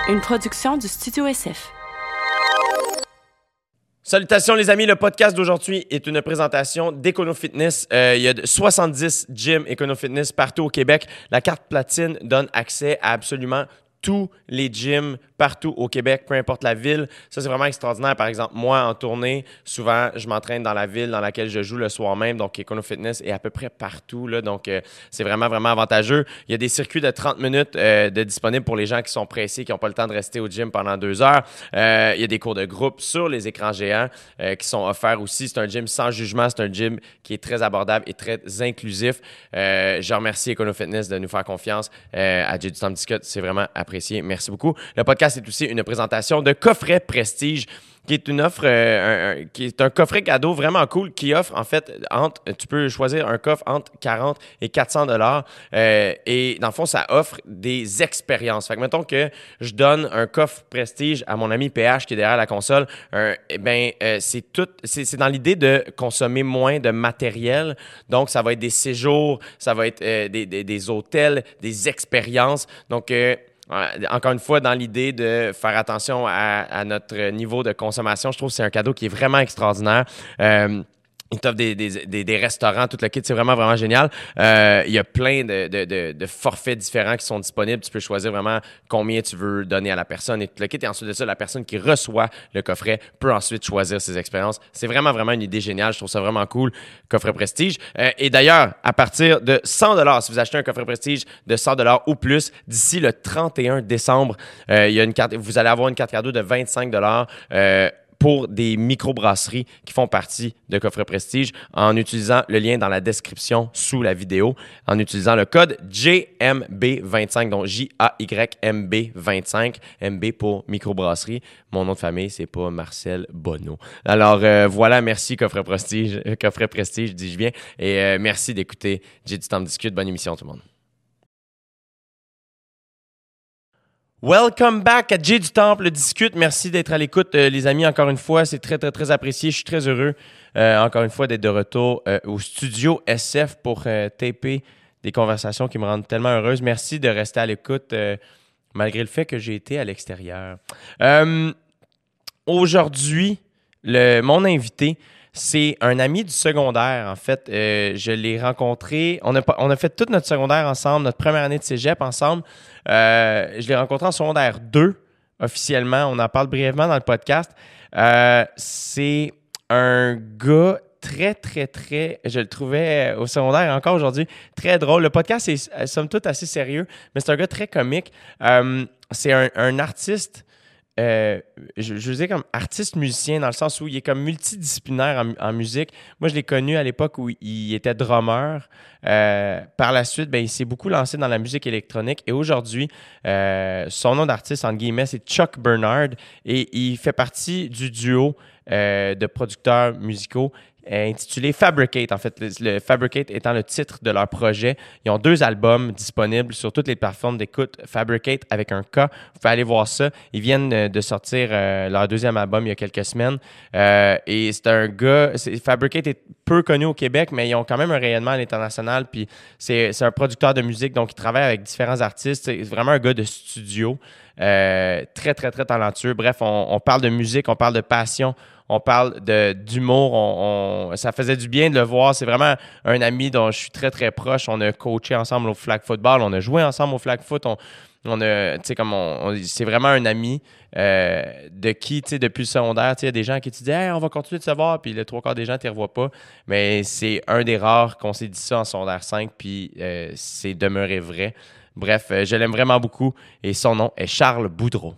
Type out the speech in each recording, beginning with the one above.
Une production du Studio SF. Salutations les amis, le podcast d'aujourd'hui est une présentation d'EconoFitness. Il y a 70 gyms EconoFitness partout au Québec. La carte platine donne accès à absolument tous les gyms partout au Québec, peu importe la ville. Ça, c'est vraiment extraordinaire. Par exemple, moi, en tournée, souvent, je m'entraîne dans la ville dans laquelle je joue le soir même. Donc, EconoFitness est à peu près partout, là. Donc, c'est vraiment, vraiment avantageux. Il y a des circuits de 30 minutes de disponibles pour les gens qui sont pressés, qui n'ont pas le temps de rester au gym pendant 2 heures. Il y a des cours de groupe sur les écrans géants qui sont offerts aussi. C'est un gym sans jugement. C'est un gym qui est très abordable et très inclusif. Je remercie EconoFitness de nous faire confiance à J'ai du temps de discuter. C'est vraiment apprécié. Merci beaucoup. Le podcast est aussi une présentation de Coffret Prestige, qui est une offre, qui est un coffret cadeau vraiment cool qui offre, en fait, tu peux choisir un coffre entre 40 et 400 $. Et dans le fond, ça offre des expériences. Fait que mettons que je donne un coffre Prestige à mon ami PH qui est derrière la console, c'est dans l'idée de consommer moins de matériel. Donc, ça va être des séjours, ça va être des hôtels, des expériences. Donc, encore une fois, dans l'idée de faire attention à notre niveau de consommation, je trouve que c'est un cadeau qui est vraiment extraordinaire. Ils t'offrent des restaurants, tout le kit, c'est vraiment, vraiment génial. Il y a plein de forfaits différents qui sont disponibles. Tu peux choisir vraiment combien tu veux donner à la personne et tout le kit. Et ensuite de ça, la personne qui reçoit le coffret peut ensuite choisir ses expériences. C'est vraiment, vraiment une idée géniale. Je trouve ça vraiment cool, coffret Prestige. Et d'ailleurs, à partir de 100 $, si vous achetez un coffret Prestige de 100 $ ou plus, d'ici le 31 décembre, il y a une carte, vous allez avoir une carte cadeau de 25 $ pour des microbrasseries qui font partie de Coffret Prestige en utilisant le lien dans la description sous la vidéo, en utilisant le code JMB25, donc JAYMB25, MB pour microbrasserie. Mon nom de famille, c'est pas Marcel Bonneau. Alors voilà, merci Coffret Prestige, dis-je bien, et merci d'écouter J'ai du temps de discuter. Bonne émission tout le monde. Welcome back à J'ai du Temple Discute. Merci d'être à l'écoute, les amis. Encore une fois, c'est très, très, très apprécié. Je suis très heureux, encore une fois, d'être de retour au studio SF pour taper des conversations qui me rendent tellement heureuse. Merci de rester à l'écoute, malgré le fait que j'ai été à l'extérieur. Aujourd'hui, mon invité, c'est un ami du secondaire, en fait. Je l'ai rencontré. On a fait toute notre secondaire ensemble, notre première année de cégep ensemble. Je l'ai rencontré en secondaire 2, officiellement. On en parle brièvement dans le podcast. C'est un gars très, très, très... Je le trouvais au secondaire, encore aujourd'hui, très drôle. Le podcast est, somme toute, assez sérieux, mais c'est un gars très comique. C'est un artiste... je dis comme artiste-musicien dans le sens où il est comme multidisciplinaire en musique. Moi, je l'ai connu à l'époque où il était drummer. Par la suite, il s'est beaucoup lancé dans la musique électronique et aujourd'hui, son nom d'artiste, entre guillemets, c'est Chuck Bernard et il fait partie du duo de producteurs musicaux intitulé Fabricate. En fait, le Fabricate étant le titre de leur projet. Ils ont 2 albums disponibles sur toutes les plateformes d'écoute. Fabricate avec un K. Vous pouvez aller voir ça. Ils viennent de sortir leur 2e album il y a quelques semaines. Et c'est un gars... Fabricate est peu connu au Québec, mais ils ont quand même un rayonnement à l'international. Puis c'est un producteur de musique, donc il travaille avec différents artistes. C'est vraiment un gars de studio. Très, très, très talentueux. Bref, on parle de musique, on parle de passion. On parle d'humour, ça faisait du bien de le voir. C'est vraiment un ami dont je suis très, très proche. On a coaché ensemble au flag football, on a joué ensemble au flag foot. C'est vraiment un ami de qui, tu sais, depuis le secondaire, tu sais, il y a des gens qui te disent « Hey, on va continuer de se voir », puis le 3/4 des gens ne t'y revoient pas. Mais c'est un des rares qu'on s'est dit ça en secondaire 5, puis c'est demeuré vrai. Bref, je l'aime vraiment beaucoup et son nom est Charles Boudreau.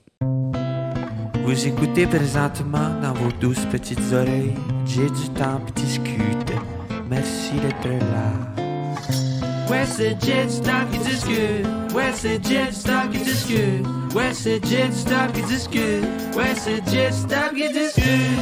Vous écoutez présentement dans vos douces petites oreilles. J'ai du temps pour discuter. Merci d'être là. Ouais, c'est J'ai du temps qui discute. Ouais, c'est J'ai du temps qui discute. Ouais, c'est J'ai du temps qui discute. Ouais, c'est J'ai du temps qui discute.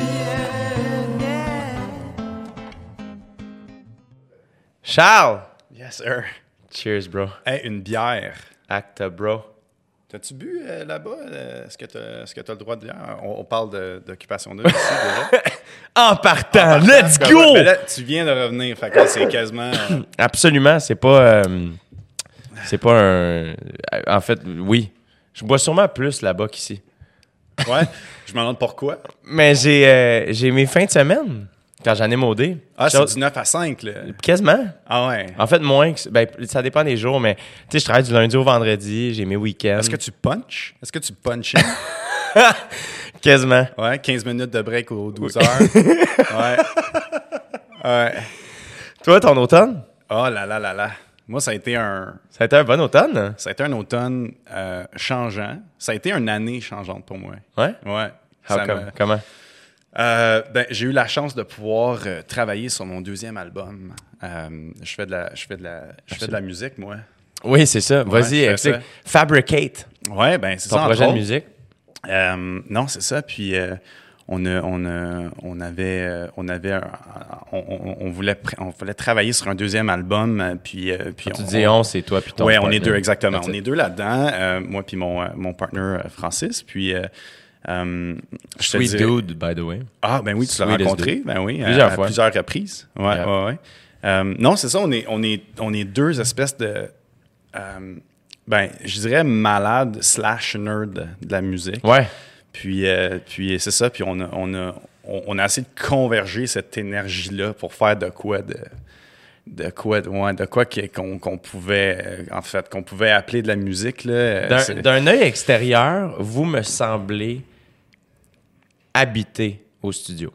Charles! Yes, sir. Cheers, bro. Hey, une bière. Acta, bro. T'as-tu bu là-bas? Est-ce que t'as le droit de bière? On parle d'occupation double ici, déjà. En partant, let's go! Mais là, tu viens de revenir, fait que là, c'est quasiment... Absolument, c'est pas un... En fait, oui. Je bois sûrement plus là-bas qu'ici. Ouais, je me demande pourquoi. Mais j'ai mes fins de semaine quand j'en ai modé. Ah, c'est du 9 à 5, là. Quasiment. Ah ouais. En fait, moins. Ben, ça dépend des jours, mais tu sais, je travaille du lundi au vendredi, j'ai mes week-ends. Est-ce que tu punches? Est-ce que tu punches? Quasiment. Ouais, 15 minutes de break aux 12 heures. Ouais. Ouais. Toi, ton automne? Oh là là là là. Moi, ça a été un bon automne? automne changeant. Ça a été une année changeante pour moi. Ouais? Ouais. Comment? J'ai eu la chance de pouvoir travailler sur mon deuxième album. Je fais de la musique, moi. Oui, c'est ça. Ouais, Vas-y, je fais explique. ça. Fabricate. Ouais, ben c'est Ton ça. projet entre de autres. musique. Non, c'est ça. Puis on voulait travailler sur un deuxième album. Puis Quand tu dis on, c'est toi puis ton ouais, on partner. est deux, exactement. That's On it. est deux là-dedans, moi puis mon partner Francis. Puis je te Sweet dirais- dude, by the way. Ah, ben oui, tu l'as Sweetest rencontré. dude. Ben oui, Plusieurs à fois. plusieurs reprises. Ouais, Yeah. ouais, ouais. Non, c'est ça, on est deux espèces de. Je dirais malade / nerd de la musique. Ouais. Puis c'est ça, puis on a essayé de converger cette énergie-là pour faire de quoi qu'on pouvait, en fait, qu'on pouvait appeler de la musique. Là. D'un œil extérieur, vous me semblez habité au studio.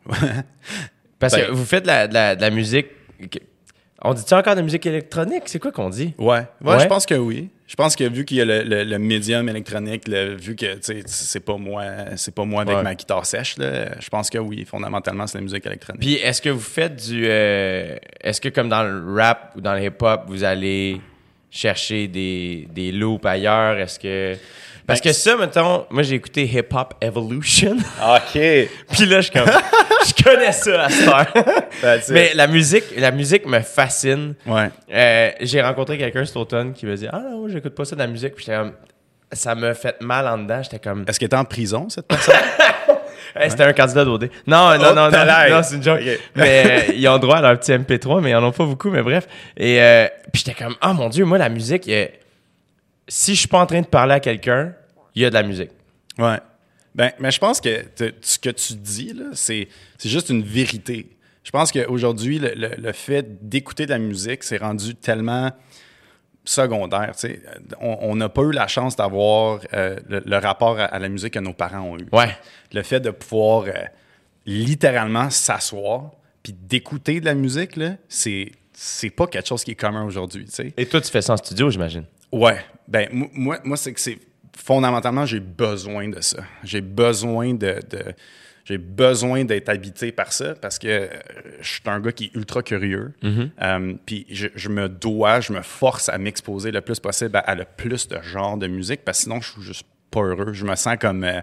Parce que vous faites de la musique. On dit-tu encore de musique électronique? C'est quoi qu'on dit? Ouais, Ouais? je pense que oui. Je pense que vu qu'il y a le médium électronique, vu que c'est pas moi avec Ouais. ma guitare sèche, là, je pense que oui, fondamentalement, c'est la musique électronique. Puis est-ce que vous faites est-ce que comme dans le rap ou dans le hip-hop, vous allez chercher des loops ailleurs? Est-ce que. Parce que ça, mettons, moi j'ai écouté Hip Hop Evolution. OK. Puis là, je suis comme. Je connais ça à cette heure. That's it. Mais la musique me fascine. Ouais. J'ai rencontré quelqu'un cet automne qui me dit: Ah non, j'écoute pas ça de la musique. Puis j'étais comme. Ça me fait mal en dedans. J'étais comme. Est-ce qu'elle est en prison, cette personne? Hey, c'était un candidat d'OD. Non, c'est une joke. Ok. Mais ils ont droit à leur petit MP3, mais ils en ont pas beaucoup, mais bref. Et puis j'étais comme, oh mon Dieu, moi, la musique, si je suis pas en train de parler à quelqu'un, il y a de la musique. Ouais. Mais je pense que ce que tu dis, là, c'est juste une vérité. Je pense qu'aujourd'hui, le fait d'écouter de la musique, c'est rendu tellement secondaire. Tu sais. On n'a pas eu la chance d'avoir le rapport à la musique que nos parents ont eu. Ouais. Le fait de pouvoir littéralement s'asseoir puis d'écouter de la musique, là, c'est pas quelque chose qui est commun aujourd'hui. Tu sais. Et toi, tu fais ça en studio, j'imagine. Ouais. Ben, moi c'est que c'est fondamentalement, j'ai besoin de ça. J'ai besoin j'ai besoin d'être habité par ça parce que je suis un gars qui est ultra curieux. Puis je me force à m'exposer le plus possible à le plus de genres de musique parce que sinon, je suis juste pas heureux. Je me sens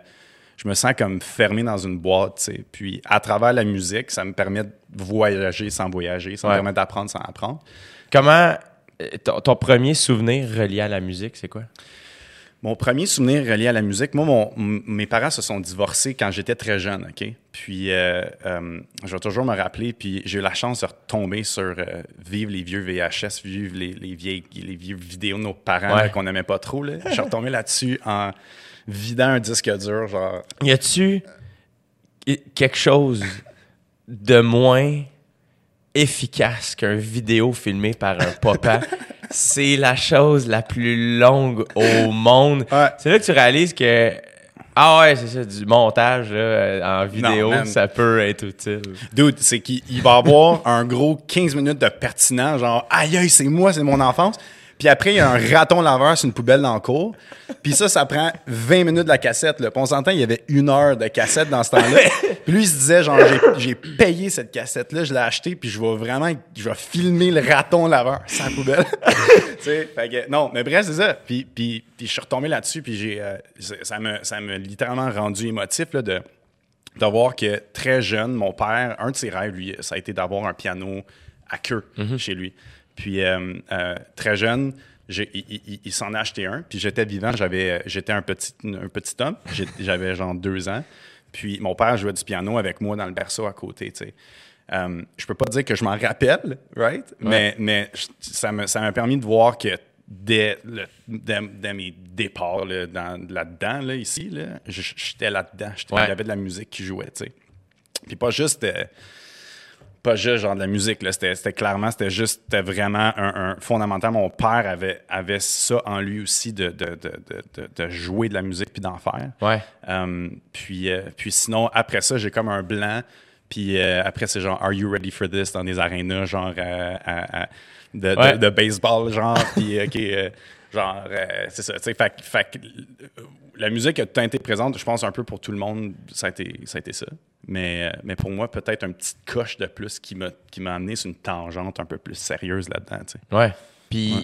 comme fermé dans une boîte, tu sais. Puis à travers la musique, ça me permet de voyager sans voyager. Ça me permet d'apprendre sans apprendre. Comment. Ton premier souvenir relié à la musique, c'est quoi? Mon premier souvenir relié à la musique, moi, mes parents se sont divorcés quand j'étais très jeune, OK? Puis, je vais toujours me rappeler, puis j'ai eu la chance de retomber sur vivre les vieux VHS, vivre les vieux vidéos de nos parents là, qu'on n'aimait pas trop, là. Je suis retombé là-dessus en vidant un disque dur, genre... Y a-tu quelque chose de moins efficace qu'un vidéo filmé par un papa? C'est la chose la plus longue au monde. Ouais. C'est là que tu réalises que ah ouais, c'est ça, du montage là, en vidéo, man. ça peut être utile. Dude, c'est qu'il va avoir un gros 15 minutes de pertinent, genre « Aïe, aïe, c'est moi, c'est mon enfance ». Puis après, il y a un raton laveur sur une poubelle dans le cour. Puis ça prend 20 minutes de la cassette. Là. Puis on s'entend, il y avait 1 heure de cassette dans ce temps-là. Puis lui, il se disait, genre, j'ai payé cette cassette-là, je l'ai achetée, puis je vais filmer le raton laveur sur la poubelle. Tu sais, fait que, non, mais bref, c'est ça. Puis je suis retombé là-dessus, puis ça m'a littéralement rendu émotif là, de voir que très jeune, mon père, un de ses rêves, lui, ça a été d'avoir un piano à queue chez lui. Puis, très jeune, il s'en a acheté un. Puis, j'étais vivant, j'étais un petit homme. J'avais genre 2 ans. Puis, mon père jouait du piano avec moi dans le berceau à côté, tu sais. Je peux pas dire que je m'en rappelle, right? Ouais. Mais ça m'a permis de voir que dès mes départs là, là-dedans, là, ici, là, j'étais là-dedans. Il y avait de la musique qui jouait, tu sais. Puis pas juste genre de la musique, là. C'était vraiment un fondamental. Mon père avait ça en lui aussi de jouer de la musique puis d'en faire. Ouais. Puis sinon, après ça, j'ai comme un blanc. Puis après, c'est genre « Are you ready for this ?» dans des arénas, genre de baseball, genre. Puis c'est ça. Fait que la musique a tout le temps été présente, je pense, un peu pour tout le monde. Ça a été ça. Mais pour moi, peut-être une petite coche de plus qui m'a amené sur une tangente un peu plus sérieuse là-dedans, tu sais. Ouais. Puis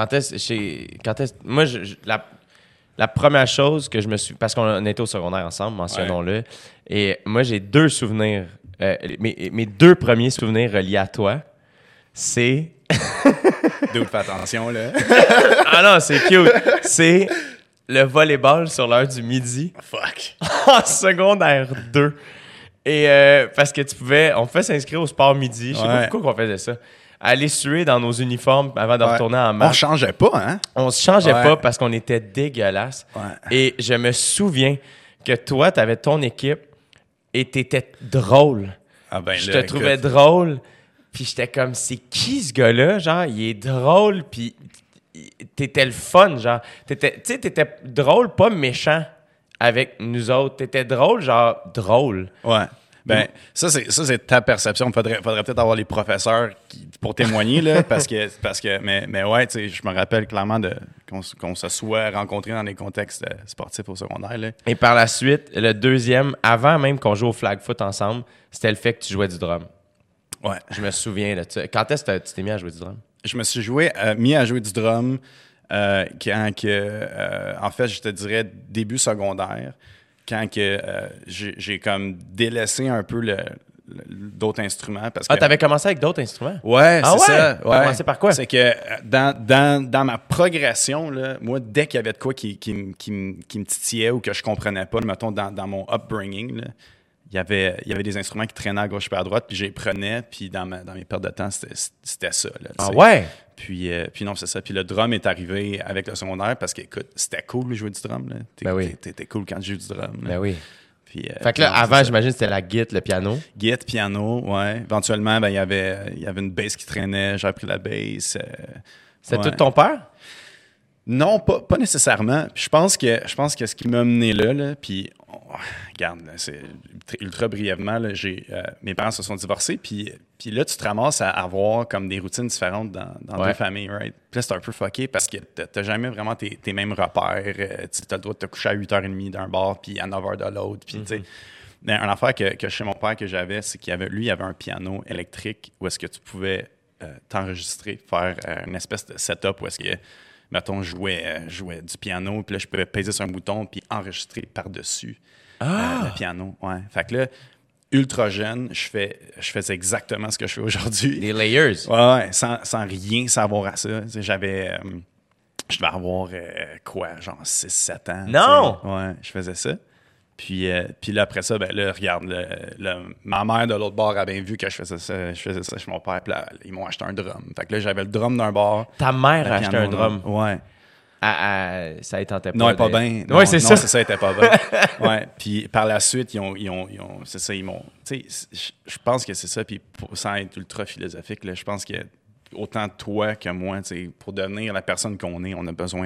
moi, la première chose que je me suis... Parce qu'on était au secondaire ensemble, mentionnons-le. Et moi, j'ai 2 souvenirs. Mes 2 premiers souvenirs reliés à toi, c'est... Dude, fais attention, là. Ah non, c'est cute. C'est le volleyball sur l'heure du midi. Fuck. En secondaire 2. Et parce que on pouvait s'inscrire au sport midi. Je sais pas pourquoi on faisait ça. Aller suer dans nos uniformes avant de retourner en match. On changeait pas, hein? On se changeait pas parce qu'on était dégueulasses. Ouais. Et je me souviens que toi, t'avais ton équipe et t'étais drôle. Ah ben, je te trouvais drôle. Puis j'étais comme, c'est qui ce gars-là? Genre, il est drôle, puis t'étais le fun, genre. T'étais drôle, pas méchant avec nous autres. T'étais drôle, genre drôle. Ouais. Ben, ça, c'est ta perception. Faudrait peut-être avoir les professeurs pour témoigner, là, parce que mais ouais, tu sais, je me rappelle clairement qu'on se soit rencontrés dans des contextes sportifs au secondaire, là. Et par la suite, le deuxième, avant même qu'on joue au flag foot ensemble, c'était le fait que tu jouais du drum. Ouais. Je me souviens de ça. Quand est-ce que tu t'es mis à jouer du drum? Je me suis mis à jouer du drum en fait, je te dirais début secondaire, quand j'ai comme délaissé un peu d'autres instruments. Parce que, t'avais commencé avec d'autres instruments? Ouais, c'est ça. T'as commencé par quoi? C'est que dans ma progression, là, moi, dès qu'il y avait de quoi qui me titillait ou que je comprenais pas, mettons, dans mon upbringing, là, il y avait des instruments qui traînaient à gauche et à droite, puis je les prenais, puis dans mes pertes de temps, c'était ça. Là, ouais? Puis non, c'est ça. Puis le drum est arrivé avec le secondaire parce que, écoute, c'était cool de jouer du drum. Là. T'étais cool quand tu joues du drum. Là. Ben oui. Puis, fait que là, avant, j'imagine, c'était la guitare, le piano. Guitare, piano, ouais. Éventuellement, ben, il y avait une bass qui traînait. J'ai appris la bass. C'était tout ton père? Non, pas nécessairement. Puis je pense que ce qui m'a mené là, puis regarde, là, c'est ultra brièvement, là, mes parents se sont divorcés, puis là, tu te ramasses à avoir comme des routines différentes dans deux familles, right? Puis là, c'est un peu fucké parce que t'as jamais vraiment tes mêmes repères. Tu as le droit de te coucher à 8h30 d'un bord, puis à 9h de l'autre, puis tu sais. Mais une affaire que chez mon père que j'avais, c'est qu'il y avait un piano électrique où est-ce que tu pouvais t'enregistrer, faire une espèce de setup où est-ce que mettons, je jouais du piano, puis là, je pouvais peser sur un bouton puis enregistrer par-dessus le piano. Ouais. Fait que là, ultra jeune, je faisais exactement ce que je fais aujourd'hui. Des layers. Ouais, sans rien savoir à ça. Je devais avoir, genre 6-7 ans. Non! T'sais. Ouais, je faisais ça. Puis là, après ça, ben là, regarde, ma mère de l'autre bord a bien vu que je faisais ça chez mon père. Puis là, ils m'ont acheté un drum. Fait que là, j'avais le drum d'un bord. Ta mère a acheté un drum? Ouais. Ça ne tentait pas. Non, elle pas bien. Oui, c'est ça. Non, c'est ça, elle était pas bien. Ouais. Puis par la suite, ils ont c'est ça, ils m'ont... Tu sais, je pense que c'est ça. Puis sans être ultra philosophique, là, je pense que autant toi que moi, tu sais, pour devenir la personne qu'on est, on a besoin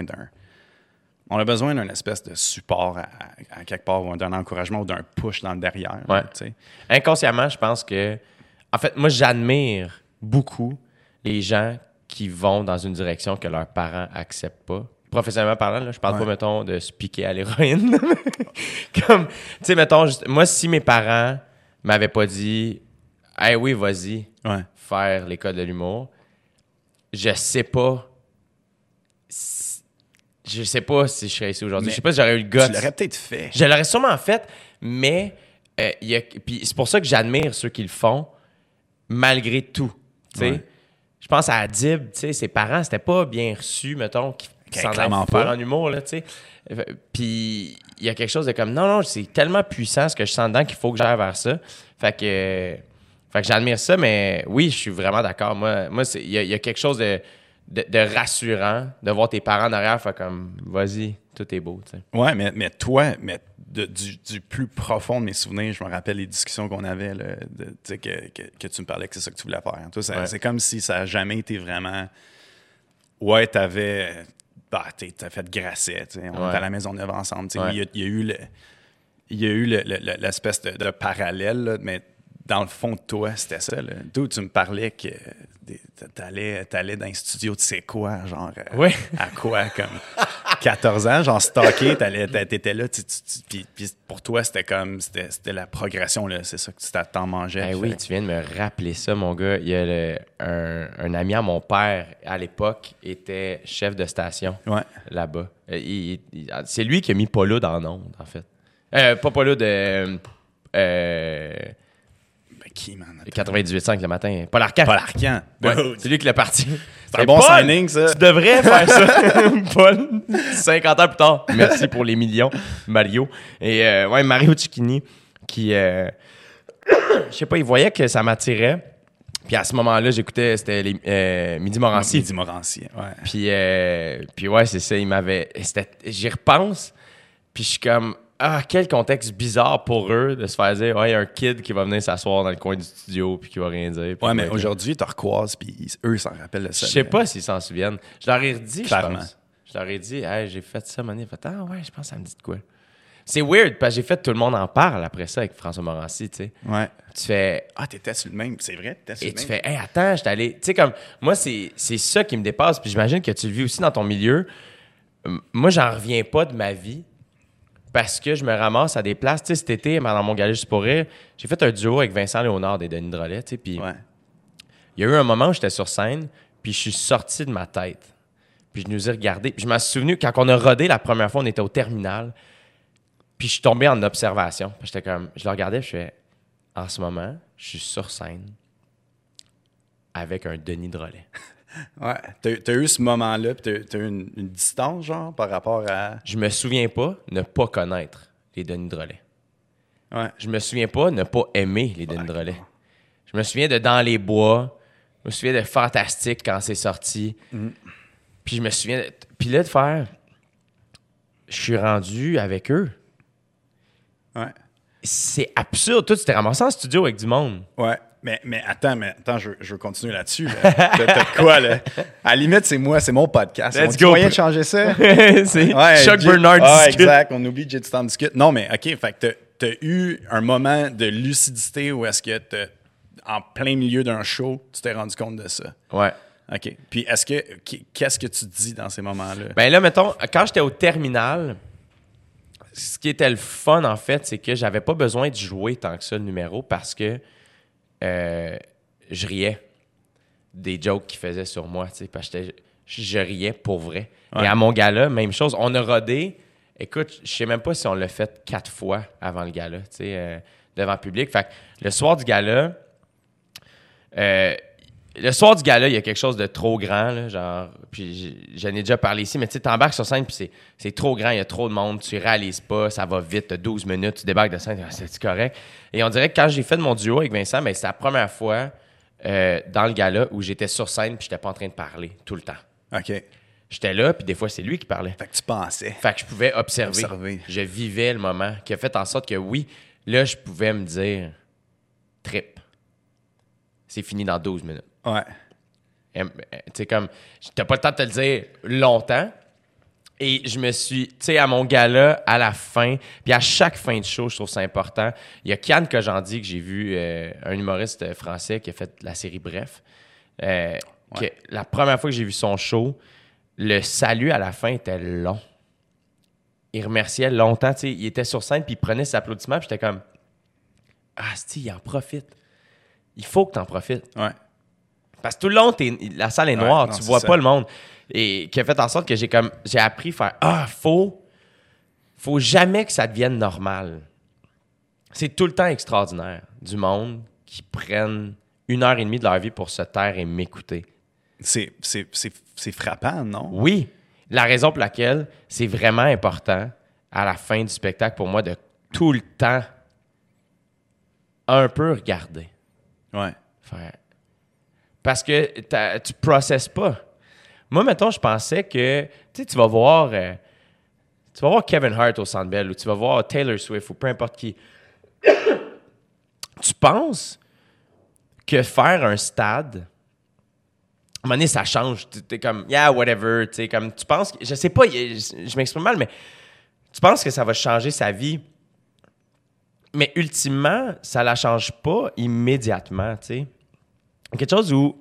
d'un espèce de support à quelque part, ou d'un encouragement ou d'un push dans le derrière. Ouais. Là, inconsciemment, je pense que... En fait, moi, j'admire beaucoup les gens qui vont dans une direction que leurs parents acceptent pas. Professionnellement parlant, là, je parle pas, mettons, de se piquer à l'héroïne. Comme, tu sais, mettons, moi, si mes parents m'avaient pas dit « Hey, oui, vas-y, faire l'école de l'humour », je sais pas... Je sais pas si je serais ici aujourd'hui. Je sais pas si j'aurais eu le guts. Tu l'aurais peut-être fait. Je l'aurais sûrement fait, mais puis c'est pour ça que j'admire ceux qui le font, malgré tout. Ouais. Je pense à Adib, ses parents, c'était pas bien reçu, mettons, qui s'en allaient faire en humour. Là, puis il y a quelque chose de comme, non, c'est tellement puissant ce que je sens dedans qu'il faut que j'aille vers ça. Fait que j'admire ça, mais oui, je suis vraiment d'accord. Moi il y a quelque chose de de rassurant de voir tes parents derrière faire comme vas-y, tout est beau. T'sais. Ouais, mais toi, du plus profond de mes souvenirs, je me rappelle les discussions qu'on avait, là, que tu me parlais que c'est ça que tu voulais faire. Toi, c'est comme si ça n'a jamais été vraiment. Ouais, t'as fait de Grasset. On était à la Maisonneuve ensemble. Il y a eu l'espèce de parallèle, là, mais dans le fond de toi, c'était ça. D'où tu me parlais que t'allais dans un studio, tu sais quoi, genre à quoi, comme 14 ans, genre stocké, t'étais là, puis pour toi, c'était la progression, là, c'est ça que tu t'en mangeais. Oui, tu viens de me rappeler ça, mon gars. Il y a un ami à mon père, à l'époque, était chef de station là-bas. C'est lui qui a mis Paula dans l'onde, en fait. Pas Paula de... Qui, man? 98.5 le matin. Paul Arcand. Paul Arcand. Ouais, c'est lui qui l'a parti. C'est un bon signing, ça. Tu devrais faire ça, Paul. 50 ans plus tard. Merci pour les millions, Mario. Et Mario Cicchini, qui... je sais pas, il voyait que ça m'attirait. Puis à ce moment-là, j'écoutais, c'était les Midi Morancy. Midi Morancy, ouais. Puis ouais, c'est ça, il m'avait... J'y repense, puis je suis comme... Ah, quel contexte bizarre pour eux de se faire dire, ouais, il y a un kid qui va venir s'asseoir dans le coin du studio puis qui va rien dire. Ouais, mais aujourd'hui, tu recroises puis eux s'en rappellent de ça. Je sais pas s'ils s'en souviennent. Je leur ai redit, clairement. Je pense. Je leur ai dit, hey, j'ai fait ça, Mané. Fait, ah ouais, je pense que ça me dit de quoi. C'est weird parce que j'ai fait tout le monde en parle après ça avec François Morancy, tu sais. Ouais. Tu fais. Ah, t'étais sur le même, c'est vrai, t'étais sur le même. Et tu fais, hey, attends, j'étais allé. Tu sais, comme, moi, c'est ça qui me dépasse. Puis j'imagine que tu le vis aussi dans ton milieu. Moi, j'en reviens pas de ma vie. Parce que je me ramasse à des places. Tu sais, cet été, dans mon gala Juste pour rire, j'ai fait un duo avec Vincent Léonard et Denis Drolet. Tu sais, puis il y a eu un moment où j'étais sur scène, puis je suis sorti de ma tête. Puis je nous ai regardés. Puis je me suis souvenu, quand on a rodé la première fois, on était au terminal. Puis je suis tombé en observation. Puis j'étais comme, je le regardais, je fais, en ce moment, je suis sur scène avec un Denis Drolet. Ouais. T'as eu ce moment-là, puis t'as eu une distance, genre, par rapport à... Je me souviens pas ne pas connaître les Denis Drolet. Ouais. Je me souviens pas ne pas aimer les Denis Drolet. Je me souviens de Dans les bois. Je me souviens de Fantastique quand c'est sorti. Puis je me souviens... Puis là, de faire... Je suis rendu avec eux. Ouais. C'est absurde. Toi, tu t'es ramassé en studio avec du monde. Ouais. Mais attends, je veux continuer là-dessus. Là. T'as de quoi, là? À la limite, c'est mon podcast. Let's go. Moyen de changer ça? C'est Chuck Bernard discute. Exact. On oublie J. Stam discute. Non, mais OK, fait que t'as eu un moment de lucidité où est-ce que en plein milieu d'un show, tu t'es rendu compte de ça? Ouais. OK. Puis qu'est-ce que tu dis dans ces moments-là? Ben là, mettons, quand j'étais au terminal, ce qui était le fun, en fait, c'est que j'avais pas besoin de jouer tant que ça le numéro parce que je riais des jokes qu'ils faisaient sur moi, tu sais, parce que je riais pour vrai. Ouais. Et à mon gala, même chose. On a rodé, écoute, je sais même pas si on l'a fait 4 fois avant le gala, tu sais, devant le public. Fait que le soir du gala, il y a quelque chose de trop grand, là, genre, puis j'en ai déjà parlé ici, mais tu sais, t'embarques sur scène, puis c'est trop grand, il y a trop de monde, tu réalises pas, ça va vite, t'as 12 minutes, tu débarques de scène, c'est correct. Et on dirait que quand j'ai fait mon duo avec Vincent, ben, c'est la première fois dans le gala où j'étais sur scène, puis j'étais pas en train de parler tout le temps. OK. J'étais là, puis des fois, c'est lui qui parlait. Fait que tu pensais. Fait que je pouvais observer. Je vivais le moment, qui a fait en sorte que oui, là, je pouvais me dire trip. C'est fini dans 12 minutes. Ouais. Tu sais, comme, t'as pas le temps de te le dire longtemps. Et je me suis, tu sais, à mon gala, à la fin, puis à chaque fin de show, je trouve ça important. Il y a Kian Kojandi que j'ai vu, un humoriste français qui a fait la série Bref. Que, la première fois que j'ai vu son show, le salut à la fin était long. Il remerciait longtemps, tu sais, il était sur scène, puis il prenait ses applaudissements, puis j'étais comme, ah, c'ti, il en profite. Il faut que t'en profites. Ouais. Parce que tout le long, la salle est noire, tu vois pas le monde. Et qui a fait en sorte que j'ai appris à faire faut jamais que ça devienne normal. C'est tout le temps extraordinaire du monde qui prennent 1h30 de leur vie pour se taire et m'écouter. C'est frappant, non? Oui. La raison pour laquelle c'est vraiment important à la fin du spectacle pour moi de tout le temps un peu regarder. Ouais. Faire. Parce que tu processes pas. Moi, mettons, je pensais que, tu vas voir Kevin Hart au Centre Bell ou tu vas voir Taylor Swift ou peu importe qui. Tu penses que faire un stade, à un moment donné, ça change. T'es comme, yeah, whatever. Comme, tu penses que, je sais pas, je m'exprime mal, mais tu penses que ça va changer sa vie. Mais ultimement, ça la change pas immédiatement. T'sais. Quelque chose où,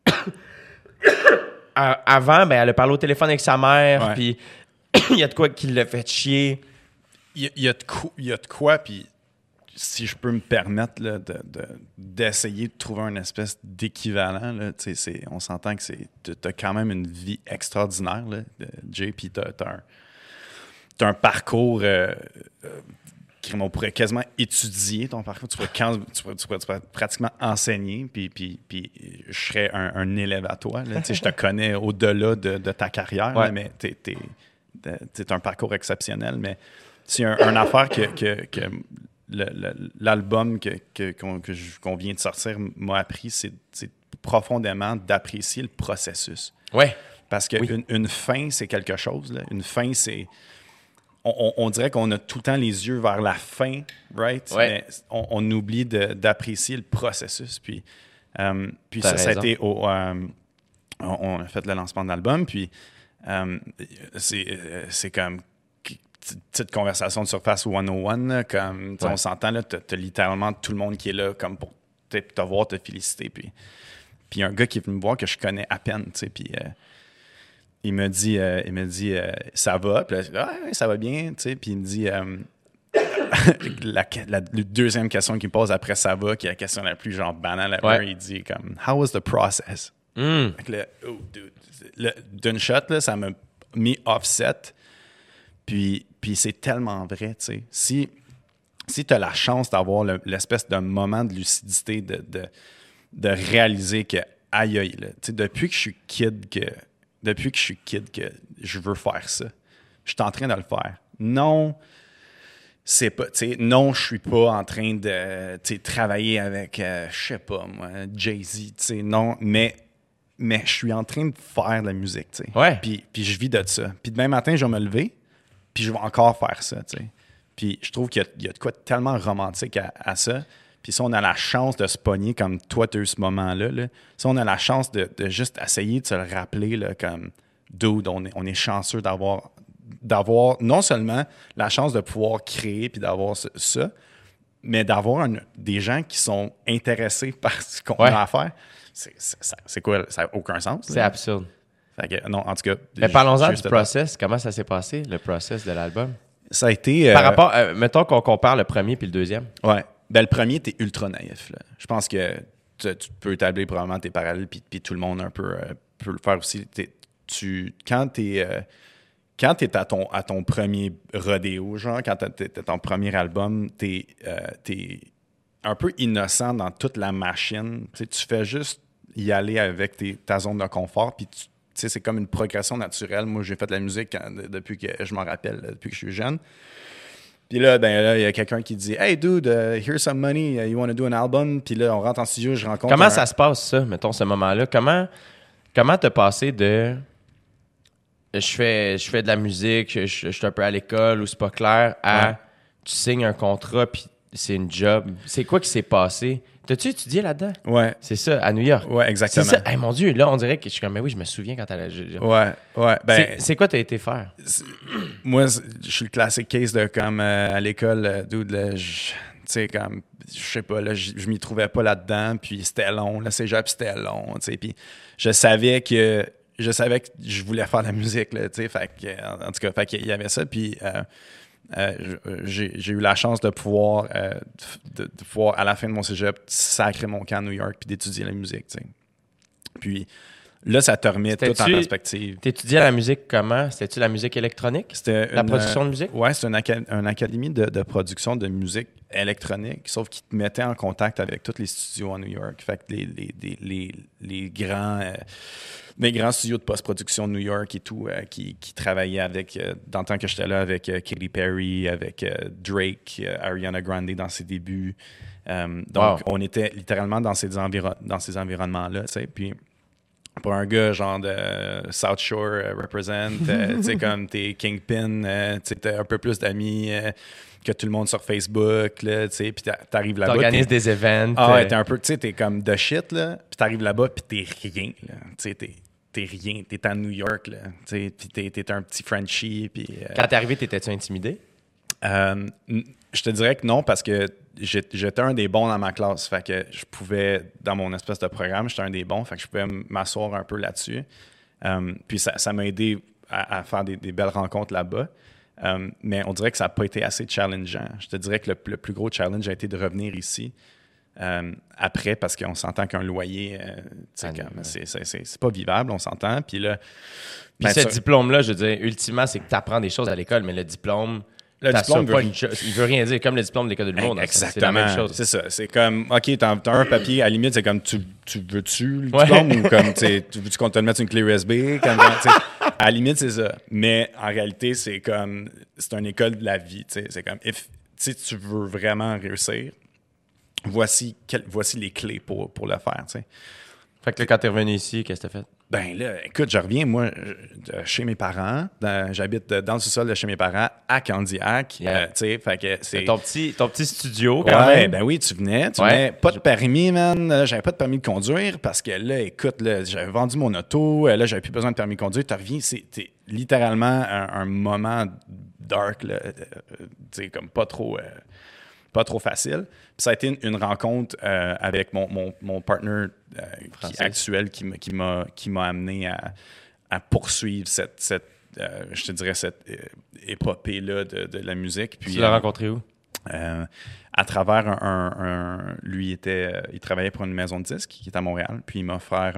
avant, ben, elle a parlé au téléphone avec sa mère, puis il y a de quoi qui l'a fait chier. Il y a de quoi, puis si je peux me permettre là, d'essayer de trouver une espèce d'équivalent, là, on s'entend que tu as quand même une vie extraordinaire, là, Jay, puis tu as un parcours qu'on pourrait quasiment étudier, ton parcours. Tu pourrais pratiquement enseigner, puis je serais un élève à toi. Là, je te connais au-delà de ta carrière, là, mais tu un parcours exceptionnel, mais c'est une affaire que l'album qu'on vient de sortir m'a appris, c'est profondément d'apprécier le processus. Ouais. Parce qu'une fin, c'est quelque chose. Là. Une fin, c'est... On dirait qu'on a tout le temps les yeux vers la fin, right? Ouais. Mais on oublie d'apprécier le processus. Puis ça a été... on a fait le lancement de l'album, puis c'est comme... petite conversation de surface 101, là, comme on s'entend, là, t'as littéralement tout le monde qui est là comme pour te voir, te féliciter. Puis un gars qui est venu me voir que je connais à peine, puis il me dit ça va, puis là, ça va bien, puis il me dit la deuxième question qu'il me pose après ça va, qui est la question la plus genre banale, il dit comme how was the process? Fait que là, oh dude, d'une shot là, ça m'a mis offset. Puis c'est tellement vrai, tu sais. Si tu as la chance d'avoir l'espèce de moment de lucidité, de réaliser que, aïe, aïe, là, tu sais, depuis que je suis kid que je veux faire ça, je suis en train de le faire. Non, c'est pas, tu sais, non, je suis pas en train de, tu sais, travailler avec, je sais pas, moi, Jay-Z, tu sais, non, mais je suis en train de faire de la musique, tu sais. Ouais. Puis je vis de ça. Puis demain matin, je vais me lever, puis je vais encore faire ça, tu sais. Puis je trouve qu'il y a de quoi de tellement romantique à ça. Puis si on a la chance de se pogner comme toi, tu as eu ce moment-là, là, si on a la chance de juste essayer de se le rappeler, là, comme dude, on est chanceux d'avoir non seulement la chance de pouvoir créer puis d'avoir ça, mais d'avoir des gens qui sont intéressés par ce qu'on a à faire. C'est quoi? Ça n'a aucun sens. C'est absurde. Fait que, non, en tout cas... Mais parlons-en du process. Comment ça s'est passé, le process de l'album? Ça a été... Par rapport... mettons qu'on compare le premier puis le deuxième. Ouais. Ben, le premier, t'es ultra naïf. Là. Je pense que tu peux établir probablement tes parallèles puis tout le monde un peu peut le faire aussi. Quand t'es à ton premier rodéo, genre, quand t'es ton premier album, t'es un peu innocent dans toute la machine. Tu fais juste y aller avec ta zone de confort, puis c'est comme une progression naturelle. Moi, j'ai fait de la musique depuis que je m'en rappelle, depuis que je suis jeune. Puis là, il y a quelqu'un qui dit « Hey, dude, here's some money, you want to do an album? » Puis là, on rentre en studio, je rencontre... Comment ça se passe, ça, mettons, ce moment-là? Comment t'as passé de... Je fais de la musique, je suis un peu à l'école ou c'est pas clair, à tu signes un contrat puis c'est une job. C'est quoi qui s'est passé? T'as-tu étudié là-dedans? Ouais. C'est ça, à New York? Ouais, exactement. C'est ça. Hey, mon Dieu, là, on dirait que je suis comme, mais oui, je me souviens quand t'allais... Ouais. Ben, c'est quoi t'as été faire? Moi, je suis le classic case de comme à l'école, dude, tu sais, comme, je sais pas, là, je m'y trouvais pas là-dedans, puis c'était long, le cégep, c'était long, tu sais, puis je savais que je voulais faire de la musique, là, tu sais, fait que, en tout cas, fait qu'il y avait ça, puis... j'ai eu la chance de pouvoir, à la fin de mon cégep, sacrer mon camp à New York puis d'étudier la musique, tu sais. Puis là, ça te remet tout en perspective. T'étudiais la musique comment? C'était-tu la musique électronique? C'était la production de musique? Oui, c'était une académie de production de musique électronique, sauf qu'il te mettait en contact avec tous les studios à New York. Fait que les grands studios de post-production de New York et tout, qui travaillaient avec, dans le temps que j'étais là, avec Katy Perry, avec Drake, Ariana Grande dans ses débuts. Donc, on était littéralement dans ces environnements-là, tu sais. Puis pour un gars genre de South Shore represent, tu sais, comme t'es Kingpin, tu sais, t'as un peu plus d'amis que tout le monde sur Facebook, là, tu sais, puis t'arrives là-bas. T'organises des events. Ah ouais, t'es un peu, tu sais, t'es comme de shit, là, puis t'arrives là-bas, puis t'es rien, là, tu sais, t'es rien, t'es à New York, là, tu sais, puis t'es un petit Frenchie, puis... Quand t'es arrivé, t'étais-tu intimidé? Je te dirais que non, parce que j'étais un des bons dans ma classe. Fait que je pouvais, dans mon espèce de programme, j'étais un des bons. Fait que je pouvais m'asseoir un peu là-dessus. Puis ça m'a aidé à faire des belles rencontres là-bas. Mais on dirait que ça n'a pas été assez challengeant. Je te dirais que le plus gros challenge a été de revenir ici. Après, parce qu'on s'entend qu'un loyer, c'est pas vivable, on s'entend. Puis là... Puis ce diplôme-là, je veux dire, ultimement, c'est que tu apprends des choses à l'école, mais le diplôme... il veut rien dire, comme le diplôme de l'école de l'humour. Exactement. C'est la même chose. C'est ça. C'est comme, OK, t'as un papier, à la limite, c'est comme, tu veux-tu le diplôme ou comme, tu veux-tu qu'on te le mette sur une clé USB? Comme, à la limite, c'est ça. Mais en réalité, c'est comme, c'est une école de la vie. C'est comme, si tu veux vraiment réussir, voici les clés pour le faire. T'sais. Fait que là, quand t'es revenu ici, qu'est-ce que t'as fait? Ben là, écoute, je reviens, moi, chez mes parents. J'habite dans le sous-sol de chez mes parents à Candiac. Yeah. Tu sais, fait que c'est... Ton petit studio, quand même. Ben oui, tu venais. Pas de permis, man. J'avais pas de permis de conduire parce que là, écoute, là, j'avais vendu mon auto. Là, j'avais plus besoin de permis de conduire. Tu reviens, c'était littéralement un moment dark, là. Tu sais, comme pas trop facile. Puis ça a été une rencontre avec mon partner actuel qui m'a amené à poursuivre cette je te dirais, cette épopée-là de la musique. Puis, tu l'as rencontré où? À travers lui, il travaillait pour une maison de disques qui est à Montréal. Puis il m'a offert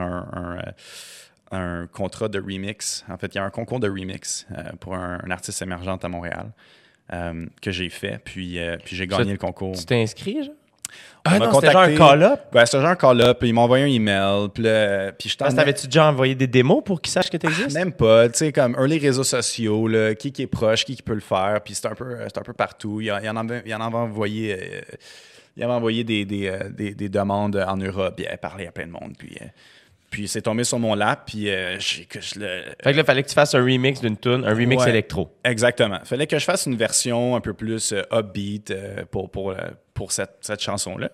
un contrat de remix. En fait, il y a un concours de remix pour un artiste émergent à Montréal. Que j'ai fait, puis j'ai gagné le concours. Tu t'es inscrit, genre? C'était genre un call-up? Ouais, c'était genre un call-up, puis ils m'ont envoyé un email, puis je t'avais-tu déjà envoyé des démos pour qu'ils sachent que tu existes? Même pas, tu sais, comme les réseaux sociaux, là, qui est proche, qui peut le faire, puis c'est un peu partout. Il en avait envoyé... il avait envoyé des demandes en Europe, puis il avait parlé à plein de monde, puis c'est tombé sur mon lap, puis Fait que là, il fallait que tu fasses un remix d'une tune, un remix électro. Exactement. Il fallait que je fasse une version un peu plus upbeat pour cette chanson-là.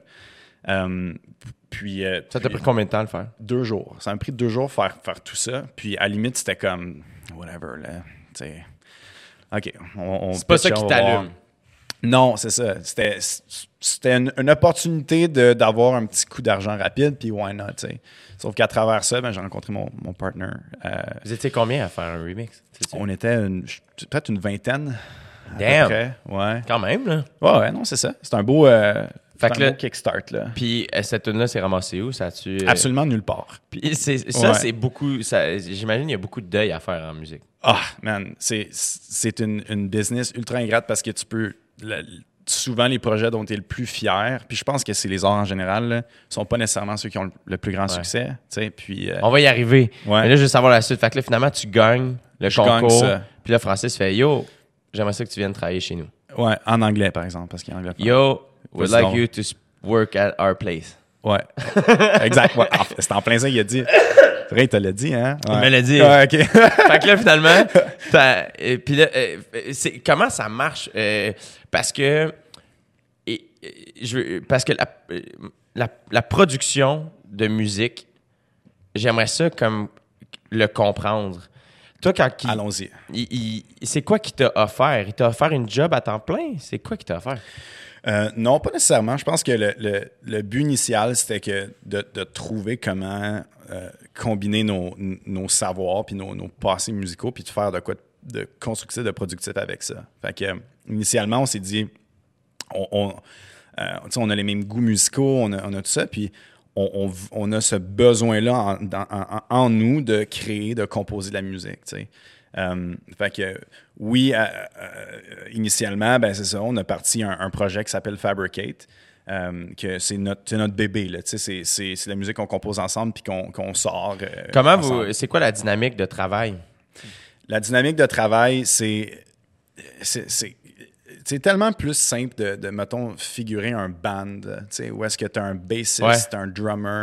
Ça t'a pris combien de temps à le faire? 2 jours. Ça m'a pris 2 jours faire tout ça. Puis à la limite, c'était comme, whatever, là. T'sais. OK. C'est pas ça qui t'allume. Non, c'est ça. C'était une opportunité d'avoir un petit coup d'argent rapide, puis why not, tu sais. Sauf qu'à travers ça, j'ai rencontré mon partner. Vous étiez combien à faire un remix? On était peut-être une vingtaine. Damn! À peu près. Ouais. Quand même, là. Ouais, non, c'est ça. C'est un beau, beau kickstart, là. Puis cette tune-là, c'est ramassé où? Ça a-tu... Absolument nulle part. Puis c'est beaucoup... J'imagine qu'il y a beaucoup de deuil à faire en musique. Ah, man, c'est une business ultra ingrate parce que tu peux... souvent, les projets dont tu es le plus fier, puis je pense que c'est les arts en général, ne sont pas nécessairement ceux qui ont le plus grand succès. Puis, on va y arriver. Ouais. Mais là, je veux savoir la suite. Fait que là, finalement, tu gagnes le concours. Puis là, Francis fait « Yo, j'aimerais ça que tu viennes travailler chez nous. » Ouais, en anglais, par exemple, parce qu'il est anglophone. Yo, we'd like you to work at our place. Ouais, exact. Ouais. C'est en plein ça qu'il a dit. C'est vrai, il te l'a dit, hein? Ouais. Il me l'a dit. Ouais, OK. Fait que là, finalement, puis là, comment ça marche? Parce que la production de musique, j'aimerais ça comme le comprendre. Toi, Allons-y. C'est quoi qu'il t'a offert? Il t'a offert une job à temps plein? C'est quoi qu'il t'a offert? Non, pas nécessairement. Je pense que le but initial, c'était de trouver comment combiner nos savoirs puis nos passés musicaux puis de faire de quoi de constructif, de productif avec ça. Fait que, initialement, on s'est dit, on a les mêmes goûts musicaux, on a tout ça, puis on a ce besoin-là en nous de créer, de composer de la musique, tu sais. Fait que oui, initialement, ben c'est ça, on a parti un projet qui s'appelle Fabricate, que c'est notre bébé, là, tu sais, c'est la musique qu'on compose ensemble puis qu'on sort. C'est quoi la dynamique de travail? La dynamique de travail, c'est tellement plus simple de mettons, figurer un band, tu sais, où est-ce que tu as un bassiste, un drummer,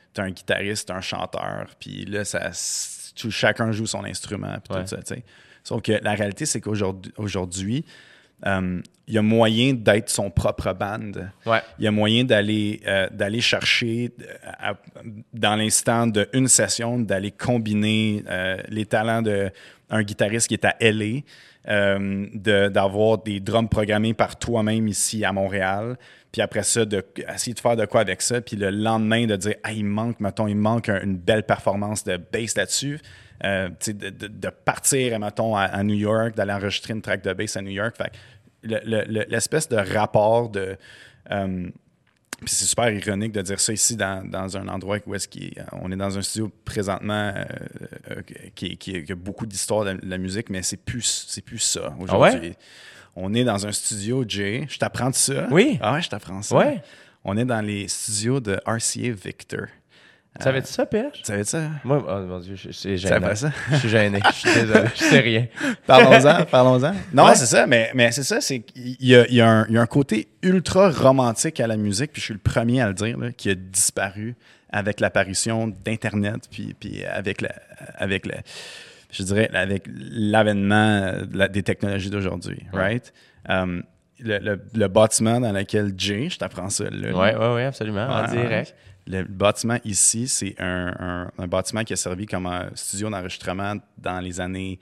t'as un guitariste, t'as un chanteur, puis là, chacun joue son instrument, puis tout ça, tu sais. Sauf que la réalité, c'est qu'aujourd'hui, il y a moyen d'être son propre band. Ouais. Il y a moyen d'aller chercher, dans l'instant d'une session, d'aller combiner les talents d'un guitariste qui est à LA, d'avoir des drums programmés par toi-même ici à Montréal, puis après ça, essayer de faire de quoi avec ça, puis le lendemain, de dire « Ah, il manque une belle performance de bass là-dessus », de partir, mettons, à New York, d'aller enregistrer une track de bass à New York. Fait l'espèce de rapport de... puis c'est super ironique de dire ça ici dans un endroit où on est dans un studio présentement qui a beaucoup d'histoire de la musique, mais c'est plus ça aujourd'hui. Ah ouais? On est dans un studio, Jay. Je t'apprends ça? Oui. Ah ouais, je t'apprends ça. Ouais. On est dans les studios de RCA Victor. Savais-tu ça, Pêche? Tu savais ça? Moi, oh mon Dieu, c'est Ça gênant. fait ça? Je suis gêné. Je suis désolé. Je sais rien. Parlons-en. Non, Ouais. c'est ça, mais c'est ça, c'est qu'il y a un côté ultra romantique à la musique, puis je suis le premier à le dire, là, qui a disparu avec l'apparition d'Internet, puis avec l'avènement des technologies d'aujourd'hui, right? Le bâtiment dans lequel Jay, je t'apprends ça là. Oui, absolument. En direct. Le bâtiment ici, c'est un bâtiment qui a servi comme un studio d'enregistrement dans les années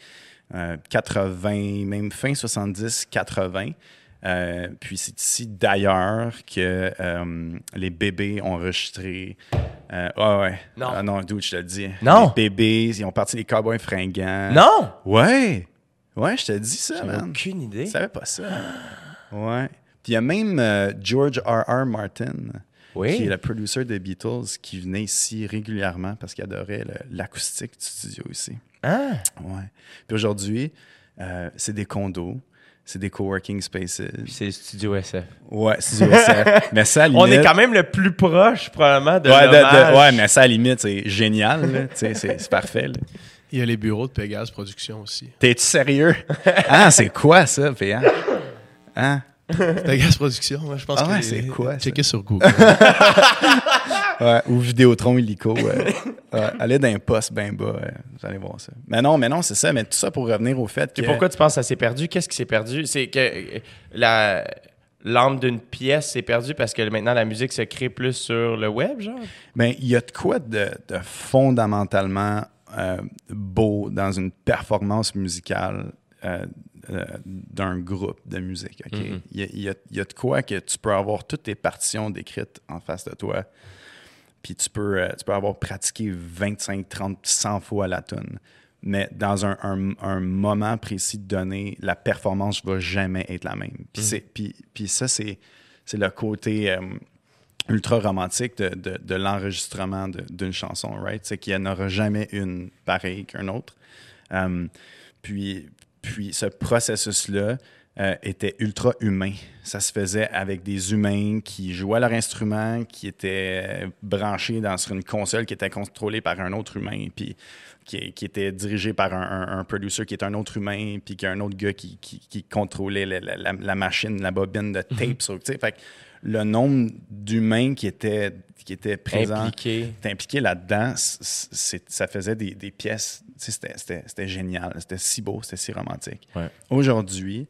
80, même fin 70-80. Puis c'est ici d'ailleurs que les bébés ont enregistré. Non. Ah non, dude, je te le dis. Non. Les bébés, ils ont parti les Cowboys fringants. Non! Ouais, je te dis ça, J'avais man. aucune idée. Tu savais pas ça? Ouais. Puis il y a même George R.R. Martin, qui est le producer des Beatles, qui venait ici régulièrement parce qu'il adorait l'acoustique du studio ici. Ah! Ouais. Puis aujourd'hui, c'est des condos, c'est des coworking spaces. Puis c'est le Studio SF. Ouais, Studio SF. Mais ça, à la limite... On est quand même le plus proche, probablement, de ouais, l'hommage. ouais, mais ça, à la limite, c'est génial. Là. C'est parfait. Là. Il y a les bureaux de Pégase Productions aussi. T'es-tu sérieux? Ah, c'est quoi ça, PA? Hein? Pégase Productions, moi, je pense que c'est quoi ça? Checker sur Google. Ouais, ou Vidéotron illico. Allez dans un poste bien bas, vous allez voir ça. Mais non, c'est ça. Mais tout ça pour revenir au fait que... Et pourquoi tu penses que ça s'est perdu? Qu'est-ce qui s'est perdu? C'est que l'âme d'une pièce s'est perdue parce que maintenant la musique se crée plus sur le web, genre? Bien, il y a de quoi de fondamentalement beau dans une performance musicale d'un groupe de musique. OK? Mm-hmm. Il y a de quoi que tu peux avoir toutes tes partitions décrites en face de toi, puis tu peux avoir pratiqué 25, 30, 100 fois la tune. Mais dans un moment précis donné, la performance ne va jamais être la même. Puis ça, c'est le côté ultra romantique de l'enregistrement d'une chanson, right? C'est qu'il n'y en aura jamais une pareille qu'un autre. Puis ce processus-là était ultra humain. Ça se faisait avec des humains qui jouaient leur instrument, qui étaient branchés sur une console qui était contrôlée par un autre humain, puis qui était dirigé par un producer qui est un autre humain, puis qui a un autre gars qui contrôlait la machine, la bobine de tape. Fait que le nombre d'humains qui étaient présents, impliqués là-dedans, ça faisait des pièces. C'était génial. C'était si beau, c'était si romantique. Ouais. Aujourd'hui,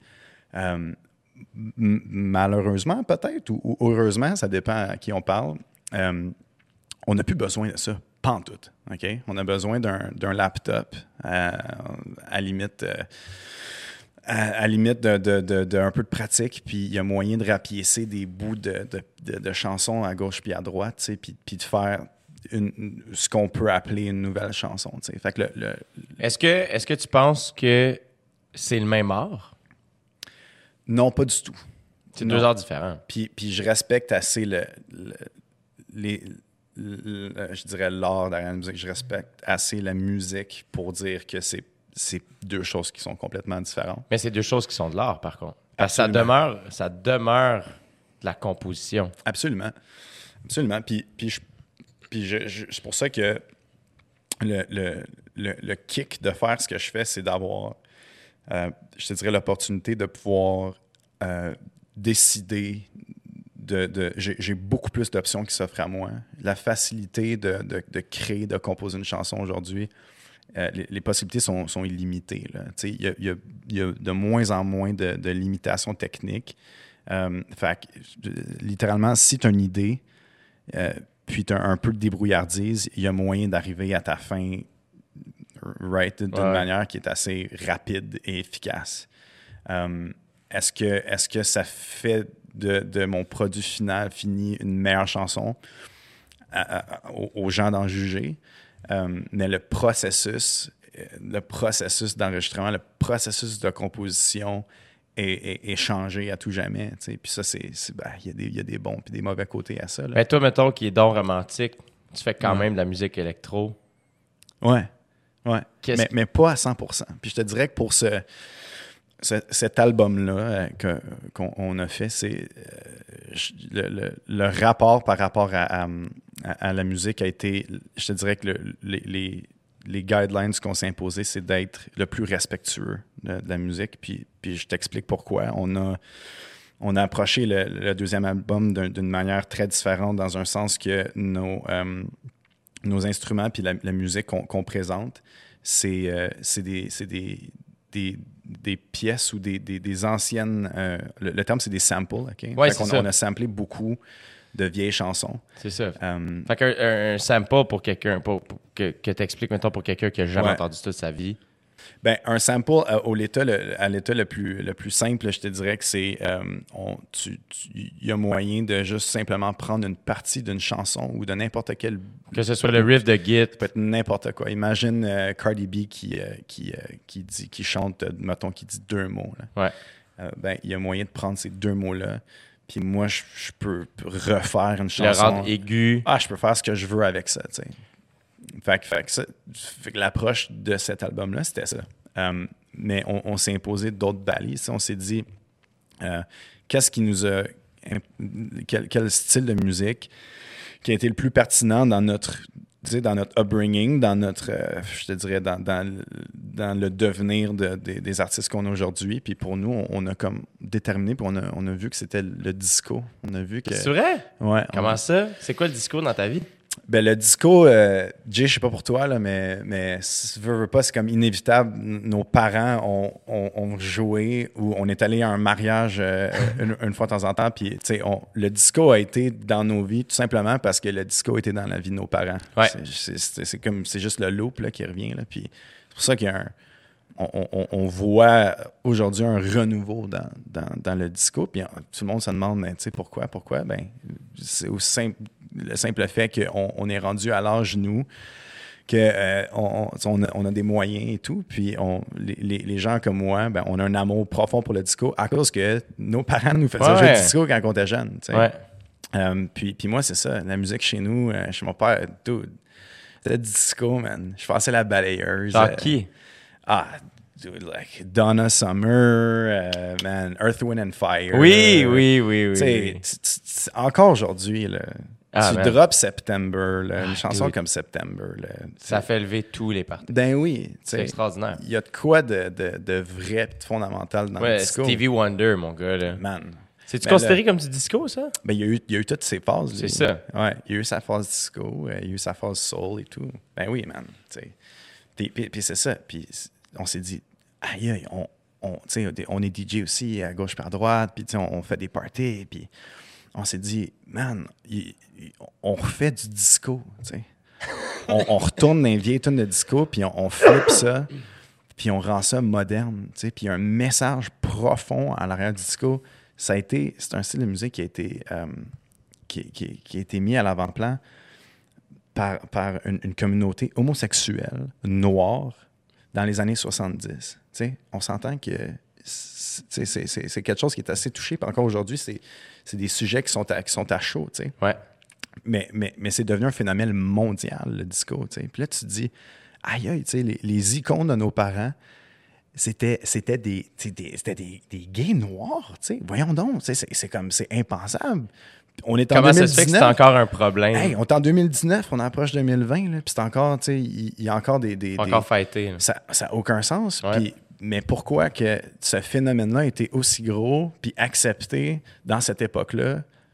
malheureusement peut-être, ou heureusement, ça dépend à qui on parle, on n'a plus besoin de ça. Pantoute. OK? On a besoin d'un laptop à limite... à limite de un peu de pratique, puis il y a moyen de rapiécer des bouts de chansons à gauche puis à droite, puis de faire ce qu'on peut appeler une nouvelle chanson. T'sais. Fait que Est-ce que tu penses que c'est le même art? Non, pas du tout. C'est deux arts différents. Puis je respecte assez je dirais l'art derrière la musique. Je respecte assez la musique pour dire que c'est deux choses qui sont complètement différentes. Mais c'est deux choses qui sont de l'art, par contre. Parce que ça demeure de la composition. Absolument. Absolument. Puis c'est pour ça que le kick de faire ce que je fais, c'est d'avoir, je te dirais, l'opportunité de pouvoir décider j'ai beaucoup plus d'options qui s'offrent à moi. La facilité de créer, de composer une chanson aujourd'hui, les possibilités sont illimitées. Il y a de moins en moins de limitations techniques. Fait que, littéralement, si tu as une idée, puis tu as un peu de débrouillardise, il y a moyen d'arriver à ta fin d'une manière qui est assez rapide et efficace. Est-ce que ça fait de mon produit fini une meilleure chanson aux gens d'en juger? Mais le processus d'enregistrement, le processus de composition est changé à tout jamais. Puis ça, il y a des bons et des mauvais côtés à ça. Là. Mais toi, mettons, qui est donc romantique, tu fais quand même de la musique électro. Ouais. Mais pas à 100%. Puis je te dirais que pour cet album-là qu'on a fait, c'est le rapport par rapport à la musique a été, je te dirais que les guidelines qu'on s'est imposés, c'est d'être le plus respectueux de la musique. Puis je t'explique pourquoi. On a approché le deuxième album d'une manière très différente, dans un sens que nos instruments puis la musique qu'on présente, c'est des pièces ou des anciennes... le terme, c'est des samples. Okay? Ouais, c'est ça. On a samplé beaucoup de vieilles chansons. C'est ça. Fait qu'un sample pour quelqu'un, que t'expliques, mettons, pour quelqu'un qui n'a jamais entendu toute sa vie. Ben, un sample à l'état le plus simple, je te dirais que c'est il y a moyen de juste simplement prendre une partie d'une chanson ou de n'importe quel... Que ce soit le riff de Git. Ça peut être n'importe quoi. Imagine Cardi B qui chante, mettons, qui dit 2 mots. Là. Ouais. Ben, il y a moyen de prendre ces 2 mots-là. Puis moi, je peux refaire une chanson. Le rendre aigu. Je peux faire ce que je veux avec ça, tu sais. Fait que l'approche de cet album-là, c'était ça. Mais on s'est imposé d'autres balises. On s'est dit, qu'est-ce qui nous a... Quel style de musique qui a été le plus pertinent dans notre upbringing, dans notre, je te dirais, dans le devenir des artistes qu'on a aujourd'hui. Puis pour nous, on a comme déterminé, puis on a vu que c'était le disco. On a vu que... C'est vrai? Ouais. Comment ça? C'est quoi le disco dans ta vie? Ben, le disco, Jay, je sais pas pour toi, là, mais si tu veux pas, c'est comme inévitable. Nos parents ont joué ou on est allé à un mariage une fois de temps en temps. Puis, le disco a été dans nos vies tout simplement parce que le disco était dans la vie de nos parents. Ouais. C'est juste le loop là, qui revient. Là, puis c'est pour ça qu'il y a on voit aujourd'hui un renouveau dans le disco. Puis tout le monde se demande, mais pourquoi? Ben, c'est aussi simple. Le simple fait qu'on est rendu à l'âge, nous, qu'on a des moyens et tout. Puis les gens comme moi, ben, on a un amour profond pour le disco à cause que nos parents nous faisaient jouer du disco quand on était jeunes. Puis moi, c'est ça. La musique chez nous, chez mon père, dude, c'était du disco, man. Je passais la balayeuse. Qui? Dude, like Donna Summer, man, Earth, Wind and Fire. Oui. Encore aujourd'hui, là. Tu drops September, là, une chanson dude. comme September. Là, ça fait lever tous les parties. Ben oui. C'est extraordinaire. Il y a de quoi de vrai et de fondamental dans le disco. Stevie Wonder, mon gars. Là. Man. C'est-tu considéré comme du disco, ça? Ben, il y a eu toutes ces phases. C'est ça. Ouais, il y a eu sa phase disco, il y a eu sa phase soul et tout. Ben oui, man. Puis c'est ça. Puis on s'est dit, aïe, on est DJ aussi à gauche par droite, puis on fait des parties, puis on s'est dit, man, on refait du disco, on retourne dans les vieilles tunes de disco, puis on flippe ça, puis on rend ça moderne, puis il y a un message profond à l'arrière du disco. C'est un style de musique qui a été, qui a été mis à l'avant-plan par une communauté homosexuelle, noire, dans les années 70. On s'entend que c'est quelque chose qui est assez touché. Puis encore aujourd'hui, c'est des sujets qui sont à chaud. Ouais. Mais c'est devenu un phénomène mondial, le disco. Puis là, tu te dis, aïe, les icônes de nos parents, c'était des gays noirs. Voyons donc, c'est impensable. On est en Comment 2019. ça se fait que c'est encore un problème? Hey, on est en 2019, on approche 2020, là, puis c'est encore, il y a encore des encore fêté. Ça n'a aucun sens. Ouais. Mais pourquoi que ce phénomène-là a été aussi gros puis accepté dans cette époque-là,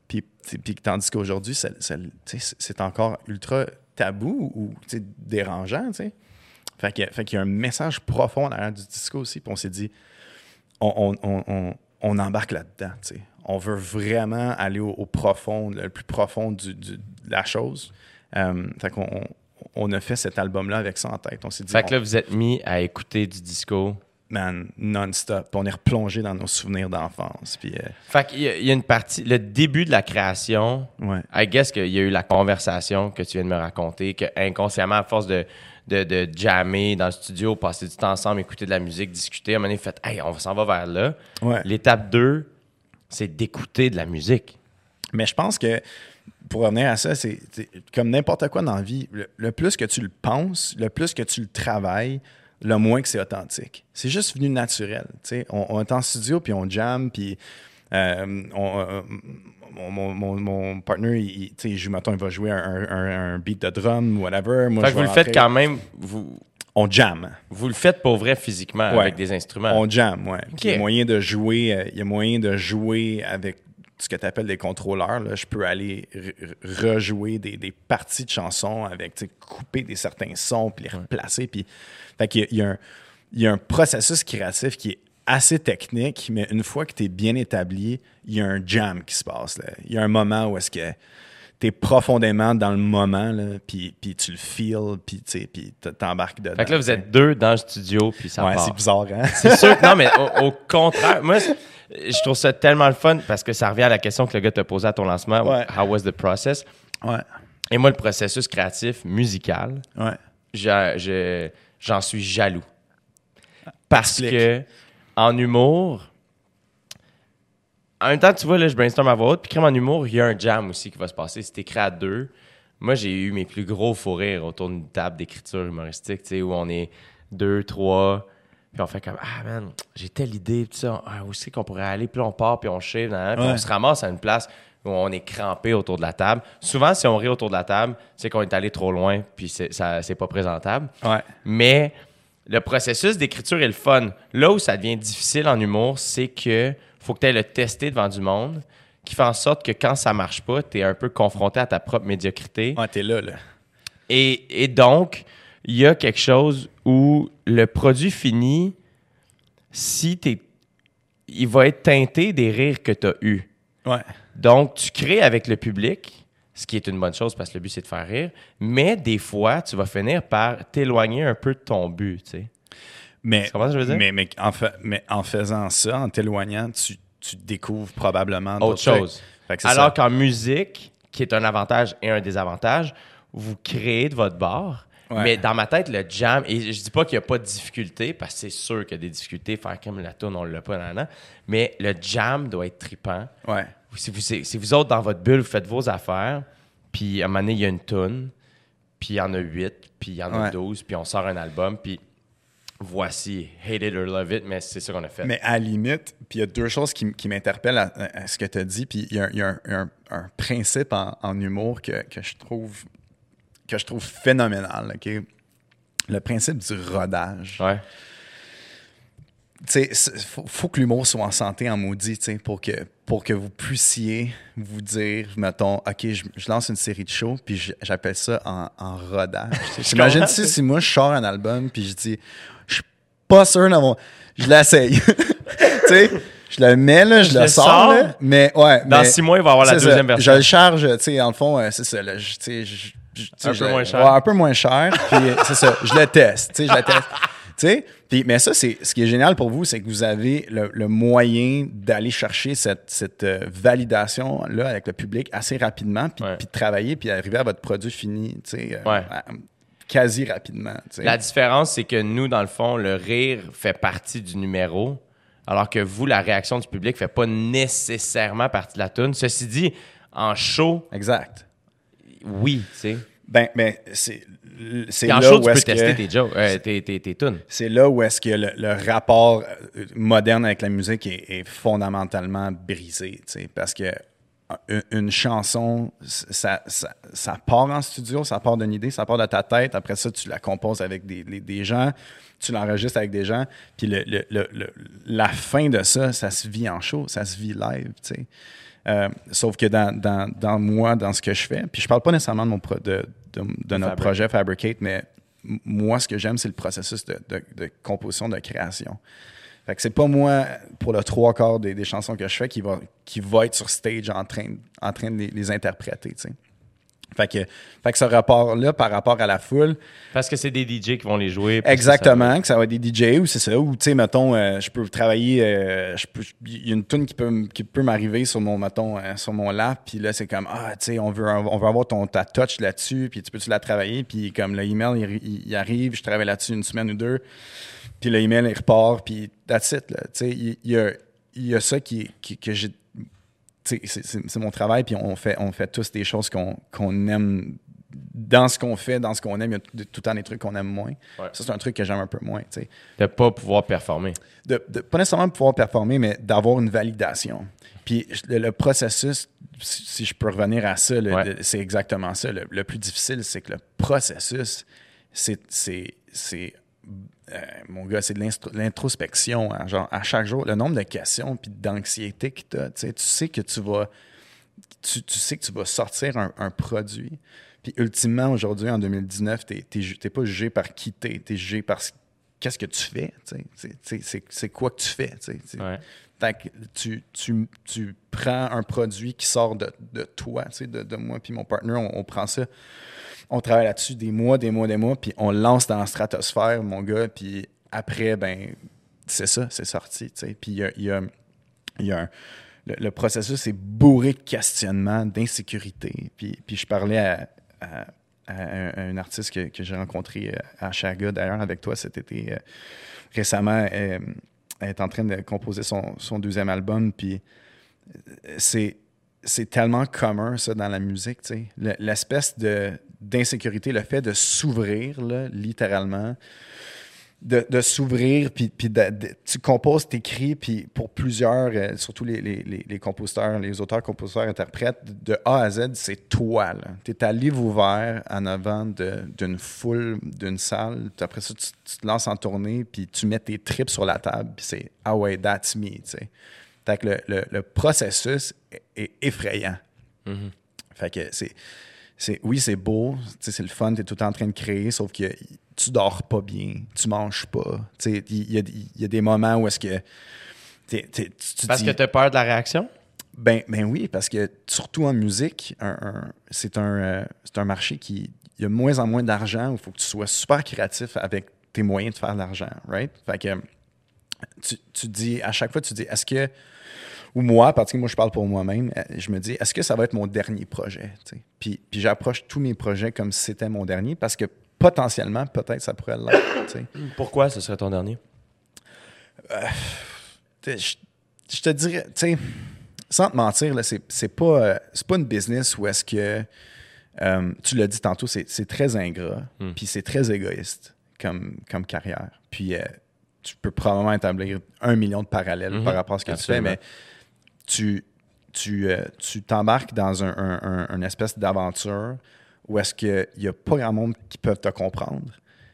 Puis tandis qu'aujourd'hui, c'est encore ultra tabou ou dérangeant, tu sais. Fait qu'il y a un message profond derrière du disco aussi. Puis on s'est dit, on embarque là-dedans, tu sais. On veut vraiment aller au profond, le plus profond de la chose. Fait qu'on a fait cet album-là avec ça en tête. On s'est dit, Fait que là, vous êtes mis à écouter du disco. Man, non-stop. Puis on est replongé dans nos souvenirs d'enfance. Puis, Fait qu'il y a une partie, le début de la création, ouais. I guess qu'il y a eu la conversation que tu viens de me raconter, que inconsciemment, à force de jammer dans le studio, passer du temps ensemble, écouter de la musique, discuter, à un moment donné, fait « Hey, on s'en va vers là. Ouais. » L'étape 2, c'est d'écouter de la musique. Mais je pense que, pour revenir à ça, c'est comme n'importe quoi dans la vie, le plus que tu le penses, le plus que tu le travailles, le moins que c'est authentique. C'est juste venu naturel. T'sais. On est en studio, puis on jam, puis mon partner, il joue, mettons, il va jouer un beat de drum, whatever. Moi, Fait que vous le faites quand même, on jam. vous le faites pour vrai physiquement, Ouais. avec des instruments. On jam, ouais. Puis Ok. il y a moyen de jouer avec ce que tu appelles des contrôleurs. Là. Je peux aller rejouer des parties de chansons avec, couper certains sons puis les replacer. Puis, fait qu'il y a un processus créatif qui est assez technique, mais une fois que tu es bien établi, il y a un jam qui se passe. Là. Il y a un moment où est-ce que tu es profondément dans le moment, là, puis tu le feels, puis t'embarques dedans. Fait que là, vous êtes deux dans le studio, puis ça Ouais, part. c'est bizarre, hein? C'est sûr que non, mais au contraire, moi, je trouve ça tellement le fun parce que ça revient à la question que le gars t'a posée à ton lancement. Ouais. How was the process? Ouais. Et moi, le processus créatif musical, Ouais. j'en suis jaloux. Parce Explique. que en humour, en même temps, tu vois, là, je brainstorm à voix haute, puis crème en humour, il y a un jam aussi qui va se passer. C'est écrit à deux. Moi, j'ai eu mes plus gros fous rires autour d'une table d'écriture humoristique, tu sais, où on est 2, 3, puis on fait comme « Ah, man, j'ai telle idée, puis ça, où c'est qu'on pourrait aller? » Puis là, on part, puis on chiffre, puis on se ramasse à une place où on est crampé autour de la table. Souvent, si on rit autour de la table, c'est qu'on est allé trop loin, puis c'est pas présentable. Ouais. Mais le processus d'écriture est le fun. Là où ça devient difficile en humour, c'est que faut que tu ailles le tester devant du monde, qui fait en sorte que quand ça marche pas, tu es un peu confronté à ta propre médiocrité. Ouais, t'es là. Et donc, il y a quelque chose où le produit fini, il va être teinté des rires que tu as eus. Ouais. Donc, tu crées avec le public, ce qui est une bonne chose parce que le but, c'est de faire rire. Mais des fois, tu vas finir par t'éloigner un peu de ton but, tu sais. Mais, Tu comprends ce que je veux dire? mais en faisant ça, en t'éloignant, tu découvres probablement Autre d'autres chose. Fait que c'est Alors ça. qu'en musique, qui est un avantage et un désavantage, vous créez de votre bord. Ouais. Mais dans ma tête, le jam, et je dis pas qu'il n'y a pas de difficulté, parce que c'est sûr qu'il y a des difficultés, faire comme la tourne, on l'a pas, mais le jam doit être trippant. Ouais. Si vous autres, dans votre bulle, vous faites vos affaires, puis à un moment donné, il y a une toune, puis il y en a 8, puis il y en a Ouais. 12, puis on sort un album, puis voici, hate it or love it, mais c'est ça qu'on a fait. Mais à la limite, puis il y a deux choses qui m'interpellent à ce que tu as dit, puis il y a un principe en humour que je trouve phénoménal, OK? Le principe du rodage. Ouais. Tu sais, faut que l'humour soit en santé, en maudit, tu sais, pour que vous puissiez vous dire, mettons, OK, je lance une série de shows, puis j'appelle ça en rodage. J'imagine si moi, je sors un album, puis je dis, je suis pas sûr d'avoir... Je l'essaye. Tu sais, je le mets, là, je le sors, sors. là, mais ouais. Dans mais 6 mois, il va y avoir la c'est ça. deuxième version. Je le charge, tu sais, en le fond, c'est ça, là, tu sais, Un peu moins cher. Ouais, un peu moins cher, puis c'est ça, je le teste, tu sais, je le teste. Tu sais, mais ça, c'est ce qui est génial pour vous, c'est que vous avez le moyen d'aller chercher cette validation-là avec le public assez rapidement, puis de travailler, puis arriver à votre produit fini, tu sais, quasi rapidement. Tu sais. La différence, c'est que nous, dans le fond, le rire fait partie du numéro, alors que vous, la réaction du public fait pas nécessairement partie de la toune. Ceci dit, en show, Exact. oui, tu sais. Ben, c'est Puis en là show, où tu peux est-ce tester que... tes jokes, tes tunes. C'est là où est-ce que le rapport moderne avec la musique est fondamentalement brisé, tu sais, parce que une chanson, ça part en studio, ça part d'une idée, ça part de ta tête. Après ça, tu la composes avec des gens, tu l'enregistres avec des gens. Puis la fin de ça se vit en show, ça se vit live, tu sais. Sauf que dans moi, dans ce que je fais, puis je parle pas nécessairement de notre projet Fabricate, mais moi, ce que j'aime, c'est le processus de composition, de création. Fait que c'est pas moi, pour le 3/4 des chansons que je fais, qui va être sur stage en train de les interpréter, tu sais. Fait que ce rapport-là, par rapport à la foule... Parce que c'est des DJ qui vont les jouer. Exactement, que ça va être des DJ, ou c'est ça, ou tu sais, mettons, je peux travailler... Il y a une tune qui peut m'arriver sur mon, mettons, sur mon lap, puis là, c'est comme, tu sais, on veut avoir ta touch là-dessus, puis tu peux-tu la travailler, puis comme le email, il arrive, je travaille là-dessus une semaine ou deux, puis le email, il repart, puis that's it, là. Tu sais, il y a ça que j'ai... C'est mon travail, puis on fait tous des choses qu'on aime. Dans ce qu'on fait, dans ce qu'on aime, il y a tout le temps des trucs qu'on aime moins. Ouais. Ça, c'est un truc que j'aime un peu moins. T'sais. De ne pas pouvoir performer. Pas nécessairement pouvoir performer, mais d'avoir une validation. Puis le processus, si je peux revenir à ça, c'est exactement ça. Le plus difficile, c'est que le processus, c'est mon gars, c'est de l'introspection. Hein, genre, à chaque jour, le nombre de questions puis d'anxiété que tu as, tu sais que tu sais que tu vas sortir un produit. Puis ultimement, aujourd'hui, en 2019, t'es pas jugé par qui t'es jugé par qu'est-ce que tu fais. C'est quoi que tu fais. Ouais. Fait que tu prends un produit qui sort de toi, de moi puis mon partner, on prend ça. On travaille là-dessus des mois, puis on le lance dans la stratosphère, mon gars, puis après, ben c'est ça, c'est sorti, tu sais. Puis il y a le processus est bourré de questionnements, d'insécurité. Puis je parlais à un artiste que j'ai rencontré à Chaga, d'ailleurs, avec toi cet été récemment. Elle est en train de composer son deuxième album, puis c'est tellement commun, ça, dans la musique, tu sais. L'espèce d'insécurité, le fait de s'ouvrir, là, littéralement, de s'ouvrir, puis tu composes, t'écris, puis pour plusieurs, surtout les compositeurs, les auteurs, compositeurs, interprètes, de A à Z, c'est toi, là. T'es à livre ouvert en avant d'une foule, d'une salle, puis après ça, tu te lances en tournée, puis tu mets tes tripes sur la table, puis c'est « Ah ouais, that's me », tu sais. Fait que le processus est effrayant. Mm-hmm. Fait que oui, c'est beau, c'est le fun, t'es tout le temps en train de créer, sauf que tu dors pas bien, tu manges pas. Il y a des moments où est-ce que parce que t'as peur de la réaction? Ben oui, parce que surtout en musique, c'est un marché qui... Il y a de moins en moins d'argent, où il faut que tu sois super créatif avec tes moyens de faire de l'argent, right? Fait que tu dis, à chaque fois, tu dis, est-ce que... Ou moi, parce que moi, je parle pour moi-même, je me dis, est-ce que ça va être mon dernier projet? T'sais? Puis j'approche tous mes projets comme si c'était mon dernier, parce que potentiellement, peut-être, ça pourrait l'être. T'sais. Pourquoi ce serait ton dernier? Je te dirais, tu sais, sans te mentir, là, c'est pas une business où est-ce que, tu l'as dit tantôt, c'est très ingrat, puis c'est très égoïste comme carrière. Puis tu peux probablement établir 1 million de parallèles par rapport à ce que Absolument. tu fais, mais tu t'embarques dans une espèce d'aventure où est-ce qu'il n'y a pas grand monde qui peuvent te comprendre.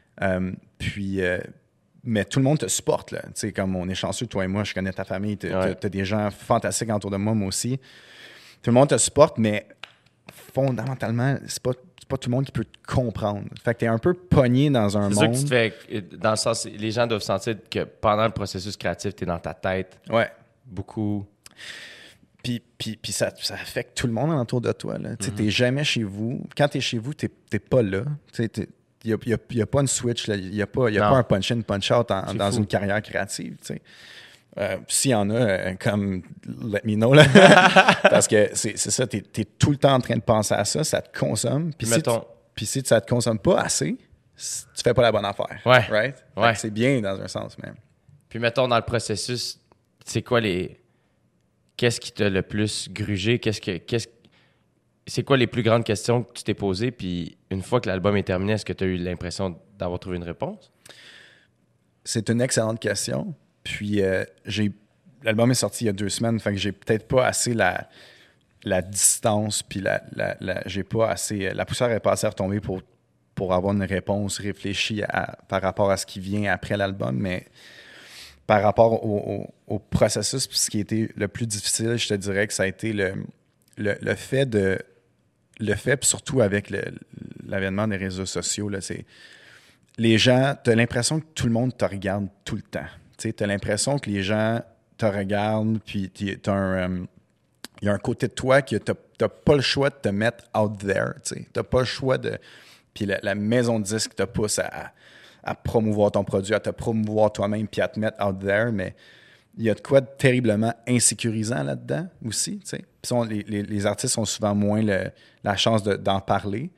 Mais tout le monde te supporte, là. Tu sais, comme on est chanceux, toi et moi, je connais ta famille, t'as des gens fantastiques autour de moi aussi. Tout le monde te supporte, mais fondamentalement, c'est pas tout le monde qui peut te comprendre. Fait que t'es un peu pogné dans un monde... C'est ça que tu te fais... Dans le sens, les gens doivent sentir que pendant le processus créatif, t'es dans ta tête. Ouais. Beaucoup... Puis ça affecte tout le monde autour de toi. Mm-hmm. T'es jamais chez vous. Quand t'es chez vous, t'es pas là. Il n'y a pas une switch. Il n'y a pas un punch-in, punch-out dans une carrière créative. S'il y en a, comme let me know. Là. Parce que c'est ça, t'es tout le temps en train de penser à ça, ça te consomme. Puis si ça te consomme pas assez, tu fais pas la bonne affaire. Ouais. Right? Ouais. C'est bien dans un sens même. Puis mettons, dans le processus, c'est quoi qu'est-ce qui t'a le plus grugé? C'est quoi les plus grandes questions que tu t'es posées? Puis une fois que l'album est terminé, est-ce que tu as eu l'impression d'avoir trouvé une réponse? C'est une excellente question. Puis l'album est sorti il y a 2 semaines, fait que j'ai peut-être pas assez la distance, puis j'ai pas assez... La poussière est pas assez retombée pour avoir une réponse réfléchie par rapport à ce qui vient après l'album, mais par rapport au processus, puis ce qui a été le plus difficile, je te dirais que ça a été le fait, puis surtout avec l'avènement des réseaux sociaux, là, c'est... Les gens, tu as l'impression que tout le monde te regarde tout le temps. Tu as l'impression que les gens te regardent, puis il y a un côté de toi que tu n'as pas le choix de te mettre out there. Tu n'as pas le choix de... Puis la maison de disque te pousse à promouvoir ton produit, à te promouvoir toi-même, puis à te mettre out there, mais il y a de quoi de terriblement insécurisant là-dedans aussi. Tu sais. Les artistes ont souvent moins la chance d'en parler,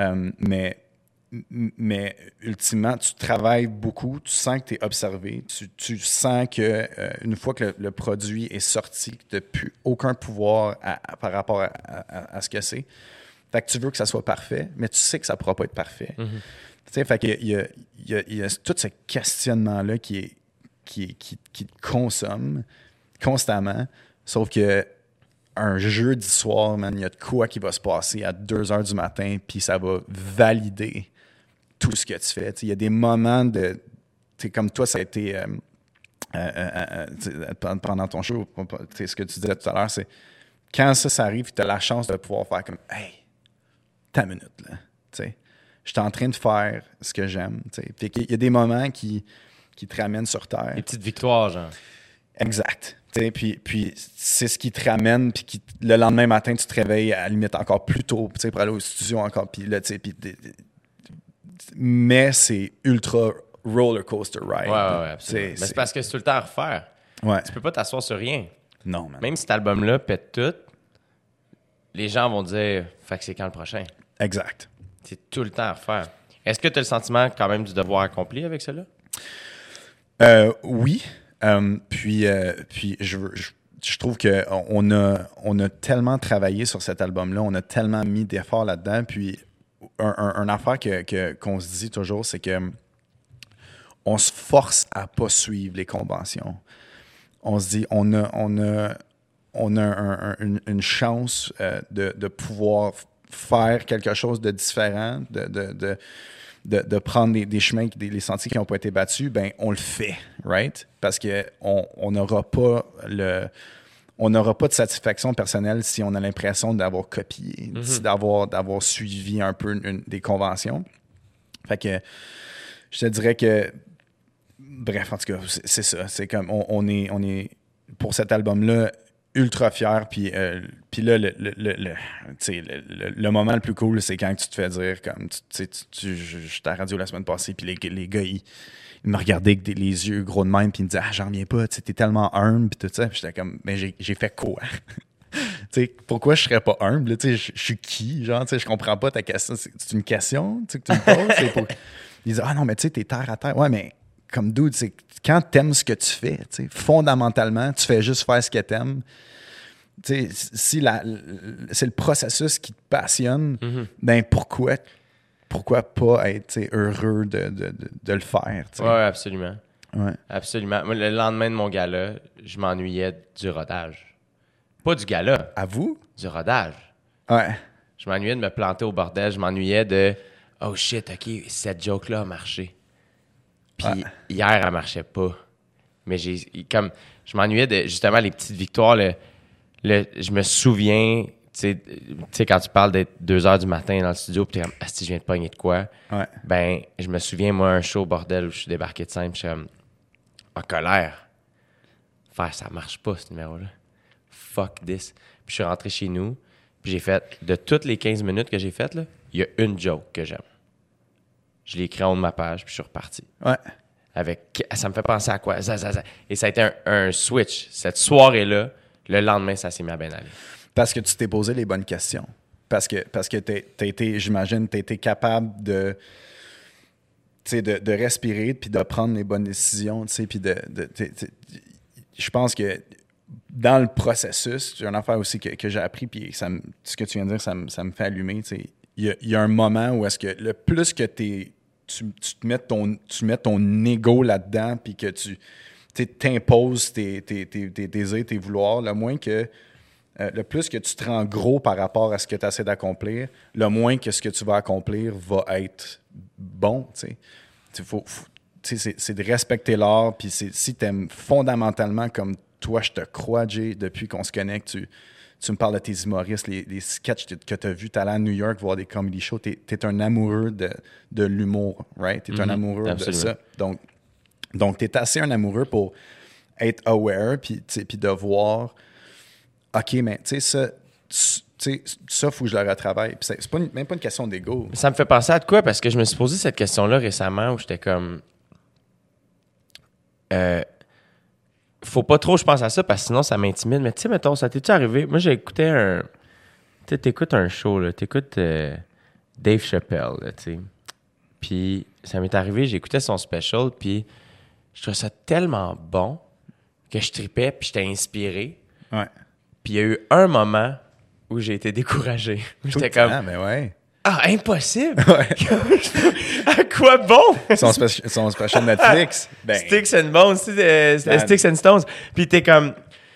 mais ultimement, tu travailles beaucoup, tu sens que tu es observé, tu sens que une fois que le produit est sorti, que tu n'as plus aucun pouvoir par rapport à ce que c'est. Fait que tu veux que ça soit parfait, mais tu sais que ça ne pourra pas être parfait. Mm-hmm. Tu sais, fait qu'il y a tout ce questionnement-là qui te consomme constamment, sauf que un jeudi soir, man, il y a de quoi qui va se passer à 2h du matin, puis ça va valider tout ce que tu fais. Il y a des moments de... Comme toi, ça a été... pendant ton show, ce que tu disais tout à l'heure, c'est quand ça arrive, tu as la chance de pouvoir faire comme « Hey, ta minute, là. » Je suis en train de faire ce que j'aime. Fait qu'il y a des moments qui te ramènent sur Terre. Des petites victoires, genre. Exact. Puis c'est ce qui te ramène, puis le lendemain matin, tu te réveilles à la limite encore plus tôt pour aller au studio encore. Puis là, mais c'est ultra roller coaster ride. Ouais, absolument. Mais c'est parce que c'est tout le temps à refaire. Ouais. Tu peux pas t'asseoir sur rien. Non, man. Même si cet album-là pète tout, les gens vont dire « Fait que c'est quand le prochain? » Exact. C'est tout le temps à refaire. Est-ce que tu as le sentiment quand même du devoir accompli avec cela? Oui. Puis je trouve qu'on a tellement travaillé sur cet album-là, on a tellement mis d'efforts là-dedans. Puis un affaire qu'on se dit toujours, c'est que on se force à pas suivre les conventions. On se dit, on a une chance de pouvoir faire quelque chose de différent, de prendre des chemins, les sentiers qui n'ont pas été battus, ben on le fait, right? Parce qu'on n'aura pas de satisfaction personnelle si on a l'impression d'avoir copié, d'avoir suivi un peu des conventions. Fait que je te dirais que, bref, en tout cas, c'est ça. C'est comme on est pour cet album-là ultra fier, puis là, le moment le plus cool, c'est quand tu te fais dire, comme, j'étais à la radio la semaine passée, puis les gars, ils me regardaient avec les yeux gros de même, puis ils me disaient « Ah, j'en reviens pas, t'es tellement humble, puis tout ça. » Puis j'étais comme « Mais j'ai fait quoi? » Pourquoi je serais pas humble? Je suis qui? Genre, je comprends pas ta question. C'est une question que tu me poses? Ils disent « Ah non, mais tu sais, t'es terre à terre. » Ouais, mais comme dude, c'est quand t'aimes ce que tu fais, fondamentalement, tu fais juste faire ce que t'aimes. Si c'est le processus qui te passionne, ben pourquoi pas être heureux de le faire? Oui, absolument. Ouais. Absolument. Moi, le lendemain de mon gala, je m'ennuyais du rodage. Pas du gala. À vous? Du rodage. Ouais. Je m'ennuyais de me planter au bordel. Je m'ennuyais de « Oh shit, OK, cette joke-là a marché. » Puis hier, elle marchait pas. Mais je m'ennuyais de justement les petites victoires. Je me souviens, tu sais, quand tu parles d'être 2h du matin dans le studio, puis t'es comme, si je viens de pogner de quoi? Ouais. Ben, je me souviens, moi, un show bordel où je suis débarqué de scène, puis je suis comme, en colère. Ça marche pas, ce numéro-là. Fuck this. Puis je suis rentré chez nous, puis j'ai fait, de toutes les 15 minutes que j'ai faites, là, il y a une joke que j'aime. Je l'ai écrit en haut de ma page, puis je suis reparti. Ouais. Ça me fait penser à quoi? Et ça a été un switch. Cette soirée-là, le lendemain, ça s'est mis à bien aller. Parce que tu t'es posé les bonnes questions. Parce que t'as été, j'imagine, t'as été capable de respirer puis de prendre les bonnes décisions. Puis je pense que dans le processus, j'ai une affaire aussi que j'ai appris, puis ce que tu viens de dire, ça me fait allumer. Il y a un moment où est-ce que le plus que tu mets ton ego là-dedans, puis que tu t'imposes tes désirs, tes vouloirs, le moins que le plus que tu te rends gros par rapport à ce que tu essaies d'accomplir, le moins que ce que tu vas accomplir va être bon, tu sais. C'est de respecter l'art, puis si tu aimes fondamentalement comme toi, je te crois, Jay, depuis qu'on se connecte, tu me parles de tes humoristes, les sketchs que tu as vus, tu allé à New York voir des comedy shows, tu es un amoureux de l'humour, right? Tu es un amoureux de ça. Donc tu es assez un amoureux pour être aware, puis de voir, OK, mais tu sais, ça, il faut que je le retravaille. Puis c'est même pas une question d'ego. Ça me fait penser à de quoi? Parce que je me suis posé cette question-là récemment où j'étais comme... faut pas trop je pense à ça parce que sinon ça m'intimide. Mais tu sais, mettons, ça t'es-tu arrivé? Moi, j'ai écouté un... Tu sais, t'écoutes un show, là. T'écoutes Dave Chappelle, là, tu sais. Puis ça m'est arrivé, j'écoutais son special, puis je trouvais ça tellement bon que je tripais, puis j'étais inspiré. Ouais. Puis il y a eu un moment où j'ai été découragé. J'étais comme... Ah, mais ouais. Ah, impossible! Ouais. À quoi bon? Son special Netflix. Ben, Sticks and Bones, tu sais, Sticks and Stones. Puis t'es comme...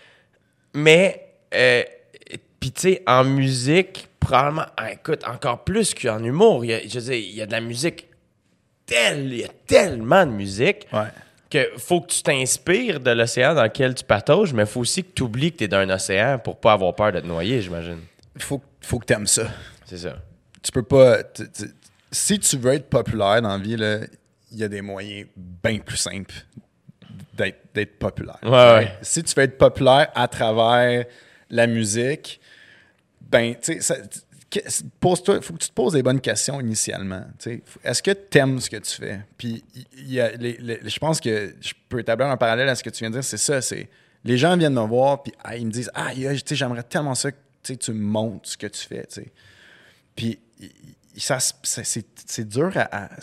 Mais, puis tu sais, en musique, probablement, écoute, encore plus qu'en humour, je veux dire, il y a de la musique il y a tellement de musique ouais. que faut que tu t'inspires de l'océan dans lequel tu patauges, mais il faut aussi que tu oublies que tu es dans un océan pour pas avoir peur de te noyer, j'imagine. Faut que tu aimes ça. C'est ça. Tu peux pas... Si tu veux être populaire dans la vie, il y a des moyens bien plus simples d'être populaire. Ouais. Si tu veux être populaire à travers la musique, ben, tu sais, pose-toi, faut que tu te poses des bonnes questions initialement. T'sais. Est-ce que tu aimes ce que tu fais? Puis, je pense que je peux établir un parallèle à ce que tu viens de dire. C'est ça, c'est... Les gens viennent me voir, puis ils me disent « Ah, j'aimerais tellement ça que tu me montres ce que tu fais. » Puis, c'est dur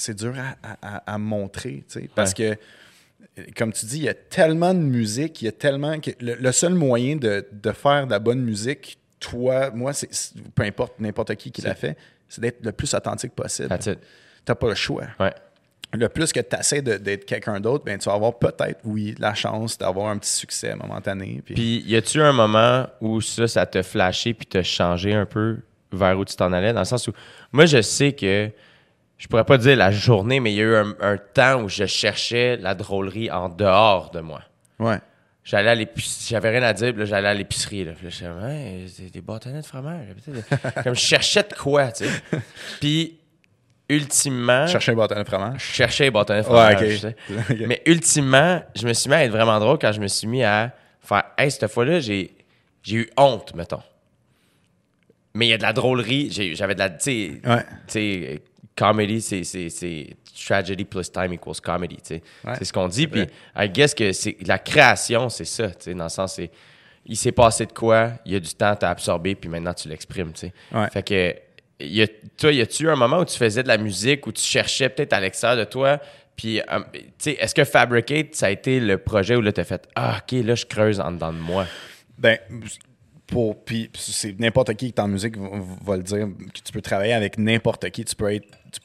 à montrer, parce que, comme tu dis, il y a tellement de musique, il y a tellement... Le seul moyen de faire de la bonne musique, toi, moi, peu importe n'importe qui l'a fait, c'est d'être le plus authentique possible. T'as pas le choix. Ouais. Le plus que tu essaies d'être quelqu'un d'autre, ben, tu vas avoir peut-être, oui, la chance d'avoir un petit succès momentané. Puis, y a-tu un moment où ça t'a flashé puis t'a changé un peu vers où tu t'en allais? Dans le sens où, moi, je sais que, je pourrais pas dire la journée, mais il y a eu un temps où je cherchais la drôlerie en dehors de moi. Ouais. J'allais à l'épicerie, j'avais rien à dire, puis là, j'allais à l'épicerie. Là, puis là, je disais, ouais, c'est des bâtonnets de fromage. Comme je cherchais de quoi, tu sais. Puis, ultimement... Chercher un bâtonnet de fromage? Je cherchais les bâtonnets de fromage, ouais, okay. Tu sais. Okay. Mais ultimement, je me suis mis à être vraiment drôle quand je me suis mis à faire, hey, cette fois-là, j'ai eu honte, mettons. Mais il y a de la drôlerie, j'avais de la, tu sais, comedy, c'est tragedy plus time equals comedy, tu sais. Ouais, c'est ce qu'on dit, puis I guess que la création, c'est ça, tu sais, dans le sens, il s'est passé de quoi, il y a du temps, t'as absorbé, puis maintenant tu l'exprimes, tu sais. Ouais. Fait que, y a-tu eu un moment où tu faisais de la musique, où tu cherchais peut-être à l'extérieur de toi, puis, tu sais, est-ce que Fabricate, ça a été le projet où là, t'as fait, ah, OK, là, je creuse en dedans de moi? Ben... Puis c'est n'importe qui est en musique va le dire, que tu peux travailler avec n'importe qui, tu peux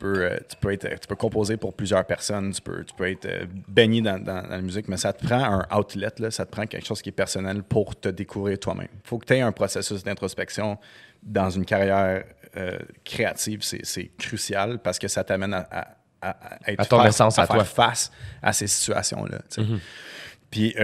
composer pour plusieurs personnes, tu peux être baigné dans la musique, mais ça te prend un outlet, là, ça te prend quelque chose qui est personnel pour te découvrir toi-même. Il faut que tu aies un processus d'introspection dans une carrière créative, c'est crucial parce que ça t'amène à faire face à ces situations-là. Mm-hmm. Puis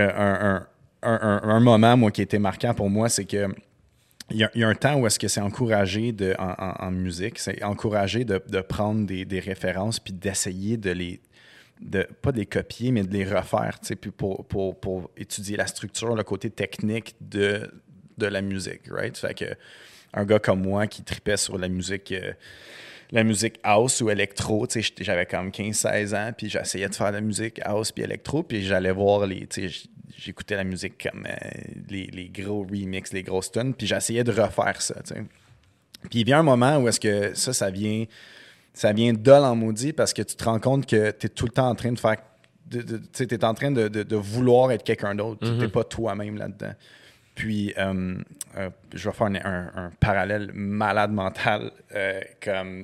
un moment, moi, qui a été marquant pour moi, c'est que il y a un temps où est-ce que c'est encouragé en musique, c'est encouragé de prendre des références puis d'essayer pas de les copier, mais de les refaire, tu sais, puis pour étudier la structure, le côté technique de la musique, right? Fait que un gars comme moi qui tripait sur la musique house ou électro, tu sais, j'avais comme 15-16 ans, puis j'essayais de faire de la musique house puis électro, puis j'allais voir j'écoutais la musique comme les gros remixes, les grosses tunes, puis j'essayais de refaire ça, tu sais. Puis il vient un moment où est-ce que ça vient dol en maudit parce que tu te rends compte que tu es tout le temps en train de faire... tu sais, tu es en train de vouloir être quelqu'un d'autre. Tu n'es pas toi-même là-dedans. Puis, je vais faire un parallèle malade mental comme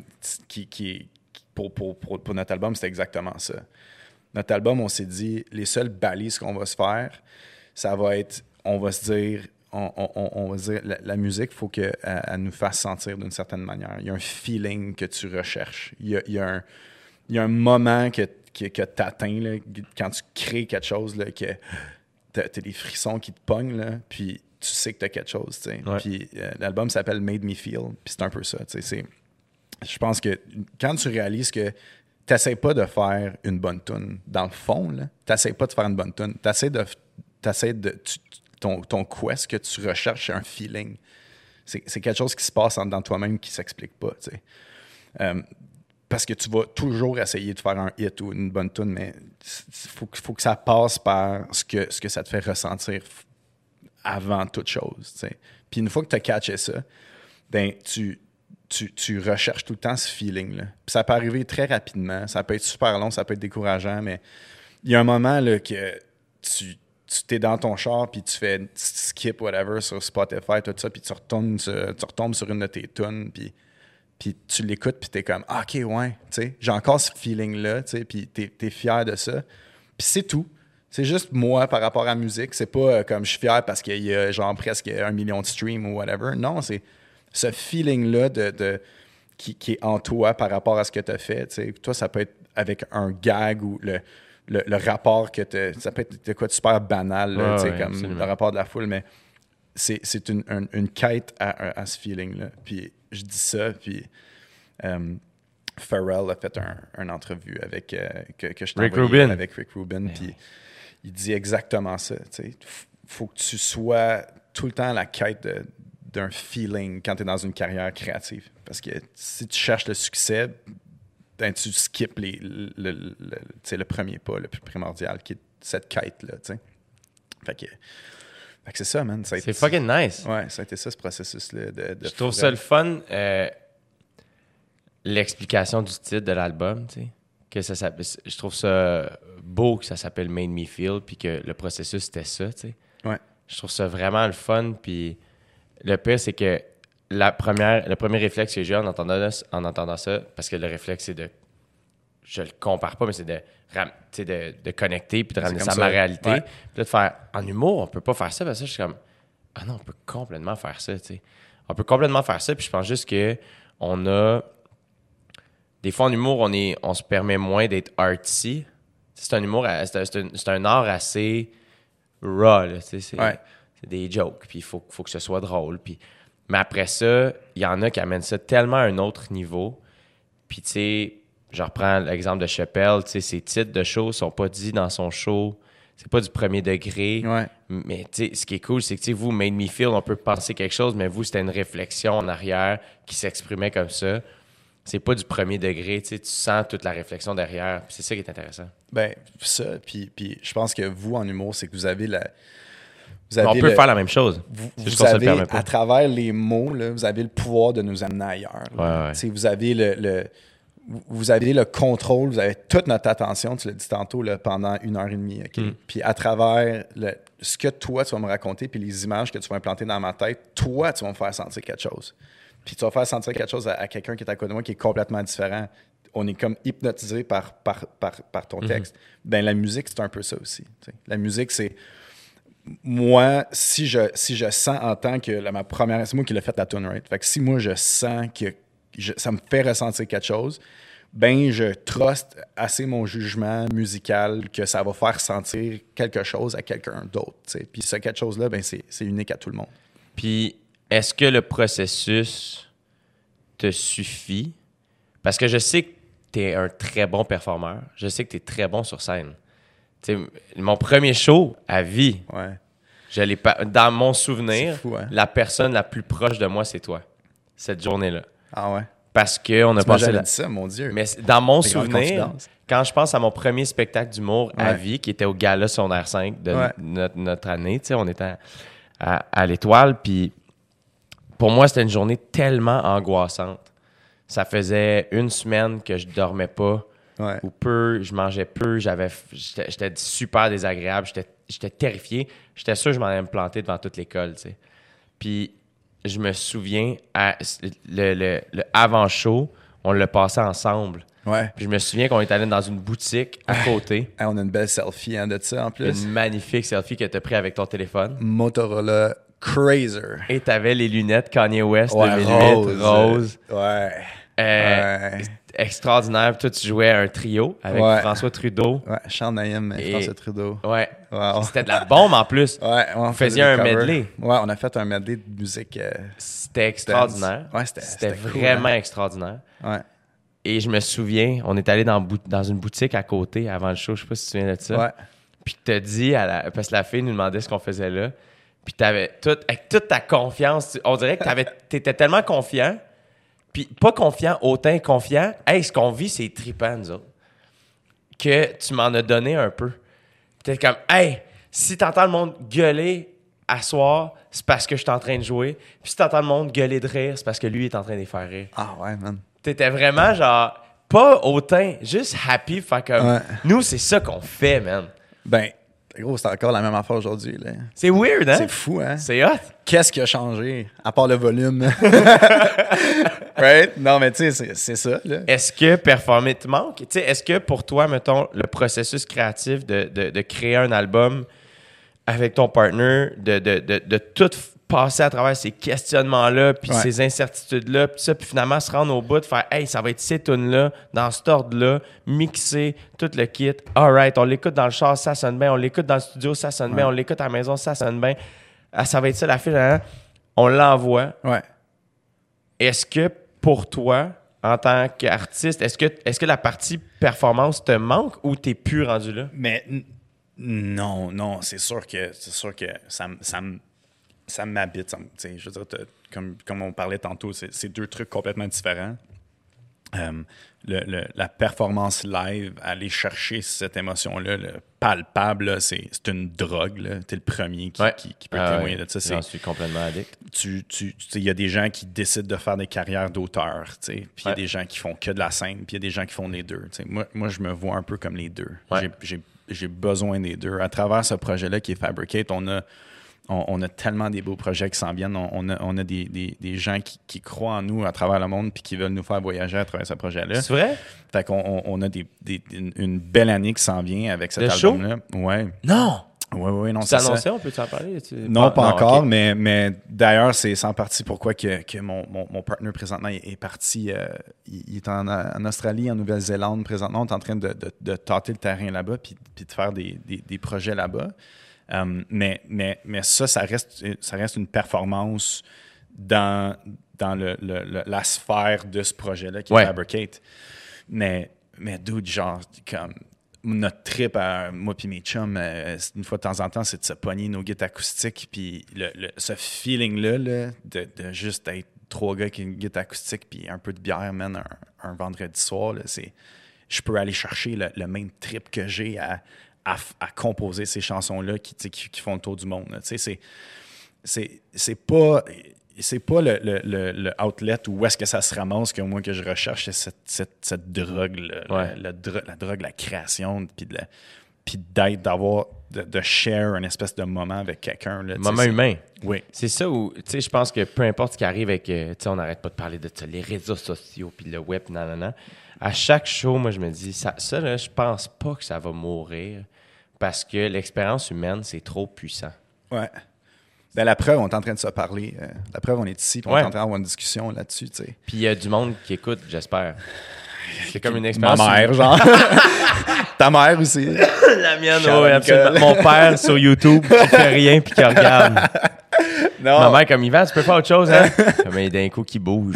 pour notre album, c'est exactement ça. Notre album, on s'est dit, les seules balises qu'on va se faire, ça va être, on va se dire, on va dire, la musique, il faut qu'elle nous fasse sentir d'une certaine manière. Il y a un feeling que tu recherches. Il y a un moment que tu atteins là, quand tu crées quelque chose, là, que tu as des frissons qui te pognent, là, puis tu sais que tu as quelque chose. Ouais. Puis l'album s'appelle Made Me Feel, puis c'est un peu ça. Je pense que quand tu réalises que tu n'essaies pas de faire une bonne tune, dans le fond, tu n'essaies pas de faire une bonne tune. Ton quest que tu recherches, un feeling. C'est quelque chose qui se passe dans toi-même qui ne s'explique pas. Parce que tu vas toujours essayer de faire un hit ou une bonne tune, mais il faut que ça passe par ce que ça te fait ressentir avant toute chose. T'sais. Puis une fois que tu as catché ça, ben tu recherches tout le temps ce feeling-là. Puis ça peut arriver très rapidement, ça peut être super long, ça peut être décourageant, mais il y a un moment là, que tu t'es dans ton char, puis tu fais skip, whatever, sur Spotify, tout ça, puis tu retombes sur une de tes tunes, puis tu l'écoutes, puis t'es comme « Ah, OK, ouais, tu sais, j'ai encore ce feeling-là, tu sais, puis t'es fier de ça. » Puis c'est tout. C'est juste moi par rapport à la musique. C'est pas comme je suis fier parce qu'il y a genre presque 1 million de streams ou whatever. Non, c'est ce feeling-là qui est en toi par rapport à ce que tu as fait. T'sais. Toi, ça peut être avec un gag ou le rapport que tu ça peut être de quoi de super banal, là, comme absolument. Le rapport de la foule, mais c'est une quête à ce feeling-là. Puis je dis ça, puis Pharrell a fait une entrevue avec que je t'ai envoyé avec Rick Rubin, puis il dit exactement ça. Faut que tu sois tout le temps à la quête d'un feeling quand tu es dans une carrière créative. Parce que si tu cherches le succès, ben, tu skippes le premier pas, le plus primordial, qui est cette quête-là. Fait que c'est ça, man. C'est fucking nice. Ouais, ça a été ça, ce processus-là. Je trouve ça le fun, l'explication du titre de l'album, tu sais. Je trouve ça beau que ça s'appelle Made Me Feel, puis que le processus, c'était ça, tu sais. Ouais. Je trouve ça vraiment le fun, puis le pire, c'est que le premier réflexe que j'ai eu en entendant ça, parce que le réflexe, c'est de... Je le compare pas, mais c'est de connecter puis de ramener ça à ma réalité. Ouais. Puis là, de faire... En humour, on peut pas faire ça, parce que je suis comme... Ah non, on peut complètement faire ça, tu sais. On peut complètement faire ça, puis je pense juste que on a... Des fois, en humour, on se permet moins d'être artsy. C'est un humour... C'est un art assez raw, là, tu sais. C'est des jokes, puis il faut que ce soit drôle, puis... Mais après ça, il y en a qui amènent ça tellement à un autre niveau. Puis, tu sais, je reprends l'exemple de Chappelle, tu sais, ses titres de show sont pas dits dans son show. C'est pas du premier degré. Ouais. Mais, tu sais, ce qui est cool, c'est que, tu sais, vous, Made Me Feel, on peut penser quelque chose, mais vous, c'était une réflexion en arrière qui s'exprimait comme ça. C'est pas du premier degré, tu sais, tu sens toute la réflexion derrière. Puis c'est ça qui est intéressant. Ben, ça, puis je pense que vous, en humour, c'est que vous avez on peut faire la même chose. Vous avez, à travers les mots, là, vous avez le pouvoir de nous amener ailleurs. Ouais. Vous avez le contrôle, vous avez toute notre attention, tu l'as dit tantôt, là, pendant 1h30. Okay? Puis à travers ce que toi, tu vas me raconter, puis les images que tu vas implanter dans ma tête, toi, tu vas me faire sentir quelque chose. Puis tu vas faire sentir quelque chose à quelqu'un qui est à côté de moi qui est complètement différent. On est comme hypnotisé par ton texte. Ben, la musique, c'est un peu ça aussi. T'sais. La musique, c'est... Moi, si je sens en tant que ma première... C'est moi qui l'ai fait la tune, right? Fait que si moi, je sens que ça me fait ressentir quelque chose, ben je truste assez mon jugement musical que ça va faire sentir quelque chose à quelqu'un d'autre. T'sais. Puis ce quelque chose-là, ben c'est unique à tout le monde. Puis, est-ce que le processus te suffit? Parce que je sais que tu es un très bon performeur. Je sais que tu es très bon sur scène. T'sais, mon premier show à vie, dans mon souvenir, fou, hein? La personne la plus proche de moi, c'est toi, cette journée-là. Ah ouais? Parce qu'on a passé... dit ça, mon Dieu. Mais dans mon souvenir, quand je pense à mon premier spectacle d'humour à vie, qui était au Gala Secondaire 5 de notre année, on était à l'Étoile, puis pour moi, c'était une journée tellement angoissante. Ça faisait 1 semaine que je dormais pas, ou peu, je mangeais peu, j'étais super désagréable, j'étais terrifié. J'étais sûr que je m'en allais me planter devant toute l'école, tu sais. Puis je me souviens, le avant-show, on l'a passé ensemble. Ouais. Puis je me souviens qu'on est allé dans une boutique à côté. On a une belle selfie de ça, en plus. Une magnifique selfie que tu as pris avec ton téléphone. Motorola Crazer. Et t'avais les lunettes Kanye West Ouais, 2008, rose. Ouais. Ouais. Extraordinaire. Puis toi, tu jouais un trio avec François Trudeau. Ouais, Charles Naïm et François Trudeau. Ouais. Wow. C'était de la bombe en plus. Ouais, on faisait un medley. Ouais, on a fait un medley de musique. C'était extraordinaire. Ouais, c'était cool, vraiment extraordinaire. Ouais. Et je me souviens, on est allé dans une boutique à côté avant le show. Je sais pas si tu te souviens de ça. Ouais. Puis tu t'as dit, parce que la fille nous demandait ce qu'on faisait là. Puis t'avais avec toute ta confiance, on dirait que t'étais tellement confiant. Puis pas confiant, autant confiant. Hey, ce qu'on vit, c'est trippant, nous autres. Que tu m'en as donné un peu. Puis t'es comme, hey, si t'entends le monde gueuler à soir, c'est parce que je suis en train de jouer. Puis si t'entends le monde gueuler de rire, c'est parce que lui est en train de les faire rire. Ah ouais, man. T'étais vraiment genre, pas hautain, juste happy. Fait comme, nous, c'est ça qu'on fait, man. Ben, gros, c'est encore la même affaire aujourd'hui, là. C'est weird, hein? C'est fou, hein? C'est hot. Qu'est-ce qui a changé, à part le volume? Right? Non, mais tu sais, c'est ça, là. Est-ce que performer te manque? Tu sais, est-ce que pour toi, mettons, le processus créatif de créer un album avec ton partner, de tout passer à travers ces questionnements-là, puis ces incertitudes-là, puis ça, puis finalement se rendre au bout de faire « Hey, ça va être ces tunes-là, dans cet ordre-là, mixer, tout le kit. All right, on l'écoute dans le char, ça sonne bien. On l'écoute dans le studio, ça sonne bien. On l'écoute à la maison, ça sonne bien. Ah, ça va être ça, la file. Hein? On l'envoie. Ouais. Est-ce que pour toi, en tant qu'artiste, est-ce que la partie performance te manque ou t'es plus rendu là? Mais non, c'est sûr que ça m'habite. Je veux dire, comme on parlait tantôt, c'est deux trucs complètement différents. La performance live, aller chercher cette émotion-là, le palpable, là, c'est une drogue. Tu es le premier qui peut témoigner de ça. J'en suis complètement addict. Il y a des gens qui décident de faire des carrières d'auteur, puis il y a des gens qui font que de la scène, puis il y a des gens qui font les deux. Moi, je me vois un peu comme les deux. Ouais. J'ai besoin des deux. À travers ce projet-là qui est Fabricate, on a tellement des beaux projets qui s'en viennent. On a des gens qui croient en nous à travers le monde puis qui veulent nous faire voyager à travers ce projet-là. C'est vrai? Fait qu'on a une belle année qui s'en vient avec cet album-là. Ouais. Non! Oui, non, tu c'est t'as annoncé, ça. on peut-en parler? Non, pas encore, okay. mais d'ailleurs, c'est en partie pourquoi que mon partner présentement est parti. Il est en Australie, en Nouvelle-Zélande présentement. On est en train de tâter le terrain là-bas puis de faire des projets là-bas. Mais ça reste une performance dans la sphère de ce projet-là qui est Fabricate. Mais dude, genre, comme notre trip à moi puis mes chums, une fois de temps en temps, c'est de se pogner nos guitares acoustiques, puis ce feeling-là de juste être trois gars qui ont une guitare acoustique puis un peu de bière, man, un vendredi soir, là, je peux aller chercher le même trip que j'ai à composer ces chansons-là qui font le tour du monde. C'est pas le outlet où est-ce que ça se ramasse que moi que je recherche, c'est cette drogue-là, la drogue, la création, puis d'avoir de share un espèce de moment avec quelqu'un. Là, moment humain. Oui. C'est ça où, tu sais, je pense que peu importe ce qui arrive avec, tu sais, on n'arrête pas de parler de ça, les réseaux sociaux, puis le web, nanana. À chaque show, moi, je me dis, ça là, je pense pas que ça va mourir parce que l'expérience humaine, c'est trop puissant. Ouais. Ben, la preuve, on est en train de se parler. La preuve, on est ici, puis on est en train d'avoir une discussion là-dessus, tu sais. Puis il y a du monde qui écoute, j'espère. C'est comme une expérience. Ma mère, genre. Ta mère aussi. La mienne, oui, absolument. Mon père sur YouTube qui fait rien puis qui regarde. Non. Ma mère, comme Yvan, tu peux faire autre chose, hein? Comme il d'un coup qui bouge.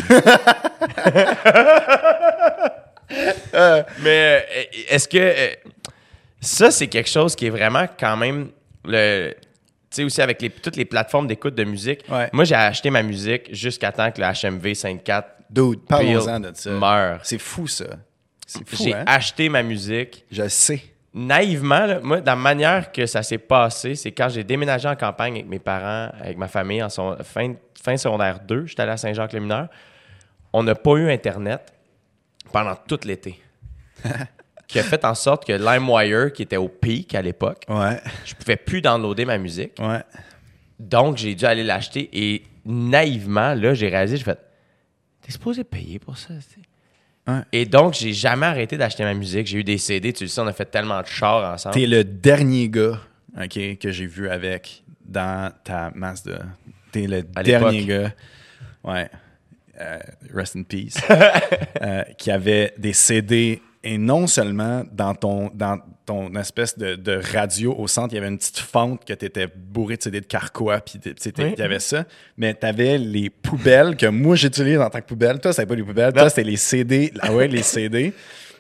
Mais est-ce que ça, c'est quelque chose qui est vraiment quand même tu sais, aussi avec toutes les plateformes d'écoute de musique. Ouais. Moi, j'ai acheté ma musique jusqu'à temps que le HMV 54 Dude, parlons-en de ça. meurt. C'est fou, ça. C'est fou, J'ai hein? acheté ma musique. Je le sais. Naïvement, là, moi, de la manière que ça s'est passé, c'est quand j'ai déménagé en campagne avec mes parents, avec ma famille, fin secondaire 2, j'étais allé à Saint-Jacques-le-Mineur. On n'a pas eu Internet pendant tout l'été. Qui a fait en sorte que LimeWire, qui était au pic à l'époque, je pouvais plus downloader ma musique. Ouais. Donc, j'ai dû aller l'acheter. Et naïvement, là, j'ai réalisé, j'ai fait « T'es supposé payer pour ça? » Ouais. Et donc, j'ai jamais arrêté d'acheter ma musique. J'ai eu des CD, tu le sais, on a fait tellement de chars ensemble. T'es le dernier gars, OK, que j'ai vu avec dans ta Mazda. T'es le À dernier l'époque. gars. Ouais. Rest in peace. Qui avait des CD et non seulement dans ton espèce de radio au centre, il y avait une petite fente que tu étais bourré de CD de Carquois, puis il y avait ça, mais tu avais les poubelles que moi j'utilise en tant que poubelle. Toi, c'était pas les poubelles, toi, c'était les CD. Ah ouais, les CD.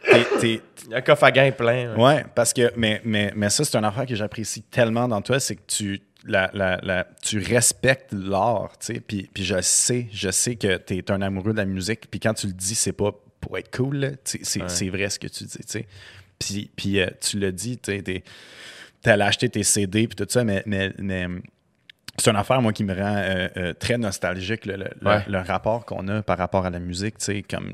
Le coffre à gain plein. Ouais, parce que, mais ça, c'est une affaire que j'apprécie tellement dans toi, c'est que tu respectes l'art, tu sais, puis je sais que tu es un amoureux de la musique, puis quand tu le dis, c'est pas pour être cool, là, c'est vrai ce que tu dis, tu sais. Puis tu l'as dit, tu sais, t'es allé acheter tes CD, puis tout ça, mais c'est une affaire, moi, qui me rend très nostalgique, le rapport qu'on a par rapport à la musique, tu sais, comme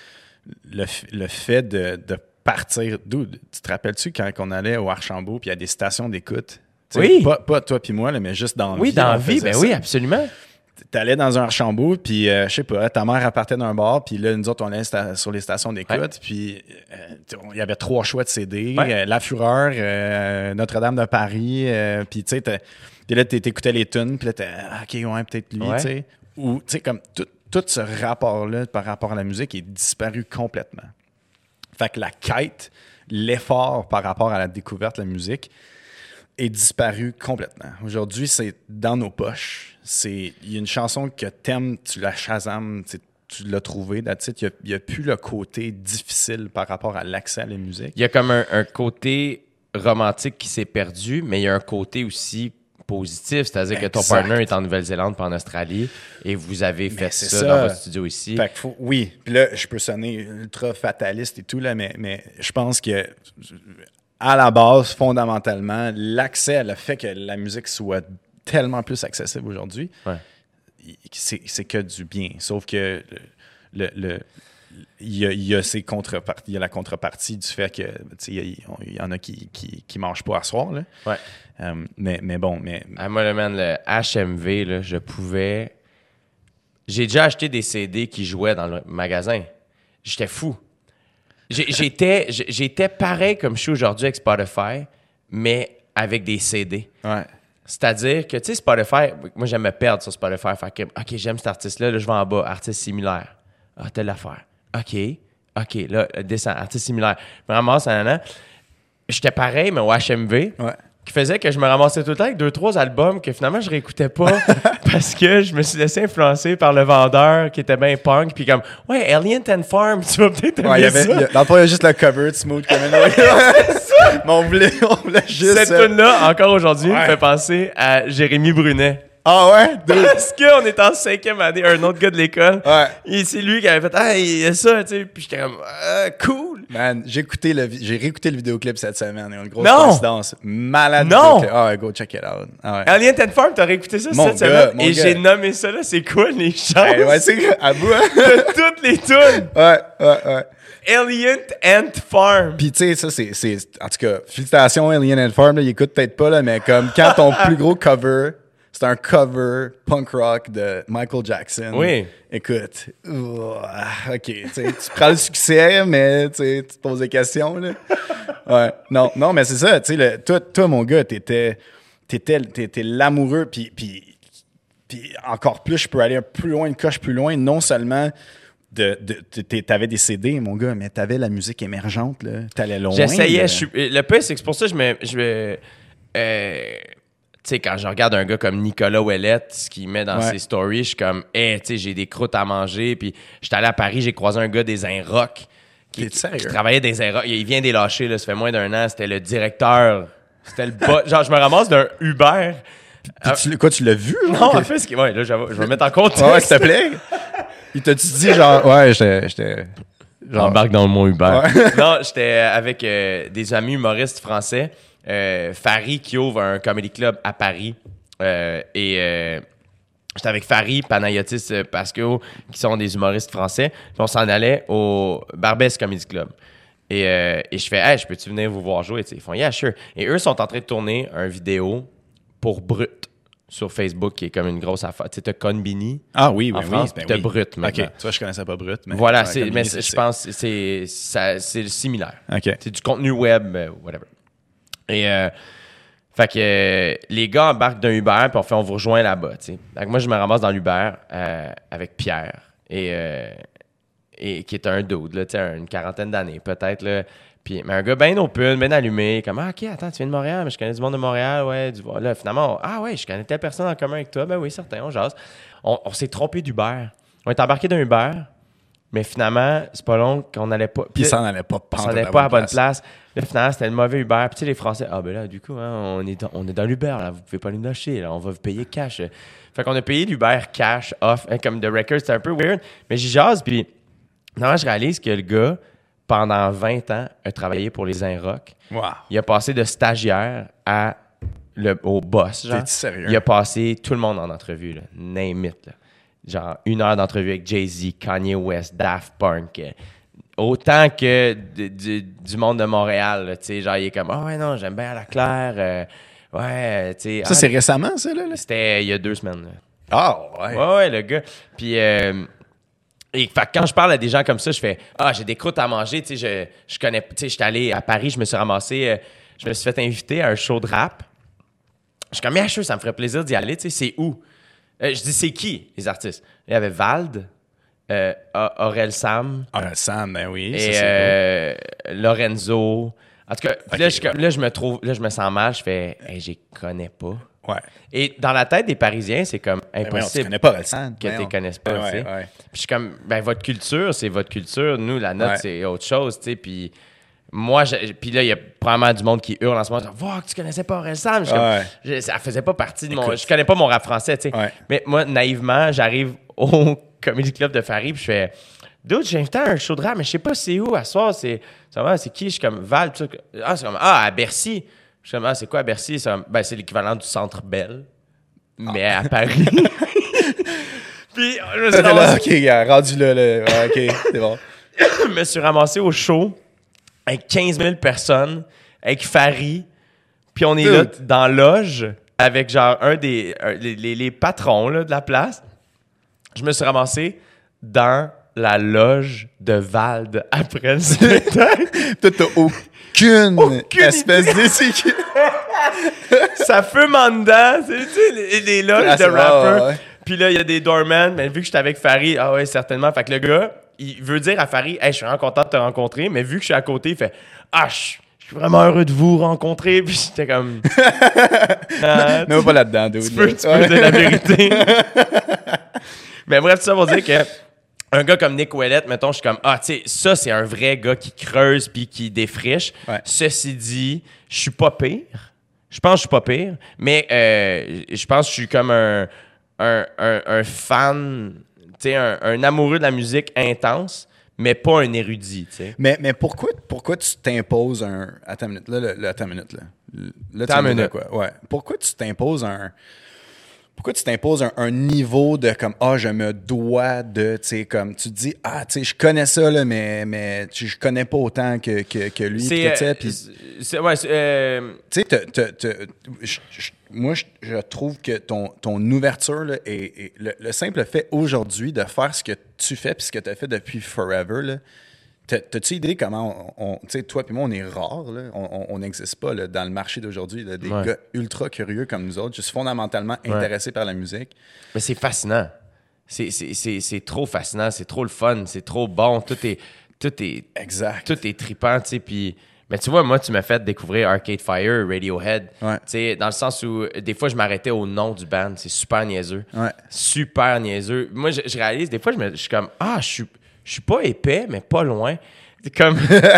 le fait de partir. Dude, tu te rappelles-tu quand on allait au Archambault, puis il y a des stations d'écoute? T'sais, Oui. Pas toi puis moi, là, mais juste dans la vie. Oui, dans la on vie, faisait ben ça. oui, absolument. T'allais dans un Archambault, puis je sais pas, ta mère elle partait d'un bar, puis là, nous autres, on allait sur les stations d'écoute, puis il y avait 3 choix de CD, La Fureur, Notre-Dame de Paris, puis tu sais, là, t'écoutais les tunes, puis là, OK, ouais, peut-être lui, tu sais. Ou, tu sais, comme tout ce rapport-là par rapport à la musique est disparu complètement. Fait que la quête, l'effort par rapport à la découverte de la musique est disparu complètement. Aujourd'hui, c'est dans nos poches. Il y a une chanson que t'aimes, tu la Shazam, tu l'as trouvée. Il n'y a plus le côté difficile par rapport à l'accès à la musique. Il y a comme un côté romantique qui s'est perdu, mais il y a un côté aussi positif, c'est-à-dire que ton partner est en Nouvelle-Zélande pas en Australie et vous avez fait ça dans votre studio ici. Fait que oui, puis là, je peux sonner ultra fataliste et tout, là, mais je pense que à la base, fondamentalement, l'accès, le fait que la musique soit tellement plus accessible aujourd'hui, c'est que du bien. Sauf que il y a ces contreparties, il y a la contrepartie du fait que il y en a qui mangent pas à soir, là. Ouais. Mais bon, Moi, le HMV, là, j'ai déjà acheté des CD qui jouaient dans le magasin. J'étais fou. J'étais pareil comme je suis aujourd'hui avec Spotify, mais avec des CD. ouais. C'est-à-dire que, tu sais, Spotify, moi, j'aime me perdre sur Spotify. Fait que, OK, j'aime cet artiste-là, là, je vais en bas, artiste similaire. Ah, telle affaire. OK, là, descend, artiste similaire. Je me ramasse, j'étais pareil, mais au HMV, qui faisait que je me ramassais tout le temps avec 2-3 albums que finalement, je réécoutais pas parce que je me suis laissé influencer par le vendeur qui était bien punk. Puis comme, ouais, Alien Ten Farm, tu vas peut-être aimer ça. Dans le fond, il y a juste le cover de Smooth Criminal. Mais on voulait juste Cette tune-là, encore aujourd'hui, me fait penser à Jérémy Brunet. Ah ouais? Parce qu'on est en 5e année, un autre gars de l'école. Ouais. Et c'est lui qui avait fait, ah, il y a ça, tu sais. Puis j'étais comme, cool. Man, j'ai réécouté le vidéoclip cette semaine. Il y a une grosse Non! coïncidence. Malade. Non! Vidéoclip. Ah ouais, go check it out. Ah ouais. Alien Ten Farm, t'as réécouté ça Mon cette gars, semaine? mon Et gars. j'ai nommé ça là, c'est quoi les chances Ouais, c'est à bout, hein? de toutes les tunes? Ouais. Alien Ant Farm. Puis tu sais, ça, c'est... En tout cas, félicitations, Alien and Farm. Là, ils écoutent peut-être pas, là, mais comme quand ton plus gros cover... C'est un cover punk rock de Michael Jackson. Oui. Écoute, OK, tu prends le succès, mais tu te poses des questions, là. Ouais, non, mais c'est ça, tu sais, toi, mon gars, t'étais l'amoureux, puis encore plus, je peux aller plus loin, une coche plus loin, non seulement t'avais des CD, mon gars, mais t'avais la musique émergente, là. T'allais loin. J'essayais. Le pire, c'est que c'est pour ça que tu sais, quand je regarde un gars comme Nicolas Ouellette, ce qu'il met dans ses stories, je suis comme, tu sais, j'ai des croûtes à manger. Puis j'étais allé à Paris, j'ai croisé un gars des Inrocks qui travaillait des Inrocks. Il vient des lâcher, là, ça fait moins d'1 an. C'était le directeur. C'était le bas. Genre, je me ramasse d'un Uber. Puis tu l'as vu? Non, en fait, ouais, là, je vais mettre en contexte. Ouais, s'il te plaît. Il t'a-tu dit, genre, ouais, j'étais. J'embarque dans mon Uber. Non, j'étais avec des amis humoristes français. Farid qui ouvre un comedy club à Paris. J'étais avec Farid, Panayotis, Pasco, qui sont des humoristes français. Puis on s'en allait au Barbès Comedy Club. Et je fais, hey, je peux-tu venir vous voir jouer? T'sais, ils font, yeah, sure. Et eux sont en train de tourner une vidéo pour Brut sur Facebook, qui est comme une grosse affaire. Tu sais, t'as Conbini en France, puis t'as Brut maintenant. OK, tu vois, je connaissais pas Brut. Mais voilà, Conbini, mais je pense que c'est similaire. OK. C'est du contenu web, whatever. Et Fait que les gars embarquent d'un Uber, puis on vous rejoint là-bas, tu sais. Fait que moi, je me ramasse dans l'Uber avec Pierre, et qui est un dude, là, tu sais, une quarantaine d'années, peut-être, là. Puis, mais un gars bien open, bien allumé, comme « Ah, OK, attends, tu viens de Montréal, mais je connais du monde de Montréal, ouais. » Là, finalement, « Ah ouais, je connais telle personne en commun avec toi. » Ben oui, certain, on jase. On s'est trompé d'Uber. On est embarqué d'un Uber, mais finalement, c'est pas long qu'on n'allait pas... Puis ça n'allait pas on n'allait pas à la bonne place. Là, finalement, c'était le mauvais Uber. Puis tu sais, les Français, ah ben là, du coup, hein, on est dans l'Uber, là, vous pouvez pas nous lâcher, là, on va vous payer cash. Fait qu'on a payé l'Uber cash, off, hein, comme de record, c'était un peu weird. Mais j'y jase, puis non, je réalise que le gars, pendant 20 ans, a travaillé pour les Inrock. Wow. Il a passé de stagiaire au boss, genre. T'es sérieux? Il a passé tout le monde en entrevue, là. Name it, là. Genre, 1 heure d'entrevue avec Jay-Z, Kanye West, Daft Punk. Autant que du monde de Montréal, tu sais. Genre, il est comme, « Ah ouais, non, j'aime bien à la Claire. Ouais, tu sais. » Ça, c'est récemment, ça, là? C'était il y a 2 semaines, là. Ah, ouais. Ouais, le gars. Puis, et fait, quand je parle à des gens comme ça, je fais « Ah, j'ai des croûtes à manger. » Tu sais, je connais... Tu sais, j'étais allé à Paris, je me suis ramassé... je me suis fait inviter à un show de rap. Je suis comme « Yeah, sure, ça me ferait plaisir d'y aller. » Tu sais, c'est où? Je dis « C'est qui, les artistes? » Il y avait Vald, Aurel Sam. Aurel Sam, ben oui. Et ça, c'est Lorenzo. En tout cas, puis Okay. là, je me sens mal. Je fais hey, « Je les connais pas. » Ouais. Et dans la tête des Parisiens, c'est comme Ben voyons, tu impossible connais pas Aurel Sam. que tu les connaisses pas, Ben tu sais. ouais. Puis je suis comme, ben votre culture, c'est votre culture. Nous, la nôtre, Ouais. c'est autre chose, tu sais. Puis moi, puis là, il y a probablement du monde qui hurle en ce moment. « Wow, tu connaissais pas Aurel Sam! » Je suis comme, ça faisait pas partie de mon... Écoute. Je connais pas mon rap français, tu sais. Ouais. Mais moi, naïvement, j'arrive au Comedy Club de Paris, puis je fais... Dude, j'ai invité à un show de rap, mais je sais pas c'est où à soir. C'est qui? Je suis comme Val. C'est comme à Bercy. Je suis comme c'est quoi à Bercy? C'est l'équivalent du Centre Bell, mais à Paris. Puis je me suis Là, ramassé, OK, gars, rendu là. Ouais, OK, c'est bon. je me suis ramassé au show avec 15 000 personnes, avec Farid. Puis on est là dans la loge avec genre les patrons là, de la place. Je me suis ramassé dans la loge de Vald après le spectacle. Toi, t'as aucune espèce d'idée. Ça fume en dedans, tu sais, les loges de rappers. Ouais. Puis là, il y a des doormen. Mais vu que j'étais avec Farid, ah ouais, certainement. Fait que le gars, il veut dire à Farid, hey, je suis vraiment content de te rencontrer. Mais vu que je suis à côté, il fait, ah, je suis vraiment heureux de vous rencontrer. Puis j'étais comme, Même pas là-dedans, dude. tu peux dire la vérité. Mais bref, tout ça pour dire que un gars comme Nick Ouellet, mettons, je suis comme, ah, tu sais, ça, c'est un vrai gars qui creuse puis qui défriche. Ouais. Ceci dit, je suis pas pire. Je pense que je suis pas pire, mais je pense que je suis comme un fan, tu sais, un amoureux de la musique intense, mais pas un érudit, tu sais. Mais pourquoi tu t'imposes un... Attends une minute, là. Attends une minute, là. Là, tu Attends me une dis minute. quoi? Ouais. Pourquoi tu t'imposes un niveau de comme je me dois de, tu sais, comme tu te dis tu sais, je connais ça là, mais je connais pas autant que lui. Tu sais, moi je trouve que ton ouverture là, et le simple fait aujourd'hui de faire ce que tu fais puis ce que tu as fait depuis forever là. T'as-tu idée comment tu sais, toi et moi, on est rares, là. On n'existe pas là, dans le marché d'aujourd'hui, là, des gars ultra curieux comme nous autres, juste fondamentalement intéressés par la musique. Mais c'est fascinant. C'est trop fascinant, c'est trop le fun, c'est trop bon. Tout est Exact. Tout est trippant, tu sais. Puis, mais tu vois, moi, tu m'as fait découvrir Arcade Fire, Radiohead. Ouais. Tu sais, dans le sens où des fois, je m'arrêtais au nom du band. C'est super niaiseux. Ouais. Super niaiseux. Moi, je réalise, des fois, je suis comme, je suis pas épais, mais pas loin. C'est comme...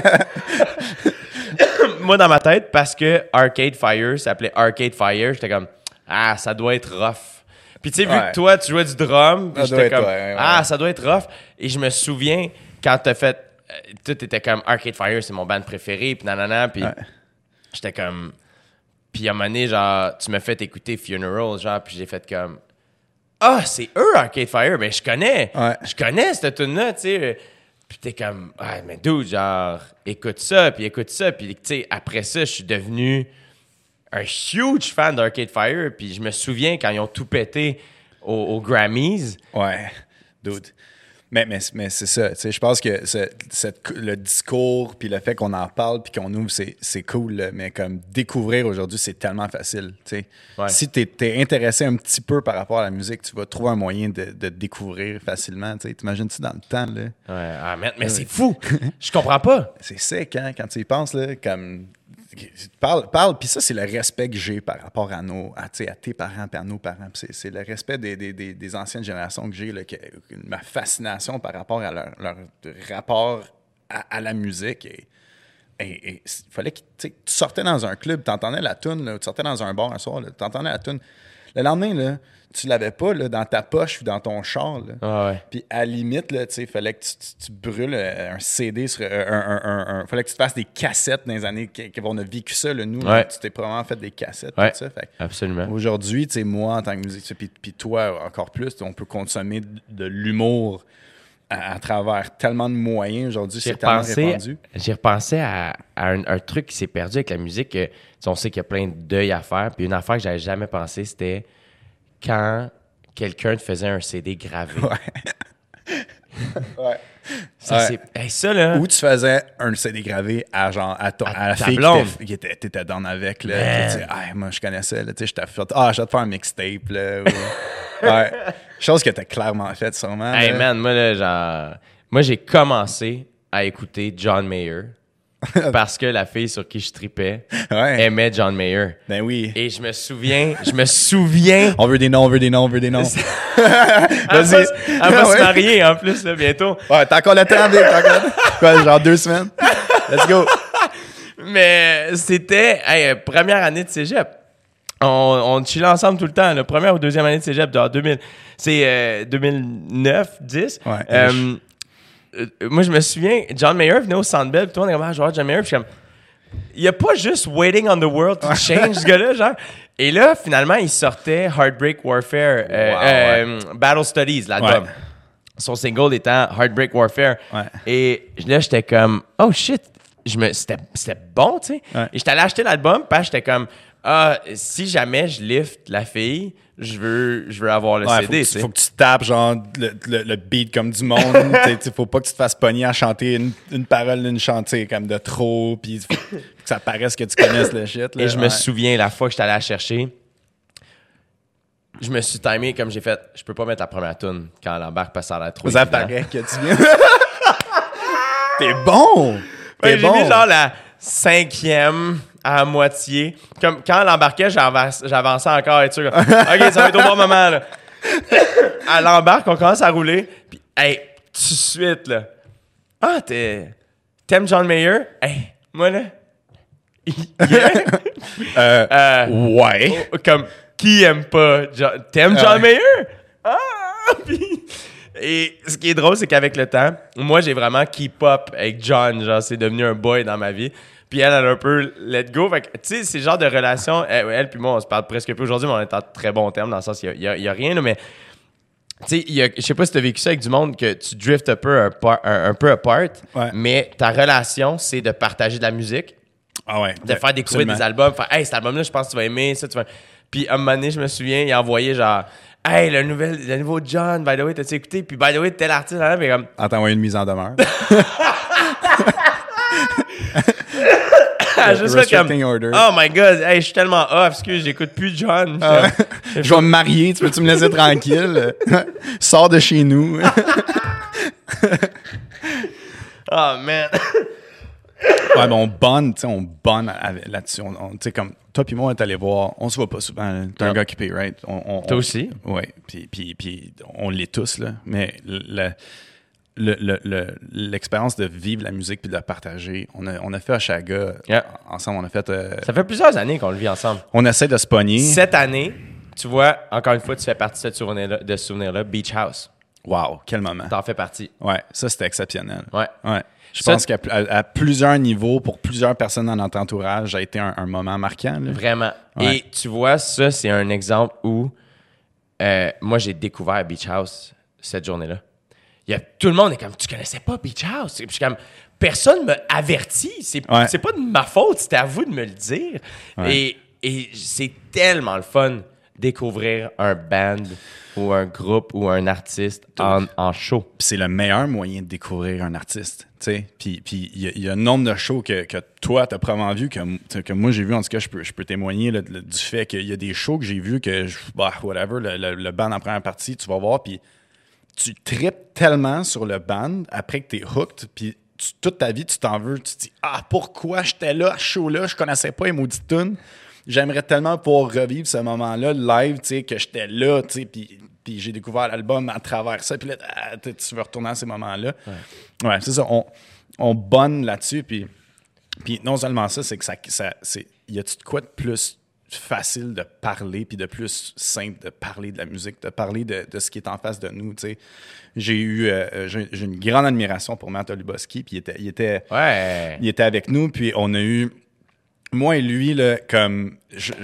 Moi, dans ma tête, parce que Arcade Fire s'appelait Arcade Fire, j'étais comme, ça doit être rough. Puis tu sais, vu que toi, tu jouais du drum, j'étais comme, ça doit être rough. Et je me souviens, quand t'as fait... tout était comme, Arcade Fire, c'est mon band préféré, puis nanana, puis j'étais comme... Puis à un moment donné, genre, tu m'as fait écouter Funeral, genre, puis j'ai fait comme... c'est eux, Arcade Fire, mais je connais. Ouais. Je connais cette tune-là, tu sais. Puis t'es comme, mais dude, genre, écoute ça. Puis tu sais, après ça, je suis devenu un huge fan d'Arcade Fire. Puis je me souviens quand ils ont tout pété aux Grammys. Ouais, dude. Mais c'est ça. Tu sais, je pense que le discours, puis le fait qu'on en parle, puis qu'on ouvre, c'est cool. Là, mais comme découvrir aujourd'hui, c'est tellement facile. Tu sais. Ouais. Si t'es intéressé un petit peu par rapport à la musique, tu vas trouver un moyen de découvrir facilement. Tu sais. T'imagines-tu dans le temps? Là? Ouais, ah, mais c'est fou. Je comprends pas. C'est sec, hein, quand tu y penses, là, comme... Parle, puis ça, c'est le respect que j'ai par rapport à tes parents et à nos parents. C'est le respect des anciennes générations que j'ai, là, ma fascination par rapport à leur rapport à la musique. Et il fallait que tu sortais dans un club, tu entendais la toune, tu sortais dans un bar un soir, tu entendais la toune. Le lendemain, là, tu l'avais pas là, dans ta poche ou dans ton char. Là. Ah ouais. Puis à la limite, il fallait que tu brûles un CD sur fallait que tu te fasses des cassettes dans les années qu'on a vécu ça. Là, nous, là, tu t'es probablement fait des cassettes. Ouais, tout ça. Fait, absolument. aujourd'hui, moi, en tant que musicien, puis toi encore plus, on peut consommer de l'humour à travers tellement de moyens. Aujourd'hui, c'est tellement répandu. J'ai repensé à un truc qui s'est perdu avec la musique. Que, on sait qu'il y a plein de deuil à faire. Puis une affaire que j'avais jamais pensé, c'était quand quelqu'un te faisait un CD gravé. Ouais. Ouais. Ça, là... Ou tu faisais un CD gravé à la fille qui t'étais down avec. Là, qui disait, moi, je connaissais. Là, je t'ai fait, je vais te faire un mixtape. Là, ouais. Chose que t'as clairement faite, sûrement. Hey, man, moi, là, moi, j'ai commencé à écouter John Mayer parce que la fille sur qui je tripais aimait John Mayer. Ben oui. Et je me souviens... On veut des noms. Elle va se marier, en plus, là, bientôt. Ouais, t'as encore le temps, Vic. Quoi, genre 2 semaines? Let's go. Mais c'était... première année de cégep. On chillait ensemble tout le temps. La première ou deuxième année de cégep, genre 2000. C'est 2009, 10. Ouais. Moi, je me souviens, John Mayer venait au Centre Bell, puis toi, on est comme, genre John Mayer, puis je suis comme, il n'y a pas juste Waiting on the World to Change, ce gars-là, genre. Et là, finalement, il sortait Heartbreak Warfare, Battle Studies, l'album. Ouais. Son single étant Heartbreak Warfare. Ouais. Et là, j'étais comme, oh shit, c'était bon, tu sais. Ouais. Et j'étais allé acheter l'album, puis j'étais comme, si jamais je lift la fille, je veux avoir le CD. Faut que tu tapes genre le beat comme du monde. Faut pas que tu te fasses pogner à chanter une parole d'une chantier comme de trop, puis faut que ça paraisse que tu connaisses le shit. Là. Et je me souviens, la fois que j'étais allé la chercher, je me suis timé comme j'ai fait, je peux pas mettre la première tune quand elle embarque parce que ça a l'air trop ça paraît que tu viens. T'es bon! J'ai mis genre la 5e à moitié. Comme quand elle embarquait, j'avançais encore. Et tu OK, ça va être au bon moment. Là. Elle embarque, on commence à rouler. Puis, hey, tout de suite, là. T'aimes John Mayer? Hey, moi, là. Ouais. Comme, qui aime pas T'aimes John Mayer? Et ce qui est drôle, c'est qu'avec le temps, moi, j'ai vraiment keep up avec John. Genre, c'est devenu un boy dans ma vie. Puis elle a un peu let go. Fait que, tu sais, c'est le genre de relation. Elle puis moi, on se parle presque plus aujourd'hui, mais on est en très bon terme dans le sens, il y a rien, là, mais. Tu sais, je sais pas si tu as vécu ça avec du monde, que tu drifts un peu apart, mais ta relation, c'est de partager de la musique. Ah ouais. De faire découvrir des albums. Faire, hey, cet album-là, je pense que tu vas aimer. Ça, tu vas... Puis, à un moment donné, je me souviens, il a envoyé genre. Hey, le nouveau John, by the way, t'as-tu écouté? Puis, by the way, tel artiste, là, mais comme. Ah, t'as envoyé une mise en demeure. Juste fait comme, oh my god, hey, je suis tellement off, excuse, j'écoute plus John. Je vais me marier, tu peux-tu me laisser tranquille? Sors de chez nous. Oh man. Ouais, mais on bonne là-dessus. Tu sais, comme toi puis moi, on est allé voir, on se voit pas souvent. T'es un gars qui paye, right? Toi aussi? Oui, puis on l'est tous, là. Mais l'expérience de vivre la musique puis de la partager, on a fait Oshaga ensemble. On a fait. Ça fait plusieurs années qu'on le vit ensemble. On essaie de se pogner. Cette année, tu vois, encore une fois, tu fais partie de ce souvenir-là, Beach House. Wow, quel moment. T'en fais partie. Ouais, ça c'était exceptionnel. Ouais. Je pense qu'à plusieurs niveaux, pour plusieurs personnes dans notre entourage, ça a été un moment marquant. Là. Vraiment. Ouais. Et tu vois, ça, c'est un exemple où moi, j'ai découvert Beach House cette journée-là. Tout le monde est comme, tu connaissais pas Beach House? Puis je suis comme, personne m'a averti. C'est pas de ma faute, c'était à vous de me le dire. Ouais. Et c'est tellement le fun découvrir un band ou un groupe ou un artiste en show. Puis c'est le meilleur moyen de découvrir un artiste, tu sais. Puis il y a un nombre de shows que toi, t'as probablement vu, que moi, j'ai vu, en tout cas, je peux témoigner là, du fait qu'il y a des shows que j'ai vus que, whatever, le band en première partie, tu vas voir, puis tu tripes tellement sur le band après que t'es hooked, puis toute ta vie, tu t'en veux, tu te dis « Ah, pourquoi j'étais là, à ce show-là, je connaissais pas les maudites tunes. J'aimerais tellement pouvoir revivre ce moment-là, live, tu sais, que j'étais là, tu sais, puis j'ai découvert l'album à travers ça, puis là, tu veux retourner à ces moments-là. » Ouais, c'est ça, on bonne là-dessus, puis non seulement ça, c'est que y a-tu de quoi de plus facile de parler, puis de plus simple de parler de la musique, de parler de ce qui est en face de nous, tu sais. J'ai une grande admiration pour Matt Oluboski, puis il était avec nous, puis on a eu, moi et lui, là, comme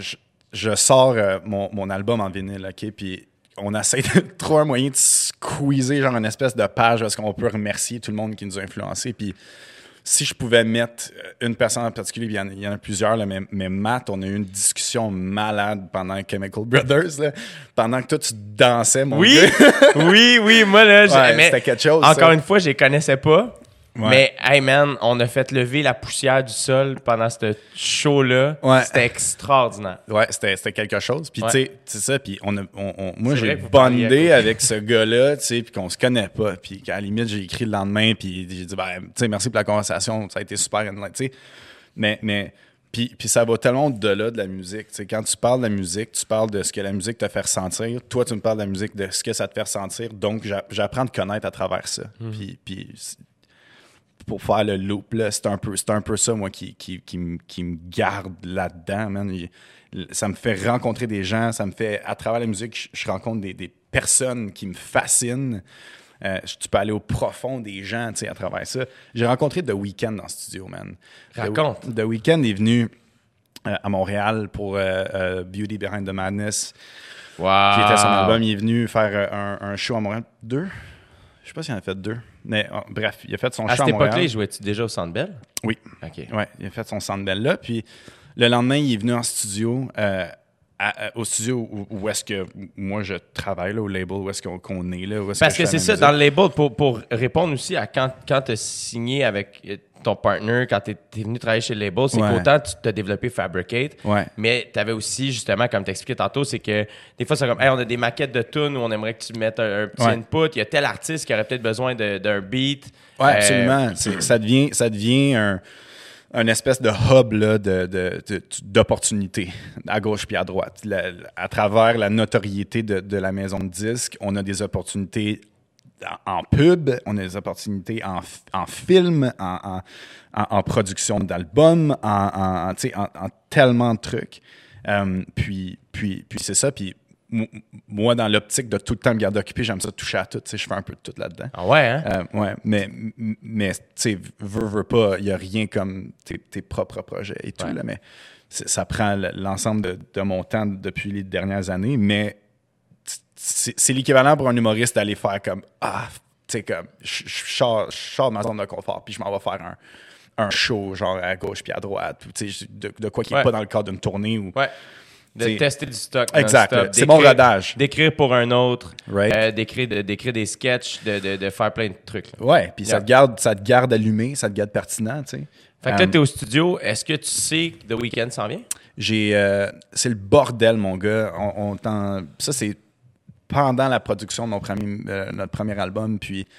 je sors mon album en vinyle, OK, puis on essaie de trouver un moyen de squeezer genre une espèce de page parce qu'on peut remercier tout le monde qui nous a influencés, puis si je pouvais mettre une personne en particulier, il y en a plusieurs, là, mais Matt, on a eu une discussion malade pendant Chemical Brothers, là, pendant que toi, tu dansais, mon gars. Oui, moi, là, c'était quelque chose. Encore ça. une fois, je les connaissais pas. Ouais. Mais, hey man, on a fait lever la poussière du sol pendant ce show-là. Ouais. C'était extraordinaire. Ouais, c'était quelque chose. Puis, Ouais. tu sais, c'est ça. Puis, moi, C'est j'ai vrai que vous parliez bondé à avec ce gars-là, tu sais, puis qu'on se connaît pas. Puis, à la limite, j'ai écrit le lendemain, puis j'ai dit, ben, tu sais, merci pour la conversation, ça a été super, tu sais. Mais puis ça va tellement au-delà de la musique. Tu sais, quand tu parles de la musique, tu parles de ce que la musique te fait ressentir. Toi, tu me parles de la musique, de ce que ça te fait ressentir. Donc, j'apprends à te connaître à travers ça. Puis pour faire le loop, là, c'est un peu ça, moi, qui me garde là-dedans, man. Ça me fait rencontrer des gens, ça me fait, à travers la musique, je rencontre des personnes qui me fascinent. Tu peux aller au profond des gens, tu sais, à travers ça. J'ai rencontré The Weeknd dans le studio, man. Raconte. The Weeknd est venu à Montréal pour Beauty Behind the Madness, Wow. qui était son album. Il est venu faire un show à Montréal. 2? Je sais pas s'il en a fait 2. Mais bref, il a fait son À show cette à Montréal. époque-là, il jouait-tu déjà au Centre Bell? Oui. OK. Ouais, il a fait son Centre Bell là. Puis le lendemain, il est venu en studio, au studio où est-ce que moi je travaille, là, au label, où est-ce qu'on est là. Parce que c'est ça, dans le label, pour répondre aussi à quand tu as signé avec ton partner, quand tu es venu travailler chez le label, c'est Ouais. qu'autant tu t'as développé Fabricate, Ouais. mais tu avais aussi, justement, comme tu expliqué tantôt, c'est que des fois, c'est comme, hey, on a des maquettes de tunes où on aimerait que tu mettes un petit Ouais. input, il y a tel artiste qui aurait peut-être besoin d'un beat. Oui, absolument. Ça devient un espèce de hub là, d'opportunités à gauche puis à droite. À travers la notoriété de la maison de disques, on a des opportunités en pub, on a des opportunités en film, en production d'albums, en tellement de trucs. Puis c'est ça. Puis moi, dans l'optique de tout le temps me garder occupé, j'aime ça toucher à tout. Je fais un peu de tout là-dedans. Ah ouais, hein? Ouais, mais tu sais, veux pas, il n'y a rien comme tes propres projets et tout, Ouais. là, mais ça prend l'ensemble de mon temps depuis les dernières années, mais c'est l'équivalent pour un humoriste d'aller faire comme, tu sais, comme, je sors de ma zone de confort, puis je m'en vais faire un show, genre, à gauche puis à droite, tu sais, de quoi qui n'est Ouais. pas dans le cadre d'une tournée ou... Ouais. De T'sais, tester du stock. exact, non-stop, là. C'est mon d'écrire- rodage. D'écrire pour un autre, Right. d'écrire des sketchs, de faire plein de trucs. Là. Ouais, puis Yeah. ça te garde allumé, ça te garde pertinent, tu sais. Fait que là, t'es au studio. Est-ce que tu sais que The Weeknd s'en vient? C'est le bordel, mon gars. Ça, c'est pendant la production de notre premier album. Puis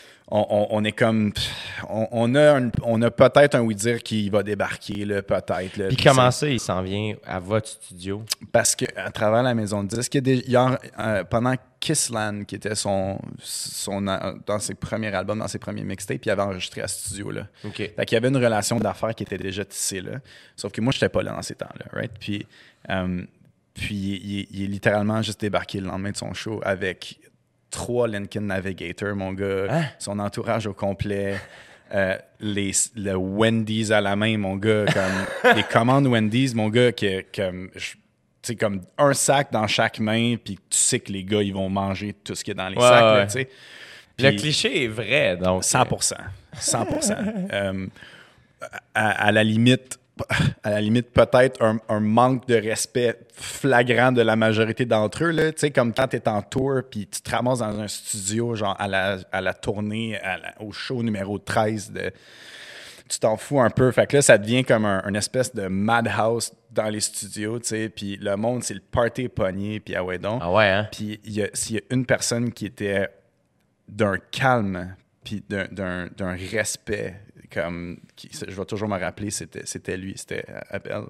on est comme. On a peut-être un oui-dire qui va débarquer, là, peut-être. Là. Puis comment ça, il s'en vient à votre studio? Parce qu'à travers la maison de disques, pendant Kissland, qui était dans ses premiers albums, dans ses premiers mixtapes, il avait enregistré à ce studio-là. OK. Fait qu'il y avait une relation d'affaires qui était déjà tissée là. Sauf que moi, je n'étais pas là dans ces temps-là, right? Puis il est littéralement juste débarqué le lendemain de son show avec 3 Lincoln Navigator, mon gars, Hein? son entourage au complet, le Wendy's à la main, mon gars, comme les commandes Wendy's, mon gars, tu sais, comme un sac dans chaque main, puis tu sais que les gars, ils vont manger tout ce qui est dans les Ouais, sacs, là, ouais. tu sais. Le Puis- cliché est vrai, donc. 100%. 100%. À la limite, à la limite, peut-être un manque de respect flagrant de la majorité d'entre eux. Tu sais, comme quand tu es en tour puis tu te ramasses dans un studio, genre à la tournée, au show numéro 13 tu t'en fous un peu. Fait que là, ça devient comme une espèce de madhouse dans les studios, tu sais. Puis le monde, c'est le party pogné, puis ah ouais donc. Ah ouais, hein? Puis s'il y a une personne qui était d'un calme, puis d'un respect, comme je vais toujours me rappeler, c'était lui, c'était Abel.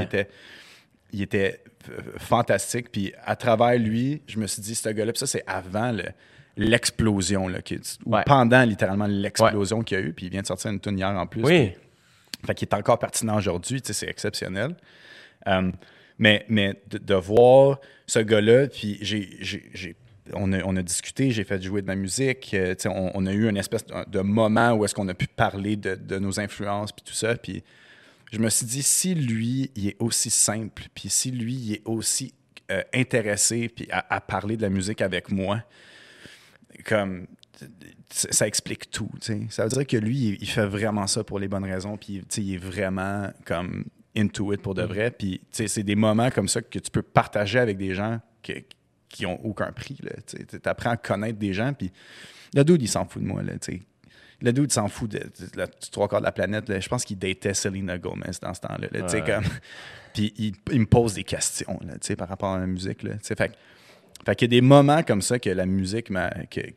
Il était fantastique. Puis à travers lui, je me suis dit, ce gars-là, puis ça, c'est avant l'explosion, là, ou pendant littéralement l'explosion qu'il y a eu. Puis il vient de sortir une tune hier en plus. Oui. Fait qu'il est encore pertinent aujourd'hui, tu sais, c'est exceptionnel. Mais de voir ce gars-là, puis on a discuté, j'ai fait jouer de ma musique, on a eu une espèce de moment où est-ce qu'on a pu parler de nos influences, puis tout ça, puis je me suis dit, si lui, il est aussi simple, puis si lui, il est aussi intéressé puis à parler de la musique avec moi, comme ça explique tout, t'sais. Ça veut dire que lui, il fait vraiment ça pour les bonnes raisons, puis il est vraiment comme into it pour de vrai, puis c'est des moments comme ça que tu peux partager avec des gens qui ont aucun prix, tu apprends à connaître des gens, puis le dude, il s'en fout de moi, là, t'sais. Le dude, il s'en fout du 3/4 de la planète, là. Je pense qu'il datait Selena Gomez dans ce temps-là, là, t'sais, comme... Puis il me pose des questions, là, par rapport à la musique, là, t'sais, fait qu'il y a des moments comme ça que la musique m'a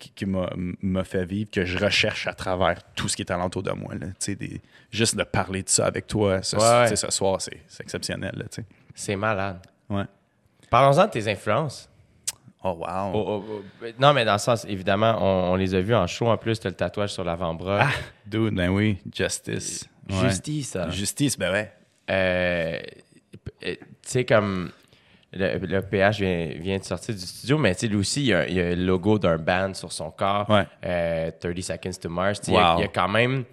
fait vivre, que je recherche à travers tout ce qui est alentour de moi. Là, juste de parler de ça avec toi ce soir, c'est exceptionnel. Là, c'est malade. Ouais. Parlons-en de tes influences. Oh, wow. Non, mais dans le sens, évidemment, on les a vus en show. En plus, tu as le tatouage sur l'avant-bras. Ah, dude, ben oui, Justice. Justice, ça. Justice, ben ouais. Tu sais, comme... Le PH vient de sortir du studio, mais lui aussi, il y a le logo d'un band sur son corps, 30 Seconds to Mars. Il y a quand même,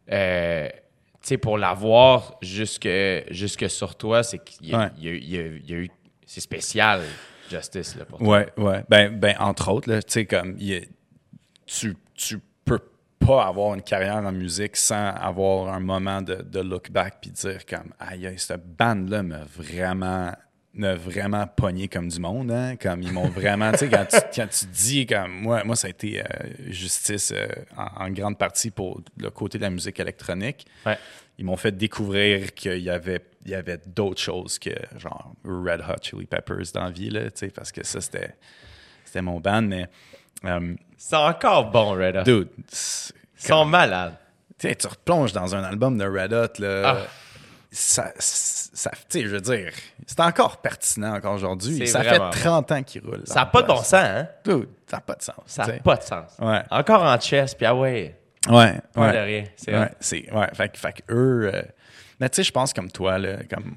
pour l'avoir jusque sur toi, c'est qu'il y a eu... C'est spécial, Justice, là, pour toi. Ouais. Ben entre autres, là, comme tu peux pas avoir une carrière en musique sans avoir un moment de look back puis dire comme, aïe, cette band-là m'a vraiment pogné comme du monde, hein? Comme ils m'ont vraiment, tu sais, quand tu dis comme moi ça a été Justice en grande partie pour le côté de la musique électronique. Ouais. Ils m'ont fait découvrir qu'il y avait d'autres choses que genre Red Hot Chili Peppers dans la vie, là, tu sais, parce que ça c'était mon band, mais c'est encore bon, Red Hot. Dude, ils sont malades. Tu sais, tu replonges dans un album de Red Hot, là. Ça tu sais, je veux dire, c'est encore pertinent encore aujourd'hui. Ça fait 30 ans qu'il roule. Ça n'a pas de bon sens, hein? Dude, ça n'a pas de sens. Ça n'a pas de sens. Ouais. Encore en chess, puis Ouais. Pas de rien. C'est vrai. Fait que eux... mais tu sais, je pense comme toi, là, comme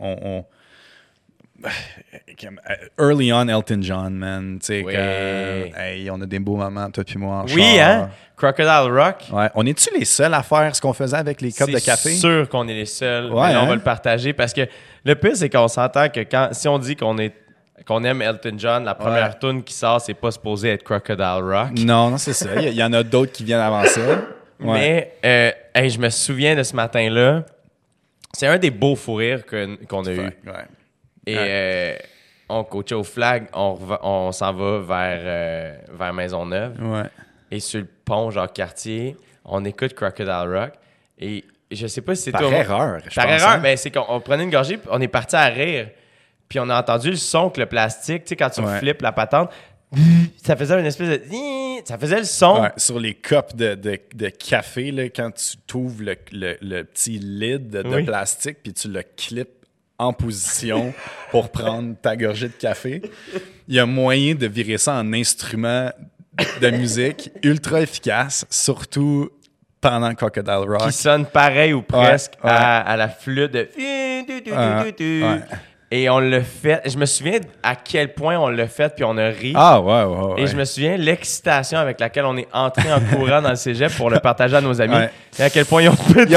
early on, Elton John, man. Tu sais, hey, on a des beaux moments, toi puis moi, en char. Oui, hein? Crocodile Rock. Ouais. On est-tu les seuls à faire ce qu'on faisait avec les cups de café? C'est sûr qu'on est les seuls. Ouais, mais on va le partager parce que le pire, c'est qu'on s'entend que si on dit qu'on aime Elton John, la première tune qui sort, c'est pas supposé être Crocodile Rock. Non, c'est ça. Il y en a d'autres qui viennent avant ça. Ouais. Mais je me souviens de ce matin-là. C'est un des beaux fous rires qu'on a eu. Ouais. Et on coachait au flag, on s'en va vers Maisonneuve. Ouais. Et sur le pont, genre Cartier, on écoute Crocodile Rock. Et je sais pas si c'est Par toi. erreur, je pense. Par erreur, mais c'est qu'on prenait une gorgée, puis on est parti à rire. Puis on a entendu le son que le plastique, tu sais, quand tu flippes la patente, ça faisait une espèce de... Ça faisait le son. Ouais, sur les cups de café, là, quand tu t'ouvres le petit lid de plastique, puis tu le clips en position pour prendre ta gorgée de café, il y a moyen de virer ça en instrument de musique ultra efficace, surtout pendant Crocodile Rock. Qui sonne pareil ou presque à la flûte de... Et on l'a fait. Je me souviens à quel point on l'a fait, puis on a ri. Ah, ouais. Et je me souviens l'excitation avec laquelle on est entré en courant dans le cégep pour le partager à nos amis. Ouais. Et à quel point ils ont pété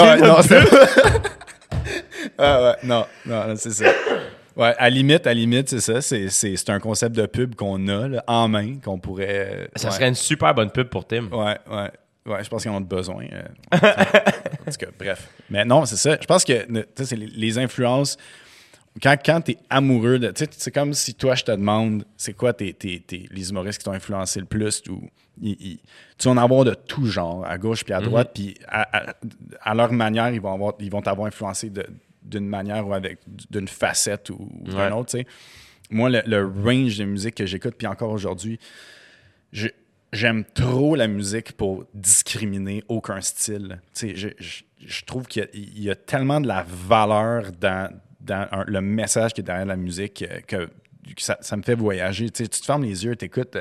non, c'est ça. Ouais, à limite, c'est ça. C'est un concept de pub qu'on a là, en main, qu'on pourrait... Ça serait une super bonne pub pour Tim. Ouais. Ouais, je pense qu'ils en ont besoin. En tout cas, bref. Mais non, c'est ça. Je pense que c'est les influences. Quand tu es amoureux de. C'est comme si toi, je te demande c'est quoi les humoristes qui t'ont influencé le plus. Tu vas en avoir de tout genre, à gauche puis à droite. Puis à leur manière, ils vont t'avoir influencé d'une manière ou d'une facette ou d'une autre. T'sais. Moi, le range de musique que j'écoute, puis encore aujourd'hui, j'aime trop la musique pour discriminer aucun style. Je trouve qu'il y a tellement de la valeur dans le message qui est derrière la musique que ça me fait voyager. Tu te fermes les yeux, t'écoutes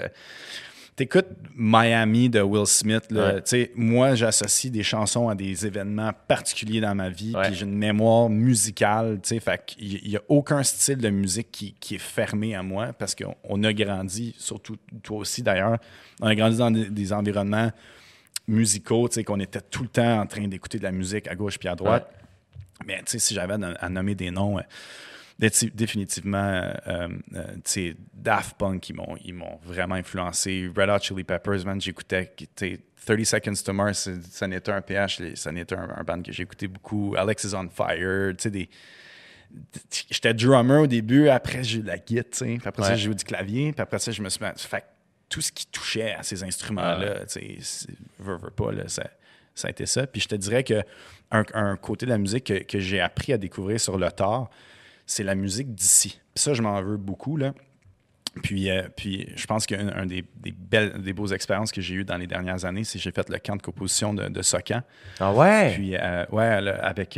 Miami de Will Smith. Là. Ouais. Moi, j'associe des chansons à des événements particuliers dans ma vie. Puis j'ai une mémoire musicale. Fait qu'il n'y a aucun style de musique qui est fermé à moi parce qu'on a grandi, surtout toi aussi d'ailleurs, on a grandi dans des environnements musicaux, qu'on était tout le temps en train d'écouter de la musique à gauche puis à droite. Ouais. Mais si j'avais à nommer des noms... définitivement, Daft Punk, ils m'ont vraiment influencé. Red Hot Chili Peppers, man, j'écoutais 30 Seconds to Mars, ça n'était un PH, ça n'était un band que j'écoutais beaucoup. Alex is on Fire, j'étais drummer au début, après j'ai eu la guitare, puis après ça j'ai joué du clavier, puis après ça je me suis mis... Fait tout ce qui touchait à ces instruments-là, veux pas, là, ça a été ça. Puis je te dirais que un côté de la musique que j'ai appris à découvrir sur le tard, c'est la musique d'ici. Puis ça, je m'en veux beaucoup, là. Puis je pense qu'une des beaux expériences que j'ai eues dans les dernières années, c'est que j'ai fait le camp de composition de Socan. Ah ouais? Puis, avec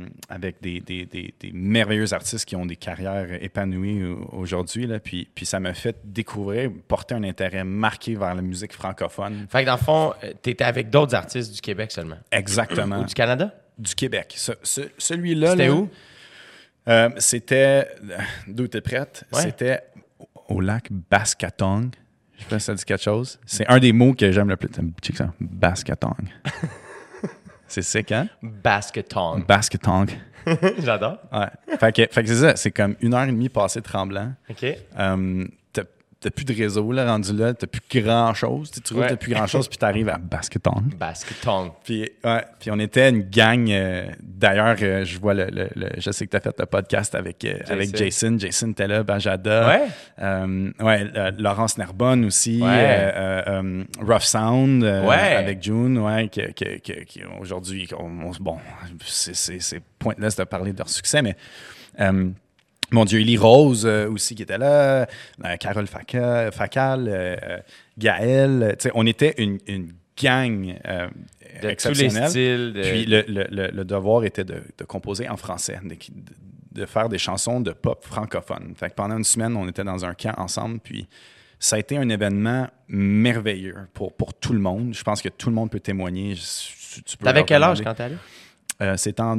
des merveilleux artistes qui ont des carrières épanouies aujourd'hui. Là. Puis ça m'a fait découvrir, porter un intérêt marqué vers la musique francophone. Fait que dans le fond, tu étais avec d'autres artistes du Québec seulement. Exactement. Ou du Canada? Du Québec. Celui-là... C'était là, où? C'était... D'où t'es prête? Ouais. C'était au lac Baskatong. Je sais pas si ça dit quelque chose. C'est un des mots que j'aime le plus. Check ça. Baskatong. C'est sick, hein? Basketong. Baskatong. J'adore. Ouais. Fait que c'est ça. C'est comme 1h30 passée tremblant. OK. T'as plus de réseau, là, rendu là. T'as plus grand-chose. Tu roules, t'as plus grand-chose, puis t'arrives à Basketong. Basketong. Puis on était une gang. D'ailleurs, je vois je sais que tu as fait le podcast avec Jason. Jason était là, Bajada. Ouais. Laurence Narbonne aussi. Ouais. Rough Sound avec June. Ouais, qui aujourd'hui, bon, c'est pointless de parler de leur succès, mais. Mon Dieu, Élie Rose aussi qui était là, Carole Facal, Gaël. On était une gang de exceptionnelle. Tous les styles. Puis le devoir était de composer en français, de faire des chansons de pop francophone. Fait que pendant une semaine, on était dans un camp ensemble, puis ça a été un événement merveilleux pour tout le monde. Je pense que tout le monde peut témoigner. T'avais quel âge quand t'es allé? C'était en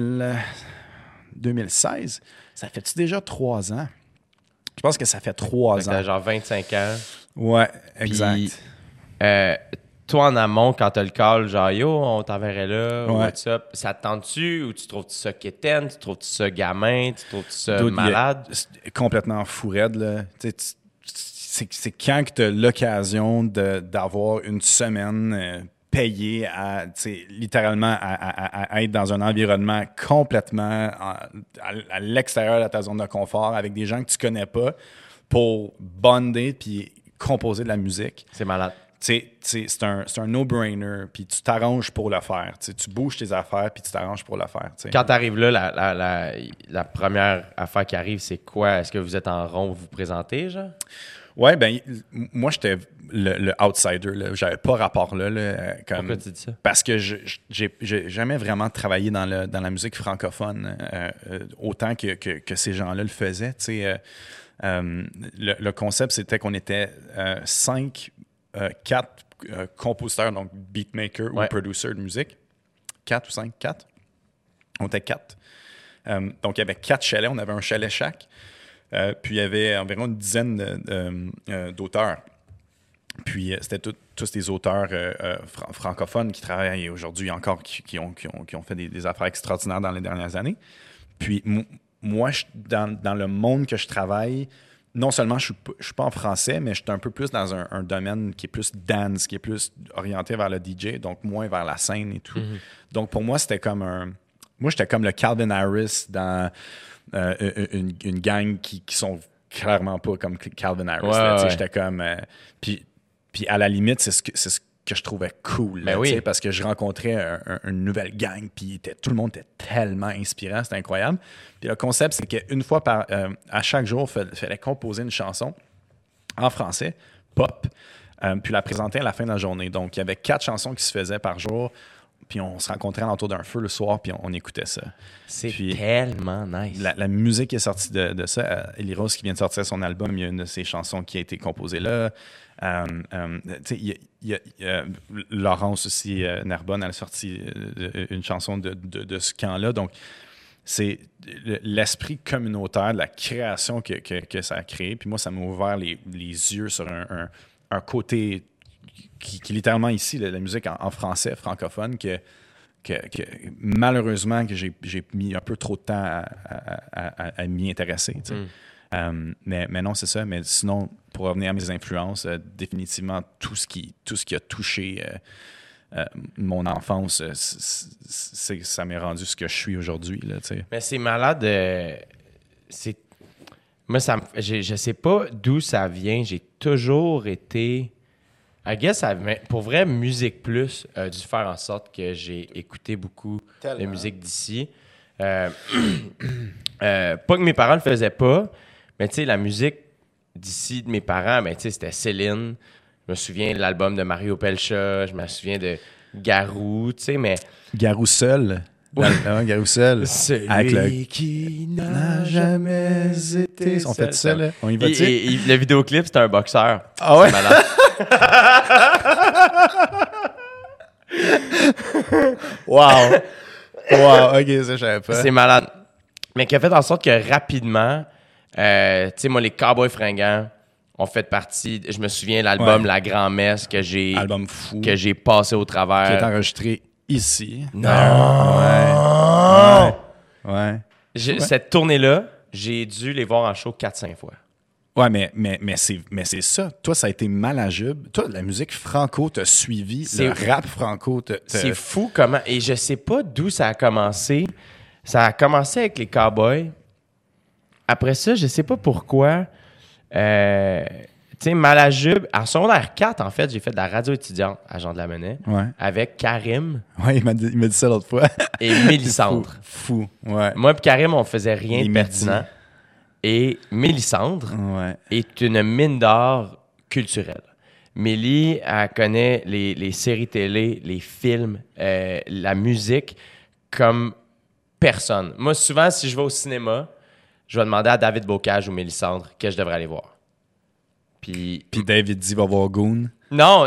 2016. Ça fait-tu déjà 3 ans? Je pense que ça fait 3 ans. T'as genre 25 ans. Ouais, exact. Puis, toi, en amont, quand t'as le call, genre, yo, on t'enverrait là, WhatsApp, ça te tente-tu ou tu trouves-tu ça quétaine, tu trouves-tu ça gamin, tu trouves-tu ça malade? Complètement fou raide, là. C'est quand que tu as l'occasion d'avoir une semaine payée littéralement à être dans un environnement complètement à l'extérieur de ta zone de confort avec des gens que tu connais pas pour bonder puis composer de la musique. C'est malade. C'est un no-brainer, puis tu t'arranges pour le faire. Tu bouges tes affaires, puis tu t'arranges pour le faire. Quand tu arrives là, la première affaire qui arrive, c'est quoi? Est-ce que vous êtes en rond, vous vous présentez, genre? Ouais, ben moi, j'étais le outsider. Là. J'avais pas rapport là. Pourquoi tu dis ça? Parce que j'ai jamais vraiment travaillé dans la musique francophone autant que ces gens-là le faisaient. Le concept, c'était qu'on était 4 compositeurs, donc beatmakers ou producers de musique. 4 ou 5? 4? On était 4. Donc, il y avait 4 chalets. On avait un chalet chaque. Puis, il y avait environ une dizaine d'auteurs. Puis, c'était tous des auteurs francophones qui travaillent aujourd'hui encore, qui ont fait des affaires extraordinaires dans les dernières années. Puis, moi, dans le monde que je travaille, non seulement je suis pas en français, mais je suis un peu plus dans un domaine qui est plus dance, qui est plus orienté vers le DJ, donc moins vers la scène et tout. Donc pour moi, c'était comme moi, j'étais comme le Calvin Harris dans une gang qui sont clairement pas comme Calvin Harris. Ouais. J'étais comme... puis à la limite, c'est ce que je trouvais cool. Là, oui. Parce que je rencontrais une nouvelle gang, puis tout le monde était tellement inspirant, c'était incroyable. Puis le concept, c'est qu'une fois à chaque jour, il fallait composer une chanson en français, pop, puis la présenter à la fin de la journée. Donc, il y avait 4 chansons qui se faisaient par jour, puis on se rencontrait autour d'un feu le soir, puis on écoutait ça. C'est tellement nice. La musique est sortie de ça. Ellie Rose, qui vient de sortir son album, il y a une de ses chansons qui a été composée là. Il y a Laurence aussi, Narbonne, elle a sorti une chanson de ce camp-là. Donc, c'est l'esprit communautaire, la création que ça a créé. Puis moi, ça m'a ouvert les yeux sur un côté qui littéralement ici, la musique en français, francophone, que malheureusement, que j'ai mis un peu trop de temps à m'y intéresser. Mais non, c'est ça. Mais sinon, pour revenir à mes influences, définitivement, tout ce qui a touché mon enfance, ça m'est rendu ce que je suis aujourd'hui. Là, mais c'est malade. Moi, je sais pas d'où ça vient. J'ai toujours été... I guess, pour vrai, Musique Plus a dû faire en sorte que j'ai écouté beaucoup de musique d'ici. Pas que mes parents le faisaient pas, mais tu sais, la musique d'ici de mes parents, ben, tu sais, c'était Céline. Je me souviens de l'album de Mario Pelcha. Je me souviens de Garou, tu sais, mais... Garou seul. Garou seul. Celui avec qui n'a jamais été on fait ça, là. On y va et le vidéoclip, c'était un boxeur. Ah ouais? C'est malade. Wow! OK, ça, je savais pas. C'est malade. Mais qui a fait en sorte que rapidement, tu sais, moi, les Cowboys fringants ont fait partie... Je me souviens de l'album La Grand-Messe Album fou. que j'ai passé au travers. Qui est enregistré ici. Non! Ouais. Cette tournée-là, j'ai dû les voir en show 4-5 fois. Ouais, mais c'est ça. Toi, ça a été Malajube. Toi, la musique franco t'a suivi. Le rap franco C'est fou comment... Et je sais pas d'où ça a commencé. Ça a commencé avec les Cowboys. Après ça, je sais pas pourquoi. Tu sais, Malajube... En secondaire 4, en fait, j'ai fait de la radio étudiante à Jean-de-la-Monnaie avec Karim. Ouais, il m'a dit ça l'autre fois. Et Mélissandre. Fou, ouais. Moi et Karim, on faisait rien de pertinent. Midis. Et Mélissandre est une mine d'or culturelle. Mélie, elle connaît les séries télé, les films, la musique comme personne. Moi, souvent, si je vais au cinéma, je vais demander à David Bocage ou Mélissandre que je devrais aller voir. Puis David dit va voir Goon. Non,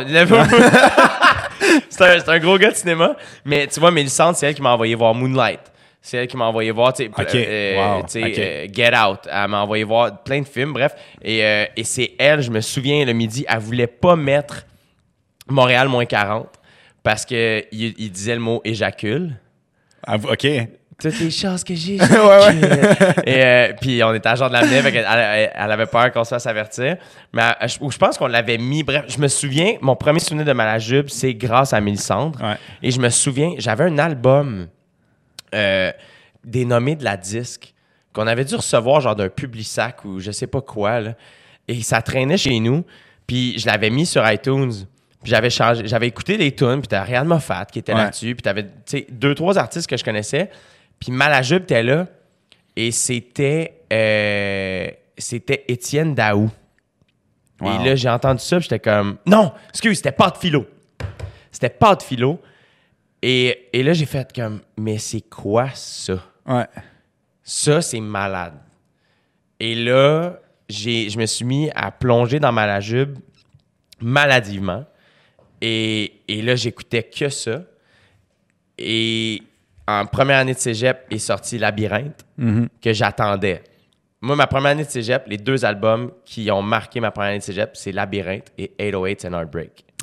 c'est un gros gars de cinéma. Mais tu vois, Mélissandre, c'est elle qui m'a envoyé voir Moonlight. C'est elle qui m'a envoyé voir, Get Out. Elle m'a envoyé voir plein de films, bref. Et c'est elle, je me souviens, le midi, elle voulait pas mettre Montréal -40 parce qu'il disait le mot éjacule. Ah, OK. Toutes les choses que j'ai. ouais. Et puis on était à Jean-de-la-Monnaie, elle avait peur qu'on se fasse avertir. Mais je pense qu'on l'avait mis. Bref, je me souviens, mon premier souvenir de Malajube, c'est grâce à Mélissandre. Ouais. Et je me souviens, j'avais un album dénommé de la disque qu'on avait dû recevoir genre d'un Publisac ou je sais pas quoi. Là. Et ça traînait chez nous. Puis je l'avais mis sur iTunes. Puis j'avais écouté des tunes. Puis t'avais Ryan Moffat qui était là-dessus. Puis t'avais 2-3 artistes que je connaissais. Puis Malajube était là. Et c'était Étienne Daou. Wow. Et là, j'ai entendu ça. Puis j'étais comme... Non! Excuse, c'était pas de philo. C'était pas de philo. Et là, j'ai fait comme... Mais c'est quoi ça? Ouais. Ça, c'est malade. Et là, je me suis mis à plonger dans Malajube maladivement. Et là, j'écoutais que ça. Et en première année de cégep est sorti Labyrinthe, que j'attendais. Moi, ma première année de cégep, les 2 albums qui ont marqué ma première année de cégep, c'est Labyrinthe et 808 and Heartbreak.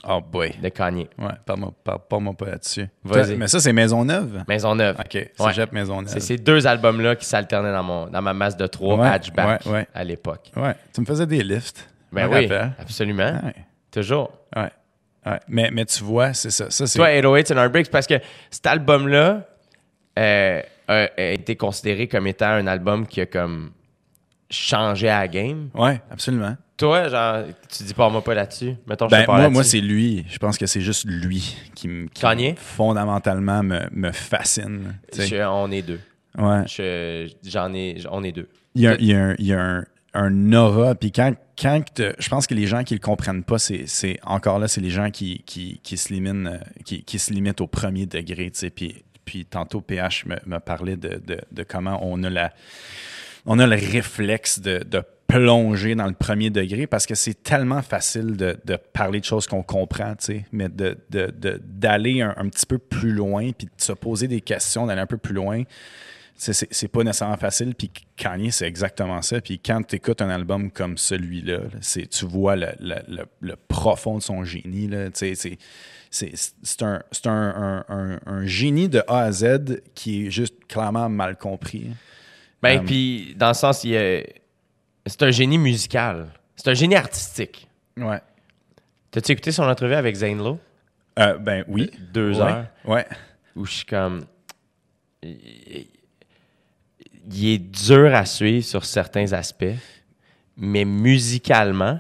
Oh boy. de Kanye. Ouais, parle-moi pas là-dessus. Vas-y. Mais ça, c'est Maisonneuve? Maisonneuve. OK, Cégep Maisonneuve. C'est ces 2 albums-là qui s'alternaient dans ma masse de 3 Ouais, hatchback ouais. à l'époque. Ouais, tu me faisais des lifts. Ben je me oui, rappelle. absolument. Ouais, Toujours. ouais. Mais tu vois, c'est ça. Ça, c'est... Toi, 808 and Heartbreaks, parce que cet album-là a été considéré comme étant un album qui a comme changé à la game. Ouais, absolument. Toi, genre, tu dis pas pas là-dessus. Mettons, je te parle moi, là-dessus. c'est lui. Je pense que c'est juste lui qui Kanye? fondamentalement me fascine. Tu sais. On est 2. Ouais. On est 2. Il y a un aura. Puis je pense que les gens qui le comprennent pas, c'est encore là, c'est les gens qui se limitent au premier degré. Tu sais. Puis tantôt, PH me parlait de comment on a le réflexe de plonger dans le premier degré parce que c'est tellement facile de parler de choses qu'on comprend, tu sais, mais d'aller un petit peu plus loin puis de se poser des questions, d'aller un peu plus loin, c'est pas nécessairement facile. Puis Kanye, c'est exactement ça. Puis quand tu écoutes un album comme celui-là, tu vois le profond de son génie, là, tu sais, c'est un génie de A à Z qui est juste clairement mal compris. Ben, puis dans le sens, c'est un génie musical. C'est un génie artistique. Ouais. T'as-tu écouté son entrevue avec Zane Lowe? Ben oui. 2 heures. Ouais. Où je suis comme... Il est dur à suivre sur certains aspects, mais musicalement,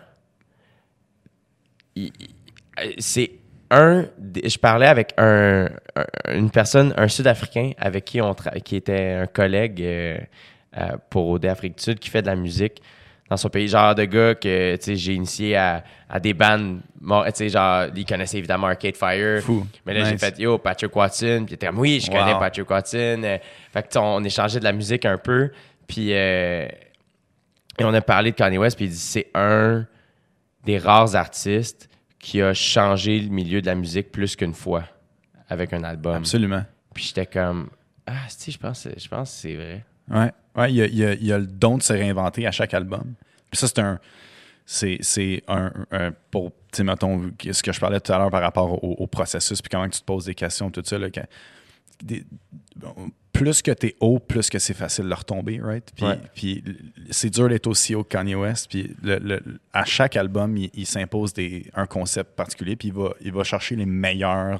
c'est je parlais avec une personne, un Sud-Africain avec qui qui était un collègue pour OD Afrique du Sud qui fait de la musique dans son pays. Genre de gars que j'ai initié à des bands. Tu sais, genre, il connaissait évidemment Arcade Fire. Fou. Mais là, Nice. j'ai fait Yo, Patrick Watson. Puis il était comme oui, je connais Patrick Watson. Fait que on échangeait de la musique un peu. Puis et on a parlé de Kanye West. Puis il dit c'est un des rares artistes qui a changé le milieu de la musique plus qu'une fois avec un album. Absolument. Puis j'étais comme je pense que c'est vrai. Ouais, il y a le don de se réinventer à chaque album. Puis ça, c'est un pour, tu sais, mettons, ce que je parlais tout à l'heure par rapport au processus, puis comment que tu te poses des questions, tout ça, là, plus que t'es haut, plus que c'est facile de retomber, right? Puis c'est dur d'être aussi haut que Kanye West, puis à chaque album, il s'impose un concept particulier, puis il va chercher les meilleurs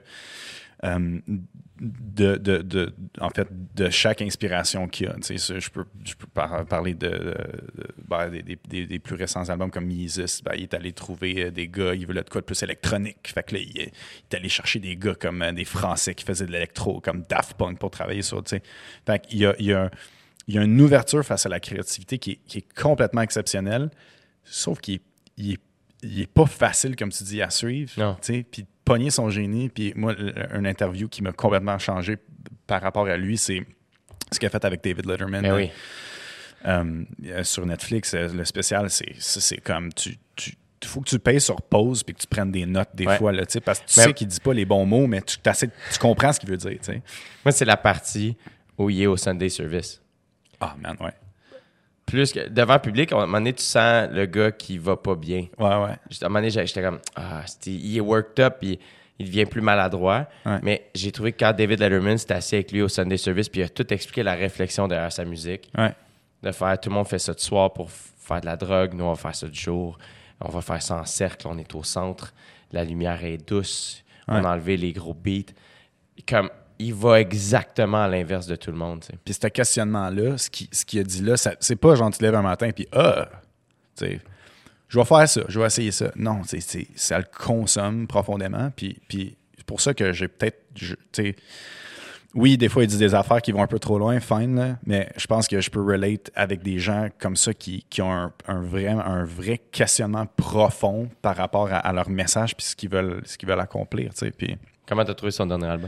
en fait, de chaque inspiration qu'il y a. Tu sais, je peux parler des plus récents albums comme Yeezus. Ben, il est allé trouver des gars, il voulait de quoi de plus électronique. Fait que là, il est allé chercher des gars comme des Français qui faisaient de l'électro, comme Daft Punk pour travailler sur, tu sais. Fait qu'il y a une ouverture face à la créativité qui est complètement exceptionnelle, sauf qu'il est pas facile, comme tu dis, à suivre. Non. Puis pogner son génie. Puis moi, une interview qui m'a complètement changé par rapport à lui, c'est ce qu'il a fait avec David Letterman. Mais oui. Sur Netflix, le spécial, c'est comme faut que tu payes sur pause puis que tu prennes des notes des fois, là, parce que tu sais qu'il dit pas les bons mots, mais tu comprends ce qu'il veut dire. T'sais. Moi, c'est la partie où il est au Sunday Service. Ah, man, ouais. Plus que devant le public, à un moment donné, tu sens le gars qui va pas bien. Ouais. À un moment donné, j'étais comme, il est worked up, il devient plus maladroit. Ouais. Mais j'ai trouvé que quand David Letterman s'est assis avec lui au Sunday Service, puis il a tout expliqué la réflexion derrière sa musique. Ouais. De faire, tout le monde fait ça de soir pour faire de la drogue, nous on va faire ça de jour. On va faire ça en cercle, on est au centre, la lumière est douce, on a enlevé les gros beats. Comme, il va exactement à l'inverse de tout le monde. T'sais. Puis ce questionnement-là, ce qu'il a dit là, c'est pas genre tu te lèves un matin puis tu sais, je vais faire ça, je vais essayer ça. Non, ça le consomme profondément. Puis c'est pour ça que j'ai peut-être, tu sais, oui, des fois, ils disent des affaires qui vont un peu trop loin, fine, là, mais je pense que je peux relate avec des gens comme ça qui ont un vrai questionnement profond par rapport à leur message puis ce qu'ils veulent accomplir. Tu sais, puis... Comment t'as trouvé son dernier album?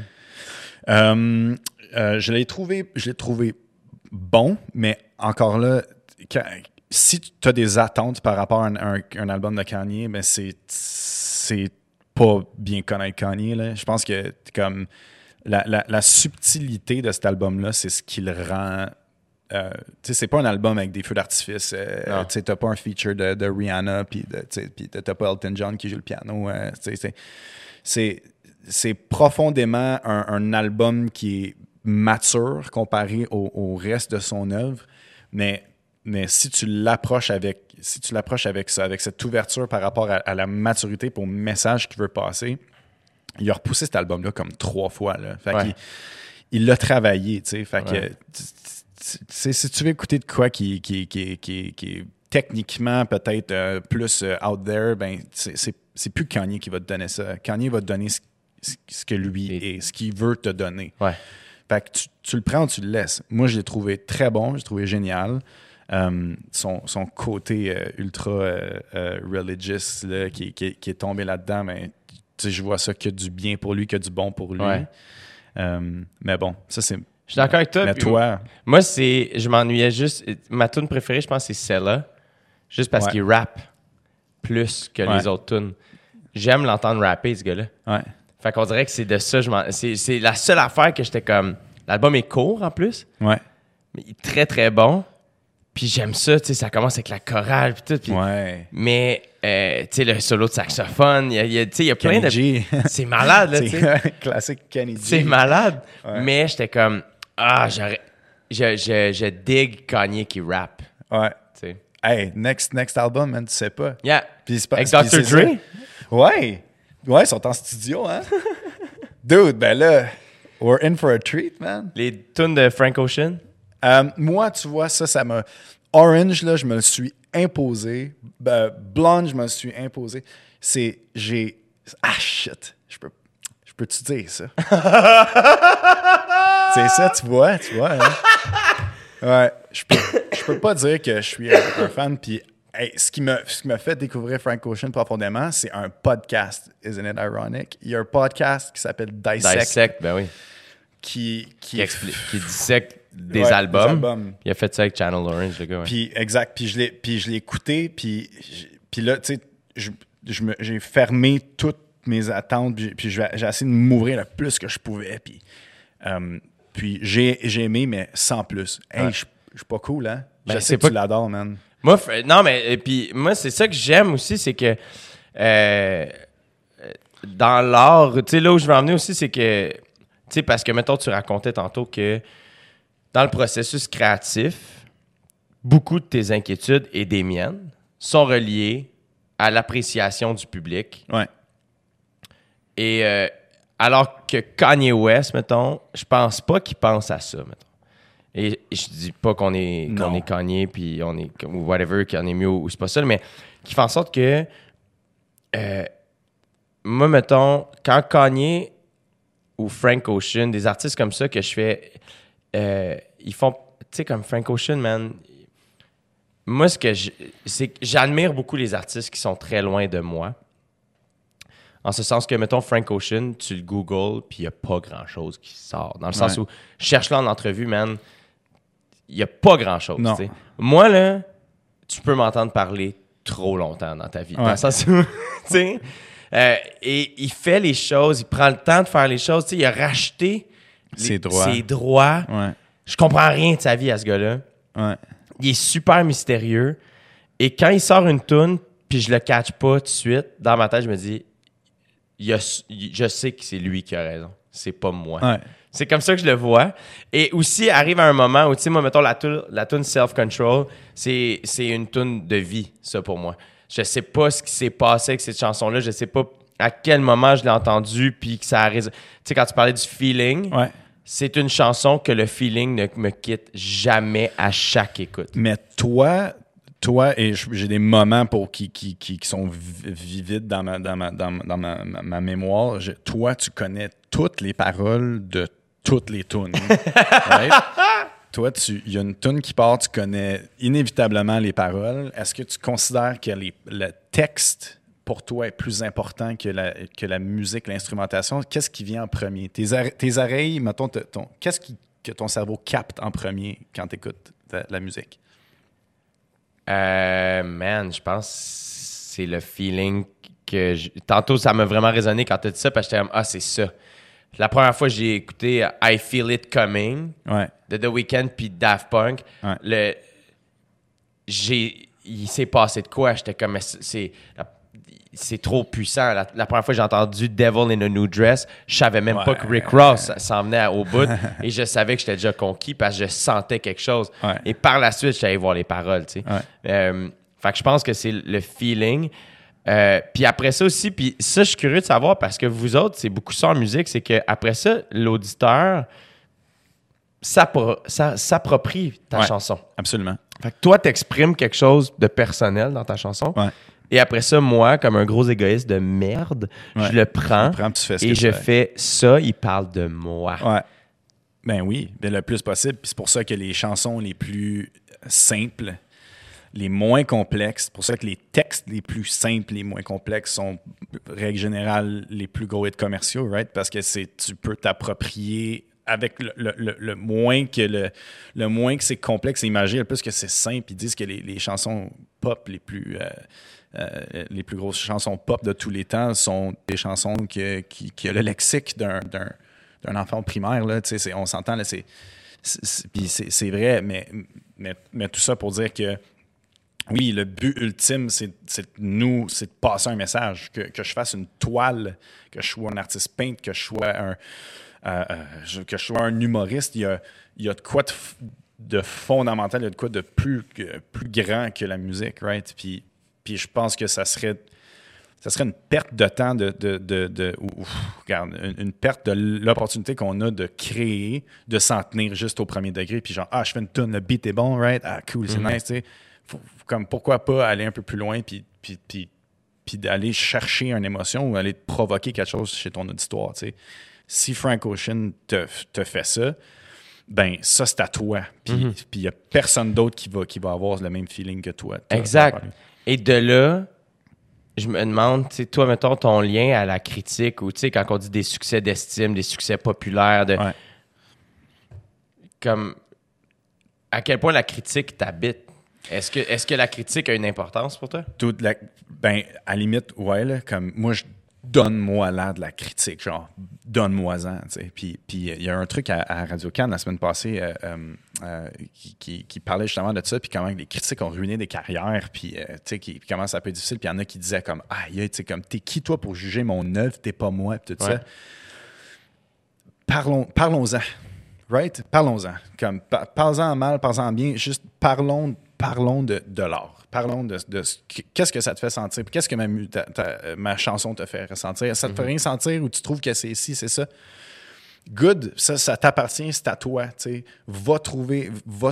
Je l'ai trouvé bon, mais encore là, si tu as des attentes par rapport à un album de Kanye, ben c'est pas bien connaître Kanye. Là. Je pense que comme la subtilité de cet album-là, c'est ce qui le rend c'est pas un album avec des feux d'artifice. Non. Tu sais, t'as pas un feature de Rihanna, puis t'as pas Elton John qui joue le piano. C'est profondément un album qui est mature comparé au reste de son œuvre, mais si tu l'approches avec ça, avec cette ouverture par rapport à la maturité pour le message qu'il veut passer, il a repoussé cet album-là comme 3 fois. Là. Fait il l'a travaillé, tu sais. Fait que si tu veux écouter de quoi qui est techniquement peut-être plus out there, ben c'est plus Kanye qui va te donner ça. Kanye va te donner ce que lui est, ce qu'il veut te donner. Ouais. Fait que tu le prends ou tu le laisses. Moi, je l'ai trouvé très bon, je l'ai trouvé génial. Son côté ultra religious là, qui est tombé là-dedans, mais je vois ça que du bien pour lui, que du bon pour lui. Ouais. Mais bon, ça c'est... Je suis d'accord avec toi. Mais toi... Moi, je m'ennuyais juste... Ma tune préférée, je pense, c'est celle-là. Juste parce qu'il rappe plus que les autres tunes. J'aime l'entendre rapper, ce gars-là. Ouais. Fait qu'on dirait que c'est de ça, c'est la seule affaire que j'étais comme... L'album est court, en plus. Ouais. Mais il est très, très bon. Puis j'aime ça, tu sais, ça commence avec la chorale, puis tout. Puis, mais, tu sais, le solo de saxophone, il y a plein de... G. C'est malade, là, tu sais. Classique Kenny G. C'est malade. Ouais. Mais j'étais comme... je dig Kanye qui rappe. Ouais. Tu sais. Hey, next album, man, tu sais pas. Yeah. Puis c'est pas, avec Dr. Dre? Ouais. Ouais, ils sont en studio, hein. Dude, ben là, we're in for a treat, man. Les tunes de Frank Ocean? Moi, tu vois, ça m'a... Orange, là, je me le suis imposé. Blonde, je me le suis imposé. Ah, shit. Je peux-tu dire ça? C'est ça, tu vois, hein? Ouais. Je peux pas dire que je suis un fan, puis hey, ce qui m'a fait découvrir Frank Ocean profondément, c'est un podcast. Isn't it ironic? Il y a un podcast qui s'appelle Dissect. Ben oui. Qui dissecte des albums. Il a fait ça avec Channel Orange, le gars. Ouais. Puis, exact. Puis je l'ai écouté, puis là, tu sais, j'ai fermé toutes mes attentes, puis j'ai essayé de m'ouvrir le plus que je pouvais, puis j'ai aimé, mais sans plus. Hey, je suis pas cool, hein? Ben, je sais que tu l'adores, man. Moi, non, mais puis moi, c'est ça que j'aime aussi, c'est que dans l'art, tu sais, là où je veux en venir aussi, c'est que, tu sais, parce que, mettons, tu racontais tantôt que dans le processus créatif, beaucoup de tes inquiétudes et des miennes sont reliées à l'appréciation du public. Ouais. Et alors que Kanye West, mettons, je pense pas qu'il pense à ça, mettons. Et je dis pas qu'on est Kanye, puis on est ou whatever, qu'on est mieux, ou c'est pas ça, mais qui fait en sorte que moi, mettons, quand Kanye ou Frank Ocean, des artistes comme ça que je fais, ils font, tu sais, comme Frank Ocean, man, moi, c'est que j'admire beaucoup les artistes qui sont très loin de moi. En ce sens que, mettons, Frank Ocean, tu le googles, puis il n'y a pas grand-chose qui sort. Dans le sens où, cherche-le en entrevue, man, il n'y a pas grand-chose. T'sais. Moi, là, tu peux m'entendre parler trop longtemps dans ta vie. Dans le sens où, tu sais, et il fait les choses, il prend le temps de faire les choses. Tu sais, il a racheté ses droits. Ouais. Je comprends rien de sa vie à ce gars-là. Ouais. Il est super mystérieux. Et quand il sort une toune, puis je le catch pas tout de suite, dans ma tête, je me dis... je sais que c'est lui qui a raison. C'est pas moi. Ouais. C'est comme ça que je le vois. Et aussi, arrive à un moment où, tu sais, moi, mettons, la tune Self-Control, c'est une tune de vie, ça, pour moi. Je sais pas ce qui s'est passé avec cette chanson-là. Je sais pas à quel moment je l'ai entendue, puis que ça a raison. Tu sais, quand tu parlais du feeling, c'est une chanson que le feeling ne me quitte jamais à chaque écoute. Mais toi, et j'ai des moments qui sont vivides dans ma mémoire. Toi, tu connais toutes les paroles de toutes les tunes. Right? Toi, il y a une tune qui part, tu connais inévitablement les paroles. Est-ce que tu considères que le texte, pour toi, est plus important que la musique, l'instrumentation? Qu'est-ce qui vient en premier? Tes oreilles, mettons, qu'est-ce que ton cerveau capte en premier quand tu écoutes la musique? Je pense que c'est le feeling que... Tantôt, ça m'a vraiment résonné quand tu as dit ça, parce que j'étais comme, c'est ça. La première fois, j'ai écouté I Feel It Coming de The Weeknd puis Daft Punk. Ouais. Il s'est passé de quoi? J'étais comme, c'est trop puissant. La première fois que j'ai entendu Devil in a New Dress, je savais même pas que Rick Ross s'en venait au bout et je savais que j'étais déjà conquis parce que je sentais quelque chose. Ouais. Et par la suite, je suis allé voir les paroles. Tu sais. Fait que je pense que c'est le feeling. Puis après ça aussi, puis ça, je suis curieux de savoir parce que vous autres, c'est beaucoup ça en musique, c'est qu'après ça, l'auditeur s'approprie ta chanson. Absolument. Fait que toi, t'exprimes quelque chose de personnel dans ta chanson. Ouais. Et après ça, moi, comme un gros égoïste de merde, je le prends et je fais ça, il parle de moi. Ouais. Ben oui, le plus possible. Puis c'est pour ça que les chansons les plus simples, les moins complexes, c'est pour ça que les textes les plus simples, les moins complexes sont, règle générale, les plus gros hits commerciaux, right? Parce que tu peux t'approprier avec le moins que le moins que c'est complexe et imagé, le plus que c'est simple. Ils disent que les chansons pop les plus grosses chansons pop de tous les temps sont des chansons qui ont le lexique d'un enfant primaire. Là, on s'entend, là, puis c'est vrai, mais tout ça pour dire que oui, le but ultime, c'est de passer un message, que je fasse une toile, que je sois un artiste peintre, que je sois un humoriste. Il y a de quoi de fondamental, il y a de quoi de plus grand que la musique, right? Puis je pense que ça serait une perte de temps regarde, une perte de l'opportunité qu'on a de créer, de s'en tenir juste au premier degré, puis genre, je fais une tune, le beat est bon, right? Ah, cool, c'est nice, tu sais. Comme pourquoi pas aller un peu plus loin, puis d'aller chercher une émotion ou aller provoquer quelque chose chez ton auditoire, tu sais. Si Frank Ocean te fait ça, ben ça, c'est à toi. Puis il n'y a personne d'autre qui va avoir le même feeling que toi. Exact. Et de là, je me demande, tu sais, toi, mettons, ton lien à la critique, ou tu sais, quand on dit des succès d'estime, des succès populaires, comme, à quel point la critique t'habite? Est-ce que la critique a une importance pour toi? Ben, à la limite, ouais, là, comme moi, donne-moi là de la critique, genre, donne-moi-en, tu sais. Puis il y a un truc à Radio-Can la semaine passée qui parlait justement de ça, puis comment les critiques ont ruiné des carrières, puis tu sais, comment ça peut être difficile, puis il y en a qui disaient comme, tu sais, comme, t'es qui toi pour juger mon œuvre, t'es pas moi, puis tout ça. Parlons-en, right? Parlons-en. Comme, parlons-en mal, parlons-en bien, juste parlons de l'art. Parlons de qu'est-ce que ça te fait sentir, puis qu'est-ce que ma chanson te fait ressentir. Ça te fait rien sentir ou tu trouves que c'est ci, c'est ça. Good, ça t'appartient, c'est à toi. T'sais. Va trouver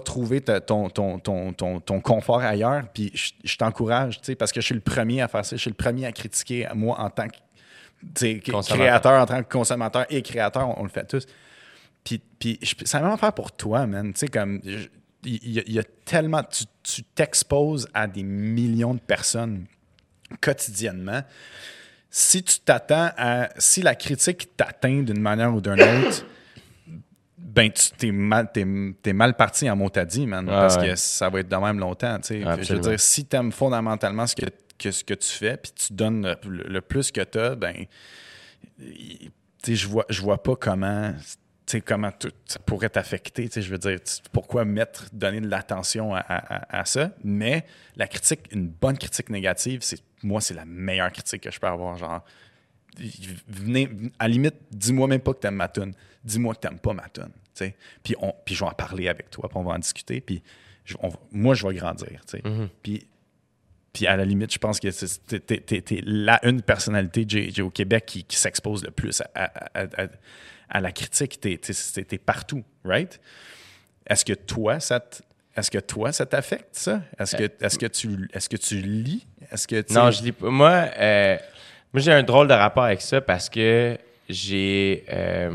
ton confort ailleurs, puis je t'encourage, parce que je suis le premier à faire ça, je suis le premier à critiquer, moi, en tant que créateur, en tant que consommateur et créateur, on le fait tous. Puis ça va même faire pour toi, man. Tu sais, comme... Il y a tellement... Tu t'exposes à des millions de personnes quotidiennement. Si tu t'attends à... Si la critique t'atteint d'une manière ou d'une autre, ben t'es mal parti en motadis, man. Parce que ça va être de même longtemps. Je veux dire, si tu aimes fondamentalement ce que tu fais, puis tu donnes le plus que tu as, ben... Je vois pas comment ça pourrait t'affecter. Je veux dire, pourquoi donner de l'attention à ça? Mais la critique, une bonne critique négative, c'est la meilleure critique que je peux avoir. Genre, venez, à la limite, dis-moi même pas que t'aimes ma toune. Dis-moi que t'aimes pas ma toune. Puis je vais en parler avec toi, puis on va en discuter. Puis moi, je vais grandir. Puis à la limite, je pense que t'es une personnalité au Québec qui s'expose le plus à la critique. T'es partout, right? Est-ce que toi, ça t'affecte, ça? Est-ce que tu lis? Non, je lis pas. Moi, j'ai un drôle de rapport avec ça parce que j'ai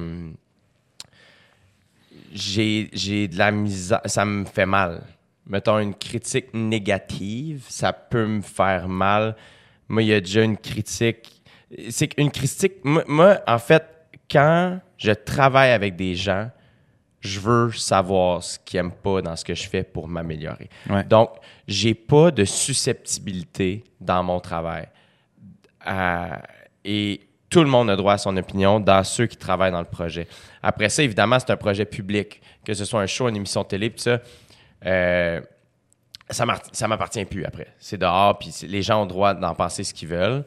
de la misère. Ça me fait mal. Mettons, une critique négative, ça peut me faire mal. Moi, il y a déjà une critique. C'est qu'une critique... Moi, en fait, quand je travaille avec des gens, je veux savoir ce qu'ils n'aiment pas dans ce que je fais pour m'améliorer. Ouais. Donc, j'ai pas de susceptibilité dans mon travail. Et tout le monde a droit à son opinion dans ceux qui travaillent dans le projet. Après ça, évidemment, c'est un projet public, que ce soit un show, une émission de télé, puis ça m'appartient plus après. C'est dehors, puis les gens ont le droit d'en penser ce qu'ils veulent.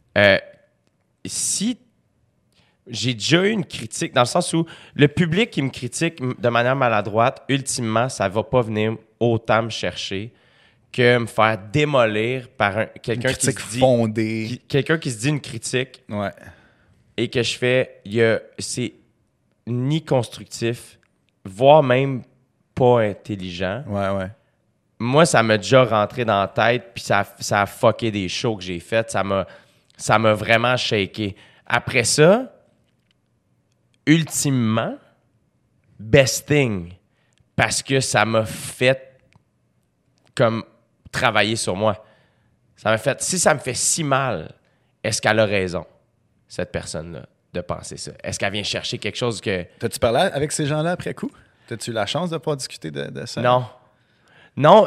Si j'ai déjà eu une critique, dans le sens où le public qui me critique de manière maladroite, ultimement, ça va pas venir autant me chercher que me faire démolir par quelqu'un qui se dit... fondée. Quelqu'un qui se dit une critique Ouais. et que je fais... c'est ni constructif, voire même pas intelligent. Ouais. Moi, ça m'a déjà rentré dans la tête, puis ça a fucké des shows que j'ai faits. Ça m'a vraiment shaké. Après ça, ultimement, best thing, parce que ça m'a fait comme travailler sur moi. Ça m'a fait, si ça me fait si mal, est-ce qu'elle a raison, cette personne-là, de penser ça? Est-ce qu'elle vient chercher quelque chose que... T'as-tu parlé avec ces gens-là après coup? T'as-tu eu la chance de pouvoir discuter de ça? Non,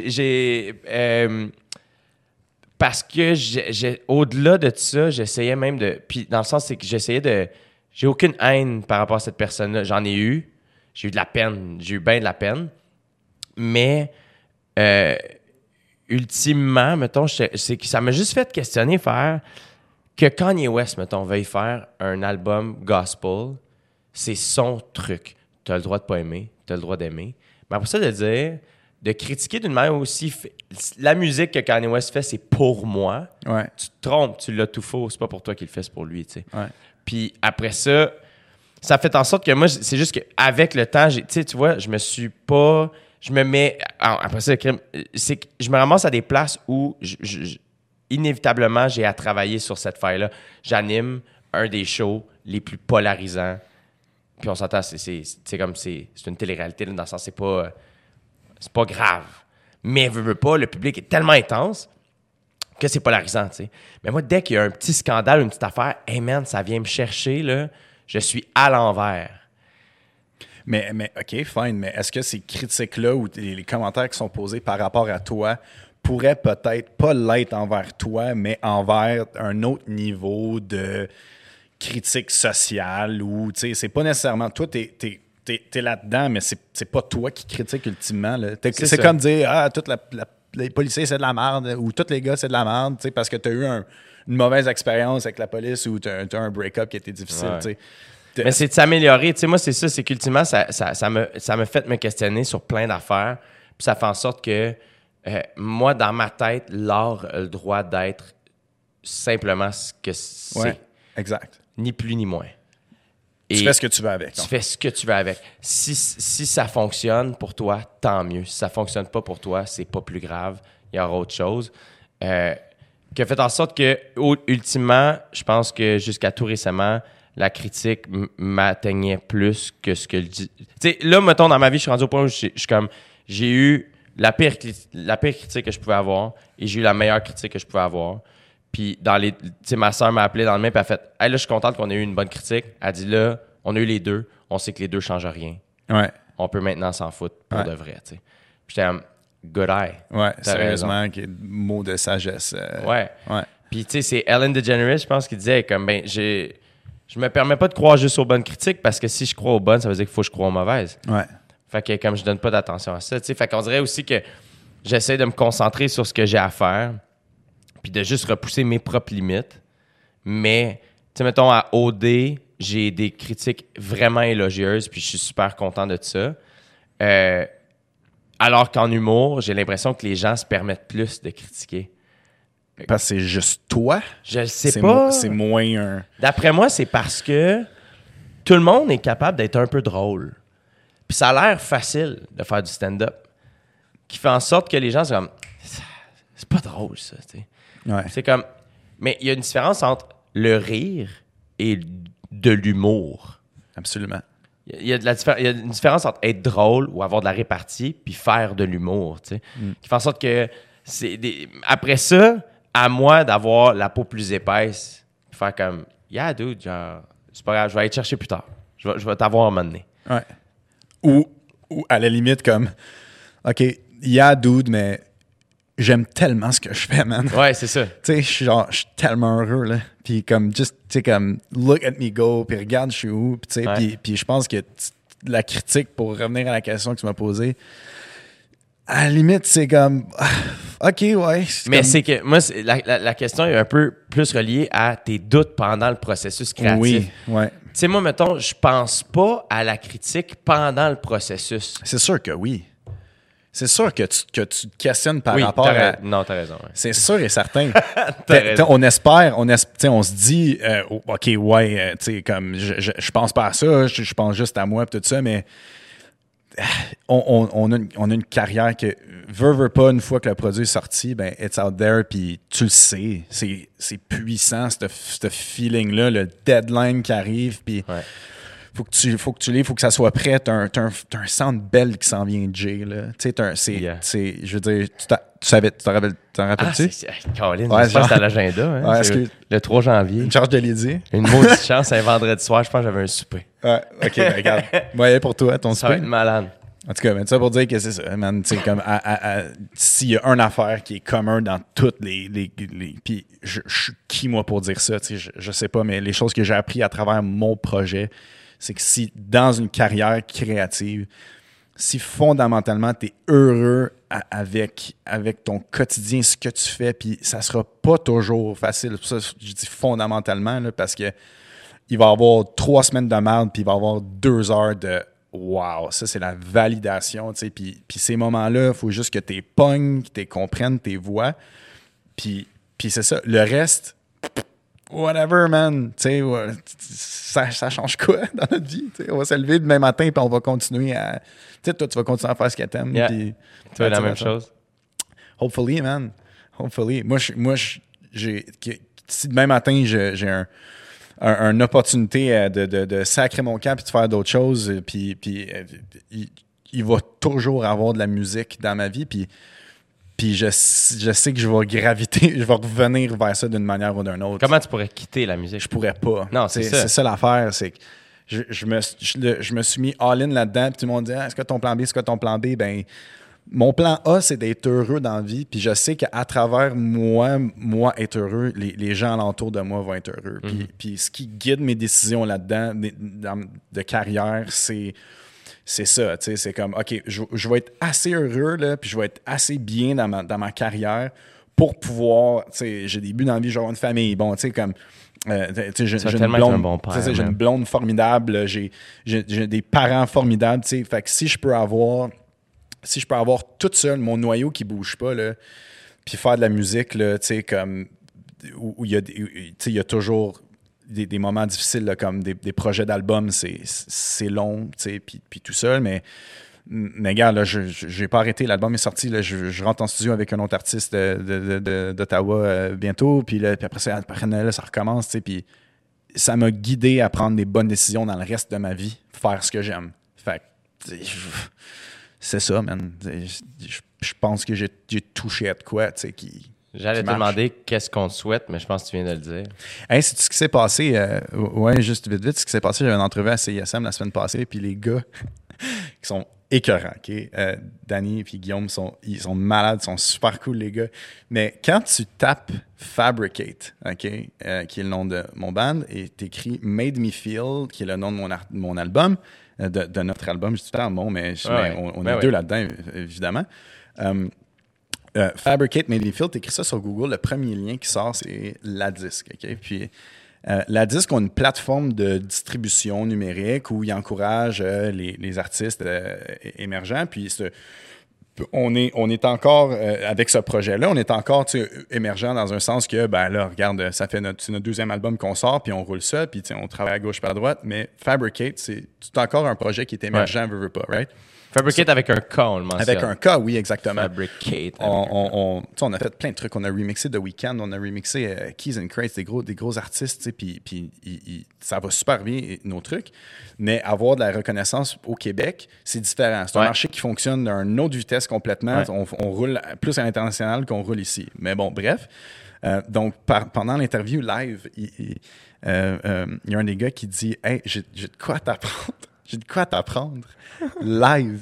parce que au-delà de ça, j'essayais même de... Puis dans le sens, c'est que j'essayais de... J'ai aucune haine par rapport à cette personne-là. J'en ai eu. J'ai eu de la peine. J'ai eu bien de la peine. Mais ultimement, mettons, c'est que ça m'a juste fait questionner, faire que Kanye West, mettons, veuille faire un album gospel, c'est son truc. Tu as le droit de pas aimer, tu as le droit d'aimer. Mais après ça, de critiquer d'une manière aussi... La musique que Kanye West fait, c'est pour moi. Ouais. Tu te trompes, tu l'as tout faux. C'est pas pour toi qu'il le fait, c'est pour lui, tu sais. Ouais. Puis après ça, ça fait en sorte que moi, c'est juste qu'avec le temps, tu vois, je me suis pas... Je me mets... Après ça, c'est que je me ramasse à des places où, inévitablement, j'ai à travailler sur cette faille-là. J'anime un des shows les plus polarisants. Puis on s'entend, c'est une télé-réalité, là, dans le sens, c'est pas grave. Mais veux pas, le public est tellement intense que c'est polarisant, tu sais. Mais moi, dès qu'il y a un petit scandale, une petite affaire, hey man, ça vient me chercher, là, je suis à l'envers. Mais OK, fine, mais est-ce que ces critiques-là ou les commentaires qui sont posés par rapport à toi pourraient peut-être pas l'être envers toi, mais envers un autre niveau de critique sociale ou, tu sais, c'est pas nécessairement... Toi, t'es là-dedans, mais c'est pas toi qui critique ultimement. Là. C'est comme dire, les policiers, c'est de la merde, ou tous les gars, c'est de la merde, parce que tu as eu une mauvaise expérience avec la police ou tu as un break-up qui a été difficile. Ouais. Mais c'est de s'améliorer. Tu sais, moi, c'est ça, c'est qu'ultimement, ça m'a fait me questionner sur plein d'affaires. Puis ça fait en sorte que, moi, dans ma tête, l'art a le droit d'être simplement ce que c'est. Ouais, exact. Ni plus ni moins. Tu fais ce que tu veux avec. Tu fais ce que tu veux avec. Si ça fonctionne pour toi, tant mieux. Si ça fonctionne pas pour toi, c'est pas plus grave. Il y aura autre chose. Qui a fait en sorte que, ultimement, je pense que jusqu'à tout récemment, la critique m'atteignait plus que ce que le dit. Tu sais, là, mettons, dans ma vie, je suis rendu au point où je suis comme... J'ai eu la pire critique que je pouvais avoir et j'ai eu la meilleure critique que je pouvais avoir. Puis, tu sais, ma soeur m'a appelé dans le même, puis elle a fait « Hey, là, je suis contente qu'on ait eu une bonne critique. » Elle dit « Là, on a eu les deux. On sait que les deux ne changent rien. Ouais. On peut maintenant s'en foutre pour de vrai. » tu sais. Puis j'étais comme « Good eye. » Ouais, sérieusement, mot de sagesse. Ouais. Puis, tu sais, c'est Ellen DeGeneres, je pense, qui disait comme « Ben, je me permets pas de croire juste aux bonnes critiques parce que si je crois aux bonnes, ça veut dire qu'il faut que je croie aux mauvaises. » Ouais. Fait que comme je donne pas d'attention à ça, tu sais, fait qu'on dirait aussi que j'essaie de me concentrer sur ce que j'ai à faire puis de juste repousser mes propres limites. Mais, tu sais, mettons, à OD, j'ai des critiques vraiment élogieuses puis je suis super content de ça. Alors qu'en humour, j'ai l'impression que les gens se permettent plus de critiquer. Parce que c'est juste toi? Je le sais pas. C'est moins un... D'après moi, c'est parce que tout le monde est capable d'être un peu drôle. Puis ça a l'air facile de faire du stand-up. Qui fait en sorte que les gens sont comme... C'est pas drôle, ça, tu sais. Ouais. C'est comme... Mais il y a une différence entre le rire et de l'humour. Absolument. Il y a une différence entre être drôle ou avoir de la répartie puis faire de l'humour, tu sais. Qui fait en sorte que... Après ça, à moi d'avoir la peau plus épaisse, faire comme... Yeah, dude, genre... C'est pas grave, je vais aller te chercher plus tard. Je vais t'avoir à un moment donné. Ouais. Ou à la limite, comme, OK, il y a dude, mais j'aime tellement ce que je fais, man. Ouais, c'est ça. Tu sais, je suis tellement heureux, là. Puis comme, tu sais, comme, look at me go, puis regarde, je suis où, puis tu sais, Ouais. puis je pense que la critique, pour revenir à la question que tu m'as posée, à la limite, c'est comme, OK, ouais. Mais comme- c'est que, moi, la question est un peu plus reliée à tes doutes pendant le processus créatif. Oui, ouais. Tu sais, moi, mettons, je pense pas à la critique pendant le processus. C'est sûr que oui. C'est sûr que tu te questionnes par Oui, rapport à... non, t'as raison. Ouais. C'est sûr et certain. raison. On espère, t'sais, on se dit, OK, ouais, tu sais, comme, je pense pas à ça, je pense juste à moi, pis tout ça, mais on a une carrière que, veut pas, une fois que le produit est sorti, ben, it's out there, puis tu le sais. C'est puissant, ce feeling-là, le deadline qui arrive, puis Ouais. faut que tu lis, faut que ça soit prêt. T'as un sound belle qui s'en vient, Jay, là. Tu sais, Yeah. je veux dire, tu savais, t'en Ah, rappelles-tu? Caroline, Ouais, j'espère que genre- c'est à l'agenda. Hein? Ouais, C'est excuse. le 3 janvier. Une charge de Lydie? Une maudite chance, un vendredi soir, je pense que j'avais un souper. Ouais, OK, ben, regarde. Ouais, pour toi, ton Ça va souper. être malade. En tout cas, ben, ça pour dire que c'est ça, man. Tu sais, comme, s'il y a une affaire qui est commun dans toutes les puis je suis qui, moi, pour dire ça? Tu sais, je sais pas, mais les choses que j'ai appris à travers mon projet, c'est que si, dans une carrière créative, si fondamentalement, tu es heureux avec ton quotidien, ce que tu fais, puis ça sera pas toujours facile. Pour ça, je dis fondamentalement, là, parce que il va y avoir 3 semaines de merde, puis il va y avoir 2 heures de wow, ça c'est la validation, tu sais. Puis ces moments-là, il faut juste que tu pognes, que tu comprennes tes voix. Puis c'est ça. Le reste, whatever, man. Tu sais, ouais, ça change quoi dans notre vie? Tu sais, on va se lever demain matin, puis on va continuer à. Tu sais, toi, tu vas continuer à faire ce que t'aimes. Yeah. Puis Tu veux la tu vas même faire. chose? Hopefully, man. Hopefully. Si demain matin, j'ai une opportunité de sacrer mon camp et de faire d'autres choses, puis il va toujours avoir de la musique dans ma vie, puis je sais que je vais graviter, je vais revenir vers ça d'une manière ou d'une autre. Comment tu pourrais quitter la musique? Je pourrais pas. Non, c'est ça. C'est ça l'affaire, c'est que je me suis mis all-in là-dedans, puis tout le monde dit « Est-ce que ton plan B, c'est quoi ton plan B? » Ben, mon plan A, c'est d'être heureux dans la vie, puis je sais qu'à travers moi être heureux, les gens alentour de moi vont être heureux. Puis ce qui guide mes décisions là-dedans, de carrière, c'est ça, tu sais, c'est comme, OK, je vais être assez heureux, là, puis je vais être assez bien dans ma carrière pour pouvoir, tu sais, j'ai des buts dans la vie, j'ai une famille, bon, tu sais, comme, tu sais, j'ai une tellement être un blonde, bon père, tu sais, j'ai man. une blonde formidable, j'ai des parents formidables, tu sais, fait que si je peux avoir tout seul mon noyau qui bouge pas, là, puis faire de la musique, là, tu sais, comme, où il y a, tu sais, il y a toujours des moments difficiles, là, comme des projets d'albums, c'est long, tu sais, puis tout seul, mais regarde, là, j'ai pas arrêté, l'album est sorti, là, je rentre en studio avec un autre artiste d'Ottawa bientôt, puis après ça, là, ça recommence, tu sais, puis ça m'a guidé à prendre des bonnes décisions dans le reste de ma vie, faire ce que j'aime. Fait que, c'est ça, man. Je pense que j'ai touché à de quoi, tu sais, qui J'allais te marche. demander qu'est-ce qu'on te souhaite, mais je pense que tu viens de le dire. Hey, c'est ce qui s'est passé. Ouais, juste vite, ce qui s'est passé, j'avais une entrevue à CISM la semaine passée, puis les gars qui sont écœurants, OK? Danny et Guillaume, ils sont malades, ils sont super cool, les gars. Mais quand tu tapes Fabricate, OK, qui est le nom de mon band, et t'écris Made Me Feel, qui est le nom de mon album, de notre album, je dis tout le temps bon, mais on est deux là-dedans, évidemment. Fabricate Made Me Feel, t'écris ça sur Google, le premier lien qui sort, c'est La Disque, OK? Puis La Disque a une plateforme de distribution numérique où il encourage les artistes émergents. Puis on est encore, avec ce projet-là, on est encore émergent dans un sens que, ben là, regarde, c'est notre deuxième album qu'on sort, puis on roule ça, puis on travaille à gauche par à droite. Mais Fabricate, c'est encore un projet qui est émergent, veut pas, right? Fabricate avec un K, on le mentionne. Avec un K, oui, exactement. Fabricate. On a fait plein de trucs. On a remixé The Weeknd, on a remixé Keys and Crates, des gros artistes, puis ça va super bien, nos trucs. Mais avoir de la reconnaissance au Québec, c'est différent. C'est un marché qui fonctionne à une autre vitesse complètement. Ouais. On roule plus à l'international qu'on roule ici. Mais bon, bref. Donc, pendant l'interview live, il y a un des gars qui dit « Hey, j'ai de quoi t'apprendre. J'ai de quoi t'apprendre live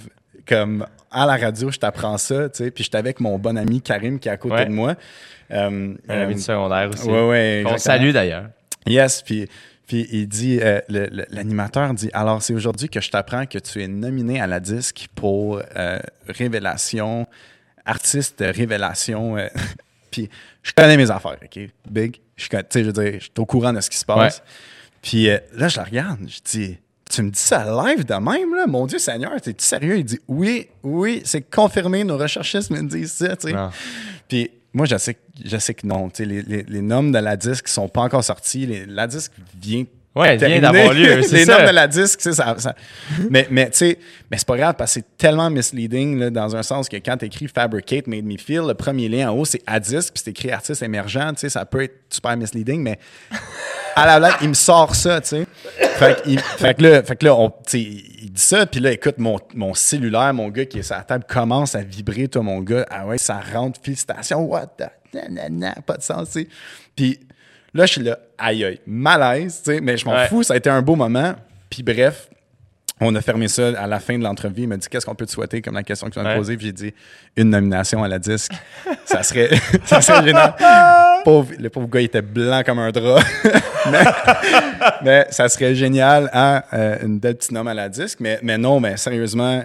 comme à la radio, je t'apprends ça, tu sais. Puis j'étais avec mon bon ami Karim qui est à côté de moi. Un ami du secondaire aussi. Ouais, on salue d'ailleurs. Yes, puis il dit, l'animateur dit, alors c'est aujourd'hui que je t'apprends que tu es nominé à la disque pour révélation, artiste révélation. Puis je connais mes affaires, OK? Big. Tu sais, je veux dire, je suis au courant de ce qui se passe. Ouais. Puis là, je la regarde, je dis, tu me dis ça live de même, là? Mon Dieu Seigneur, t'es-tu sérieux? Il dit, oui, c'est confirmé, nos recherchistes me disent ça, tu sais. Puis moi, je sais que non. Tu sais, les normes de la disque sont pas encore sorties. La disque vient. Ouais, elle vient d'avoir lieu. Les normes de la disque, tu sais, ça. Mais tu sais, c'est pas grave parce que c'est tellement misleading là, dans un sens que quand tu écris Fabricate Made Me Feel, le premier lien en haut, c'est à disque, puis c'est écrit artiste émergent. Tu sais, ça peut être super misleading, mais à la blague, il me sort ça, tu sais. Fait que là, il dit ça, puis là, écoute, mon cellulaire, mon gars qui est sur la table, commence à vibrer, toi, mon gars. Ah ouais, ça rentre, félicitations, what the... pas de sens, tu sais. Puis là, je suis là, aïe, malaise, tu sais, mais je m'en fous, ça a été un beau moment. Puis bref, on a fermé ça à la fin de l'entrevue. Il m'a dit, qu'est-ce qu'on peut te souhaiter, comme la question que tu m'as posée. Puis j'ai dit, une nomination à la disque. ça serait génial. Le pauvre gars, il était blanc comme un drap. mais ça serait génial, hein, une belle petite nomme à la disque. Mais non, mais sérieusement,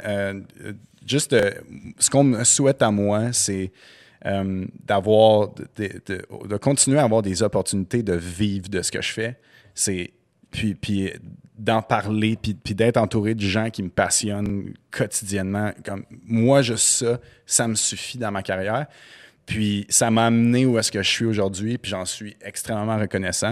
ce qu'on me souhaite à moi, c'est d'avoir, de continuer à avoir des opportunités de vivre de ce que je fais. Puis d'en parler, puis d'être entouré de gens qui me passionnent quotidiennement. Comme moi, juste ça me suffit dans ma carrière. Puis ça m'a amené où est-ce que je suis aujourd'hui, puis j'en suis extrêmement reconnaissant.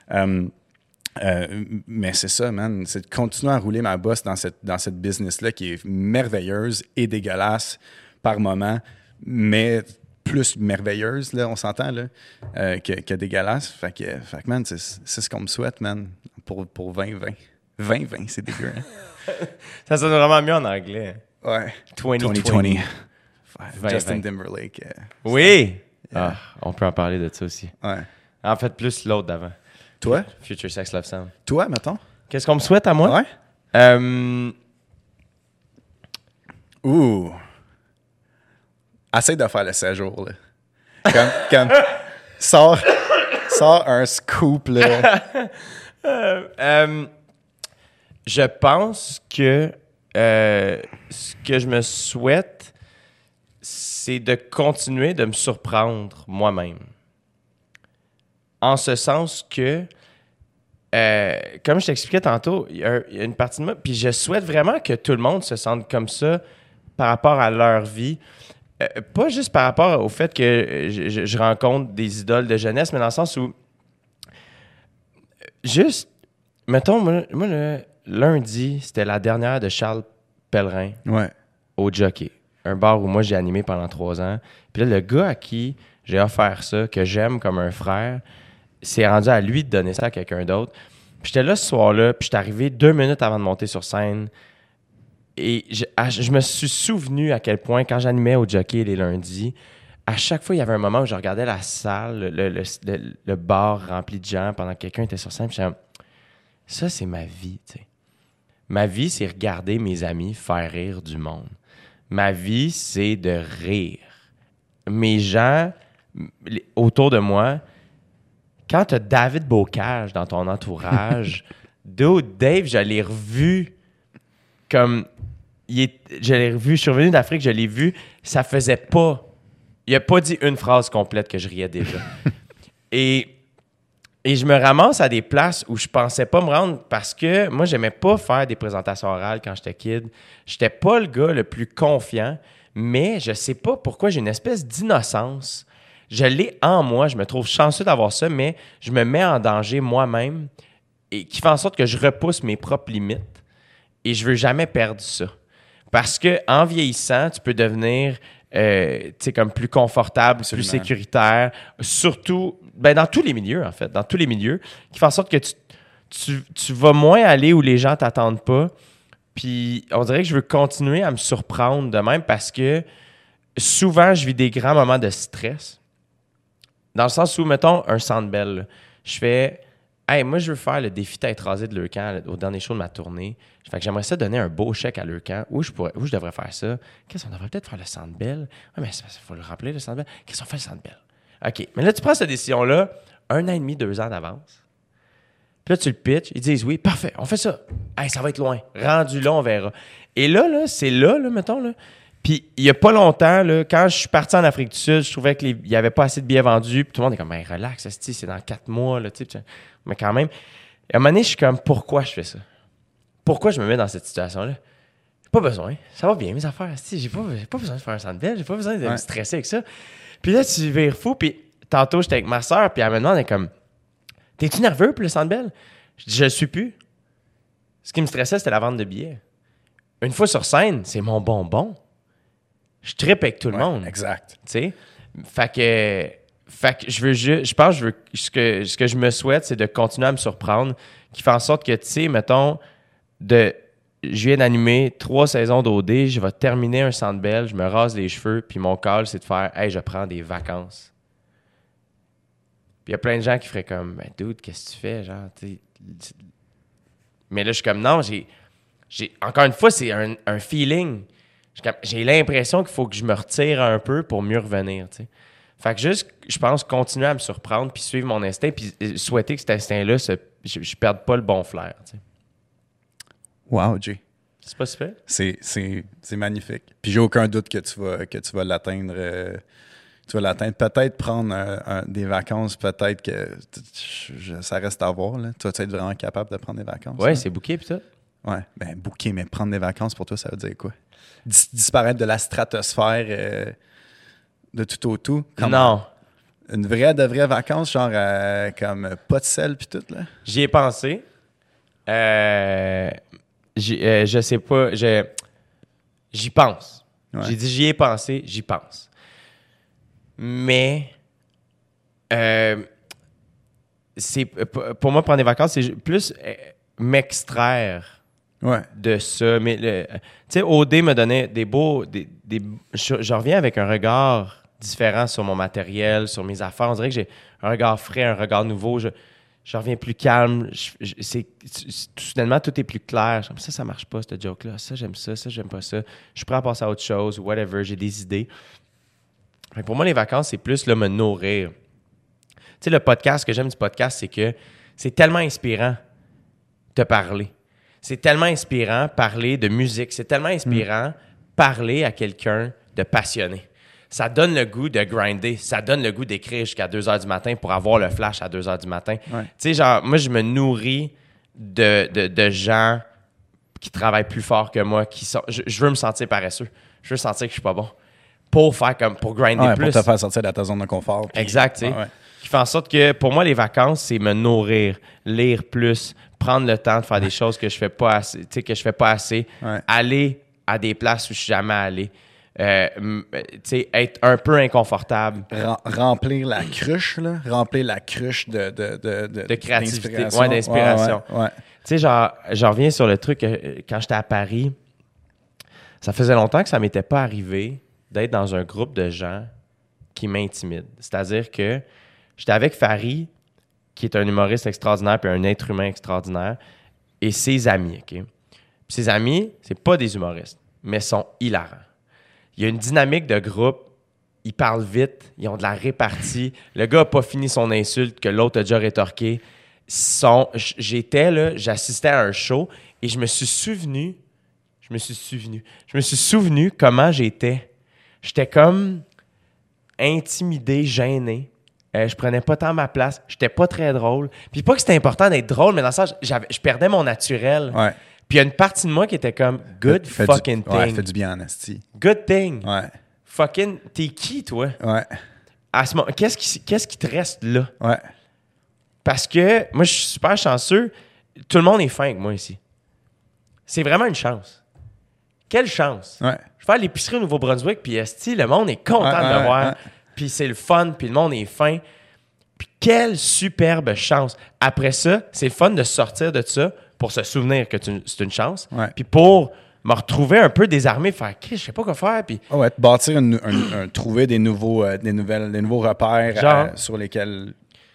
Mais c'est ça, man. C'est de continuer à rouler ma bosse dans cette business-là qui est merveilleuse et dégueulasse par moment, mais plus merveilleuse, là, on s'entend, là, que dégueulasse. Fait que, man, c'est ce qu'on me souhaite, man, pour 2020. 2020, c'est dégueu, hein? Ça sonne vraiment mieux en anglais. Ouais. 2020. Justin Timberlake. Oui! Yeah. On peut en parler de ça aussi. Ouais. En fait, plus l'autre d'avant. Toi? Future Sex Love Sound. Toi, mettons? Qu'est-ce qu'on me souhaite à moi? Ouais. Essaye de faire le séjour, là. Comme sors un scoop, là. Je pense que ce que je me souhaite, c'est de continuer de me surprendre moi-même. En ce sens que, comme je t'expliquais tantôt, il y a une partie de moi, puis je souhaite vraiment que tout le monde se sente comme ça par rapport à leur vie. Pas juste par rapport au fait que je rencontre des idoles de jeunesse, mais dans le sens où, juste, mettons, moi le lundi, c'était la dernière de Charles Pellerin au Jockey, un bar où moi j'ai animé pendant 3 ans. Puis là, le gars à qui j'ai offert ça, que j'aime comme un frère, c'est rendu à lui de donner ça à quelqu'un d'autre. Puis j'étais là ce soir-là, puis j'étais arrivé 2 minutes avant de monter sur scène. Et je me suis souvenu à quel point, quand j'animais au Jockey les lundis, à chaque fois, il y avait un moment où je regardais la salle, le bar rempli de gens pendant que quelqu'un était sur scène. Puis j'étais comme, ça, c'est ma vie, tu sais. Ma vie, c'est regarder mes amis faire rire du monde. Ma vie, c'est de rire. Mes gens autour de moi, quand tu as David Bocage dans ton entourage, Dave, je l'ai revu comme... je l'ai revu, je suis revenu d'Afrique, je l'ai vu, ça faisait pas... Il a pas dit une phrase complète que je riais déjà. Et je me ramasse à des places où je pensais pas me rendre parce que moi, j'aimais pas faire des présentations orales quand j'étais kid. J'étais pas le gars le plus confiant, mais je sais pas pourquoi j'ai une espèce d'innocence. Je l'ai en moi, je me trouve chanceux d'avoir ça, mais je me mets en danger moi-même et qui fait en sorte que je repousse mes propres limites et je veux jamais perdre ça. Parce que en vieillissant, tu peux devenir comme plus confortable, Absolument. plus sécuritaire, surtout dans tous les milieux, en fait, dans tous les milieux, qui fait en sorte que tu vas moins aller où les gens t'attendent pas. Puis on dirait que je veux continuer à me surprendre de même parce que souvent, je vis des grands moments de stress. Dans le sens où, mettons, un Centre Bell, je fais Hey, moi, je veux faire le défi tête rasée de Lurcan au dernier show de ma tournée. Fait que j'aimerais ça donner un beau chèque à Lurcan. Où je devrais faire ça? Qu'est-ce qu'on devrait peut-être faire le Centre Bell? Oui, mais il faut le rappeler, le Centre Bell. Qu'est-ce qu'on fait le Centre Bell? OK. Mais là, tu prends cette décision-là 1 an et demi, 2 ans d'avance. Puis là, tu le pitches. Ils disent oui, parfait, on fait ça. Hey, ça va être loin. Rendu là, on verra. Et là, c'est là, mettons, là. Puis, il n'y a pas longtemps, là, quand je suis parti en Afrique du Sud, je trouvais qu'il n'y avait pas assez de billets vendus. Puis tout le monde est comme, ben, relax, c'est dans 4 mois, là, tu sais. Mais quand même, à un moment donné, je suis comme, pourquoi je fais ça? Pourquoi je me mets dans cette situation-là? J'ai pas besoin. Ça va bien, mes affaires. J'ai pas besoin de faire un Centre Bell. J'ai pas besoin de me stresser avec ça. Puis là, tu vires fou. Puis tantôt, j'étais avec ma soeur. Puis elle me demande, elle est comme, t'es-tu nerveux pour le Centre Bell? Je dis, je le suis plus. Ce qui me stressait, c'était la vente de billets. Une fois sur scène, c'est mon bonbon. Je trippe avec tout le monde. Exact. Tu sais? Fait que je pense que ce que je me souhaite, c'est de continuer à me surprendre, qui fait en sorte que, tu sais, mettons, je viens d'animer 3 saisons d'OD, je vais terminer un Centre Bell, je me rase les cheveux, puis mon call, c'est de faire « Hey, je prends des vacances. » Puis il y a plein de gens qui feraient comme « Ben, dude, qu'est-ce que tu fais? » Genre, tu sais. Mais là, je suis comme « Non, encore une fois, c'est un feeling. » J'ai l'impression qu'il faut que je me retire un peu pour mieux revenir, tu sais. Fait que juste, je pense, continuer à me surprendre puis suivre mon instinct puis souhaiter que cet instinct-là, je perde pas le bon flair, tu sais. Wow, Jay. C'est pas super? C'est magnifique. Puis j'ai aucun doute que tu vas l'atteindre. Tu vas l'atteindre. Peut-être prendre des vacances, peut-être que ça reste à voir, là. Tu vas être vraiment capable de prendre des vacances? Ouais, c'est booké pis ça. Ouais, ben booker, mais prendre des vacances, pour toi, ça veut dire quoi? Disparaître de la stratosphère de tout au tout? Non. Une vraie vacances, genre comme pas de sel puis tout, là? J'y ai pensé. Je sais pas. J'y pense. Ouais. J'ai dit j'y ai pensé, j'y pense. Mais pour moi, prendre des vacances, c'est plus m'extraire de ça. Mais tu sais, OD me donnait des beaux... je reviens avec un regard différent sur mon matériel, sur mes affaires. On dirait que j'ai un regard frais, un regard nouveau. Je reviens plus calme. Soudainement, tout est plus clair. Ça marche pas, cette joke-là. Ça, j'aime ça. Ça, j'aime pas ça. Je suis prêt à passer à autre chose, whatever. J'ai des idées. Mais pour moi, les vacances, c'est plus là, me nourrir. Tu sais, le podcast, ce que j'aime du podcast, c'est que c'est tellement inspirant de parler. C'est tellement inspirant parler de musique. C'est tellement inspirant parler à quelqu'un de passionné. Ça donne le goût de grinder. Ça donne le goût d'écrire jusqu'à 2 h du matin pour avoir le flash à 2 h du matin. Ouais. Tu sais, genre, moi, je me nourris de gens qui travaillent plus fort que moi. Je veux me sentir paresseux. Je veux sentir que je suis pas bon. Pour grinder plus. Pour te faire sortir de ta zone de confort. Puis... Exact, tu sais. Qui fait en sorte que, pour moi, les vacances, c'est me nourrir, lire plus, prendre le temps de faire des choses que je fais pas assez, aller à des places où je suis jamais allé. Être un peu inconfortable. Remplir la cruche, là. Remplir la cruche de créativité, d'inspiration. Ouais. Tu sais, j'en reviens sur le truc, quand j'étais à Paris, ça faisait longtemps que ça m'était pas arrivé d'être dans un groupe de gens qui m'intimident. C'est-à-dire que j'étais avec Farid, qui est un humoriste extraordinaire puis un être humain extraordinaire, et ses amis, OK? Puis ses amis, c'est pas des humoristes, mais sont hilarants. Il y a une dynamique de groupe. Ils parlent vite. Ils ont de la répartie. Le gars n'a pas fini son insulte que l'autre a déjà rétorqué. J'assistais à un show et je me suis souvenu comment j'étais. J'étais comme intimidé, gêné. Je prenais pas tant ma place. J'étais pas très drôle. Puis pas que c'était important d'être drôle, mais dans le sens, je perdais mon naturel. Ouais. Puis il y a une partie de moi qui était comme good fucking thing. Ouais, fait du bien en esti. Good thing. Ouais. Fucking, t'es qui, toi? Ouais. À ce moment, qu'est-ce qui te reste là? Ouais. Parce que moi, je suis super chanceux. Tout le monde est fin avec moi ici. C'est vraiment une chance. Quelle chance. Ouais. Je vais faire l'épicerie au Nouveau-Brunswick, puis esti, le monde est content de me voir. Puis c'est le fun, puis le monde est fin. Puis quelle superbe chance. Après ça, c'est le fun de sortir de ça pour se souvenir que c'est une chance. Ouais. Puis pour me retrouver un peu désarmé, faire « je sais pas quoi faire ». Puis bâtir trouver des nouveaux repères sur lesquels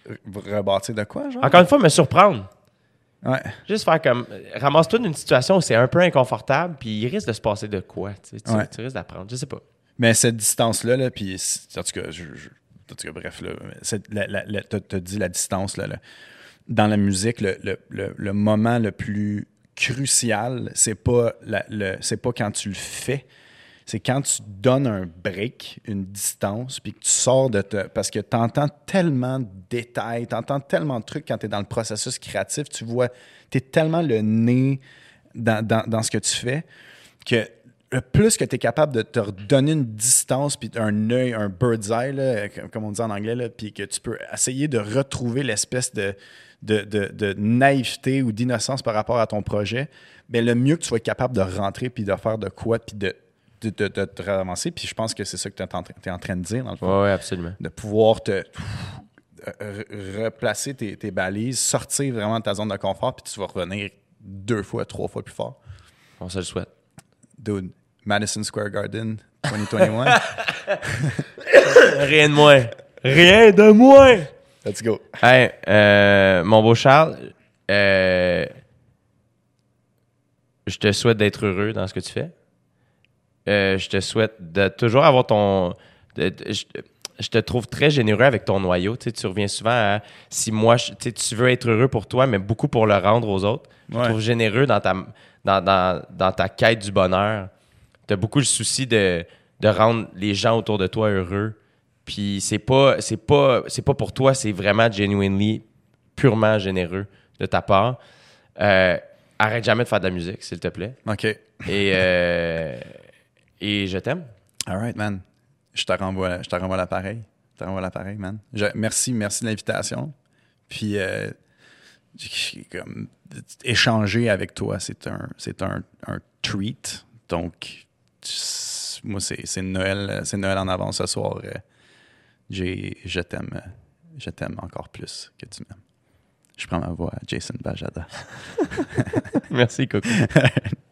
rebâtir de quoi, genre? Encore une fois, me surprendre. Ouais. Juste faire comme... Ramasse-toi d'une situation où c'est un peu inconfortable, puis il risque de se passer de quoi, tu sais. Tu risques d'apprendre, je sais pas. Mais cette distance-là, là, puis en tout cas, bref, t'as dit la distance, là, dans la musique, le moment le plus crucial, c'est pas quand tu le fais, c'est quand tu donnes un break, une distance, puis que tu sors parce que tu entends tellement de détails, tu entends tellement de trucs quand tu es dans le processus créatif, tu vois, tu es tellement le nez dans ce que tu fais que le plus que tu es capable de te redonner une distance, puis un œil, un bird's eye, là, comme on dit en anglais, là, puis que tu peux essayer de retrouver l'espèce de naïveté ou d'innocence par rapport à ton projet, bien, le mieux que tu sois capable de rentrer, puis de faire de quoi, puis de te ramasser. Puis je pense que c'est ça que tu es en train de dire, dans le fond. Oui, absolument. De pouvoir te replacer tes balises, sortir vraiment de ta zone de confort, puis tu vas revenir 2 fois, 3 fois plus fort. On se le souhaite. Dude, Madison Square Garden 2021. Rien de moins. Rien de moins. Let's go. Hey, mon beau Charles, je te souhaite d'être heureux dans ce que tu fais. Je te souhaite de toujours avoir ton... je te trouve très généreux avec ton noyau. Tu sais, tu reviens souvent à si moi, tu veux être heureux pour toi, mais beaucoup pour le rendre aux autres. Je te trouve généreux dans ta quête du bonheur. Tu as beaucoup le souci de rendre les gens autour de toi heureux. Puis c'est pas pour toi, c'est vraiment genuinely, purement généreux de ta part. Arrête jamais de faire de la musique, s'il te plaît. OK. Et je t'aime. All right, man. Je te renvoie l'appareil. Man. Merci de l'invitation. Puis, comme, échanger avec toi, c'est un treat. Donc, moi, c'est Noël en avance ce soir. Je t'aime encore plus que tu m'aimes. Je prends ma voix à Jason Bajada. Merci, Coco.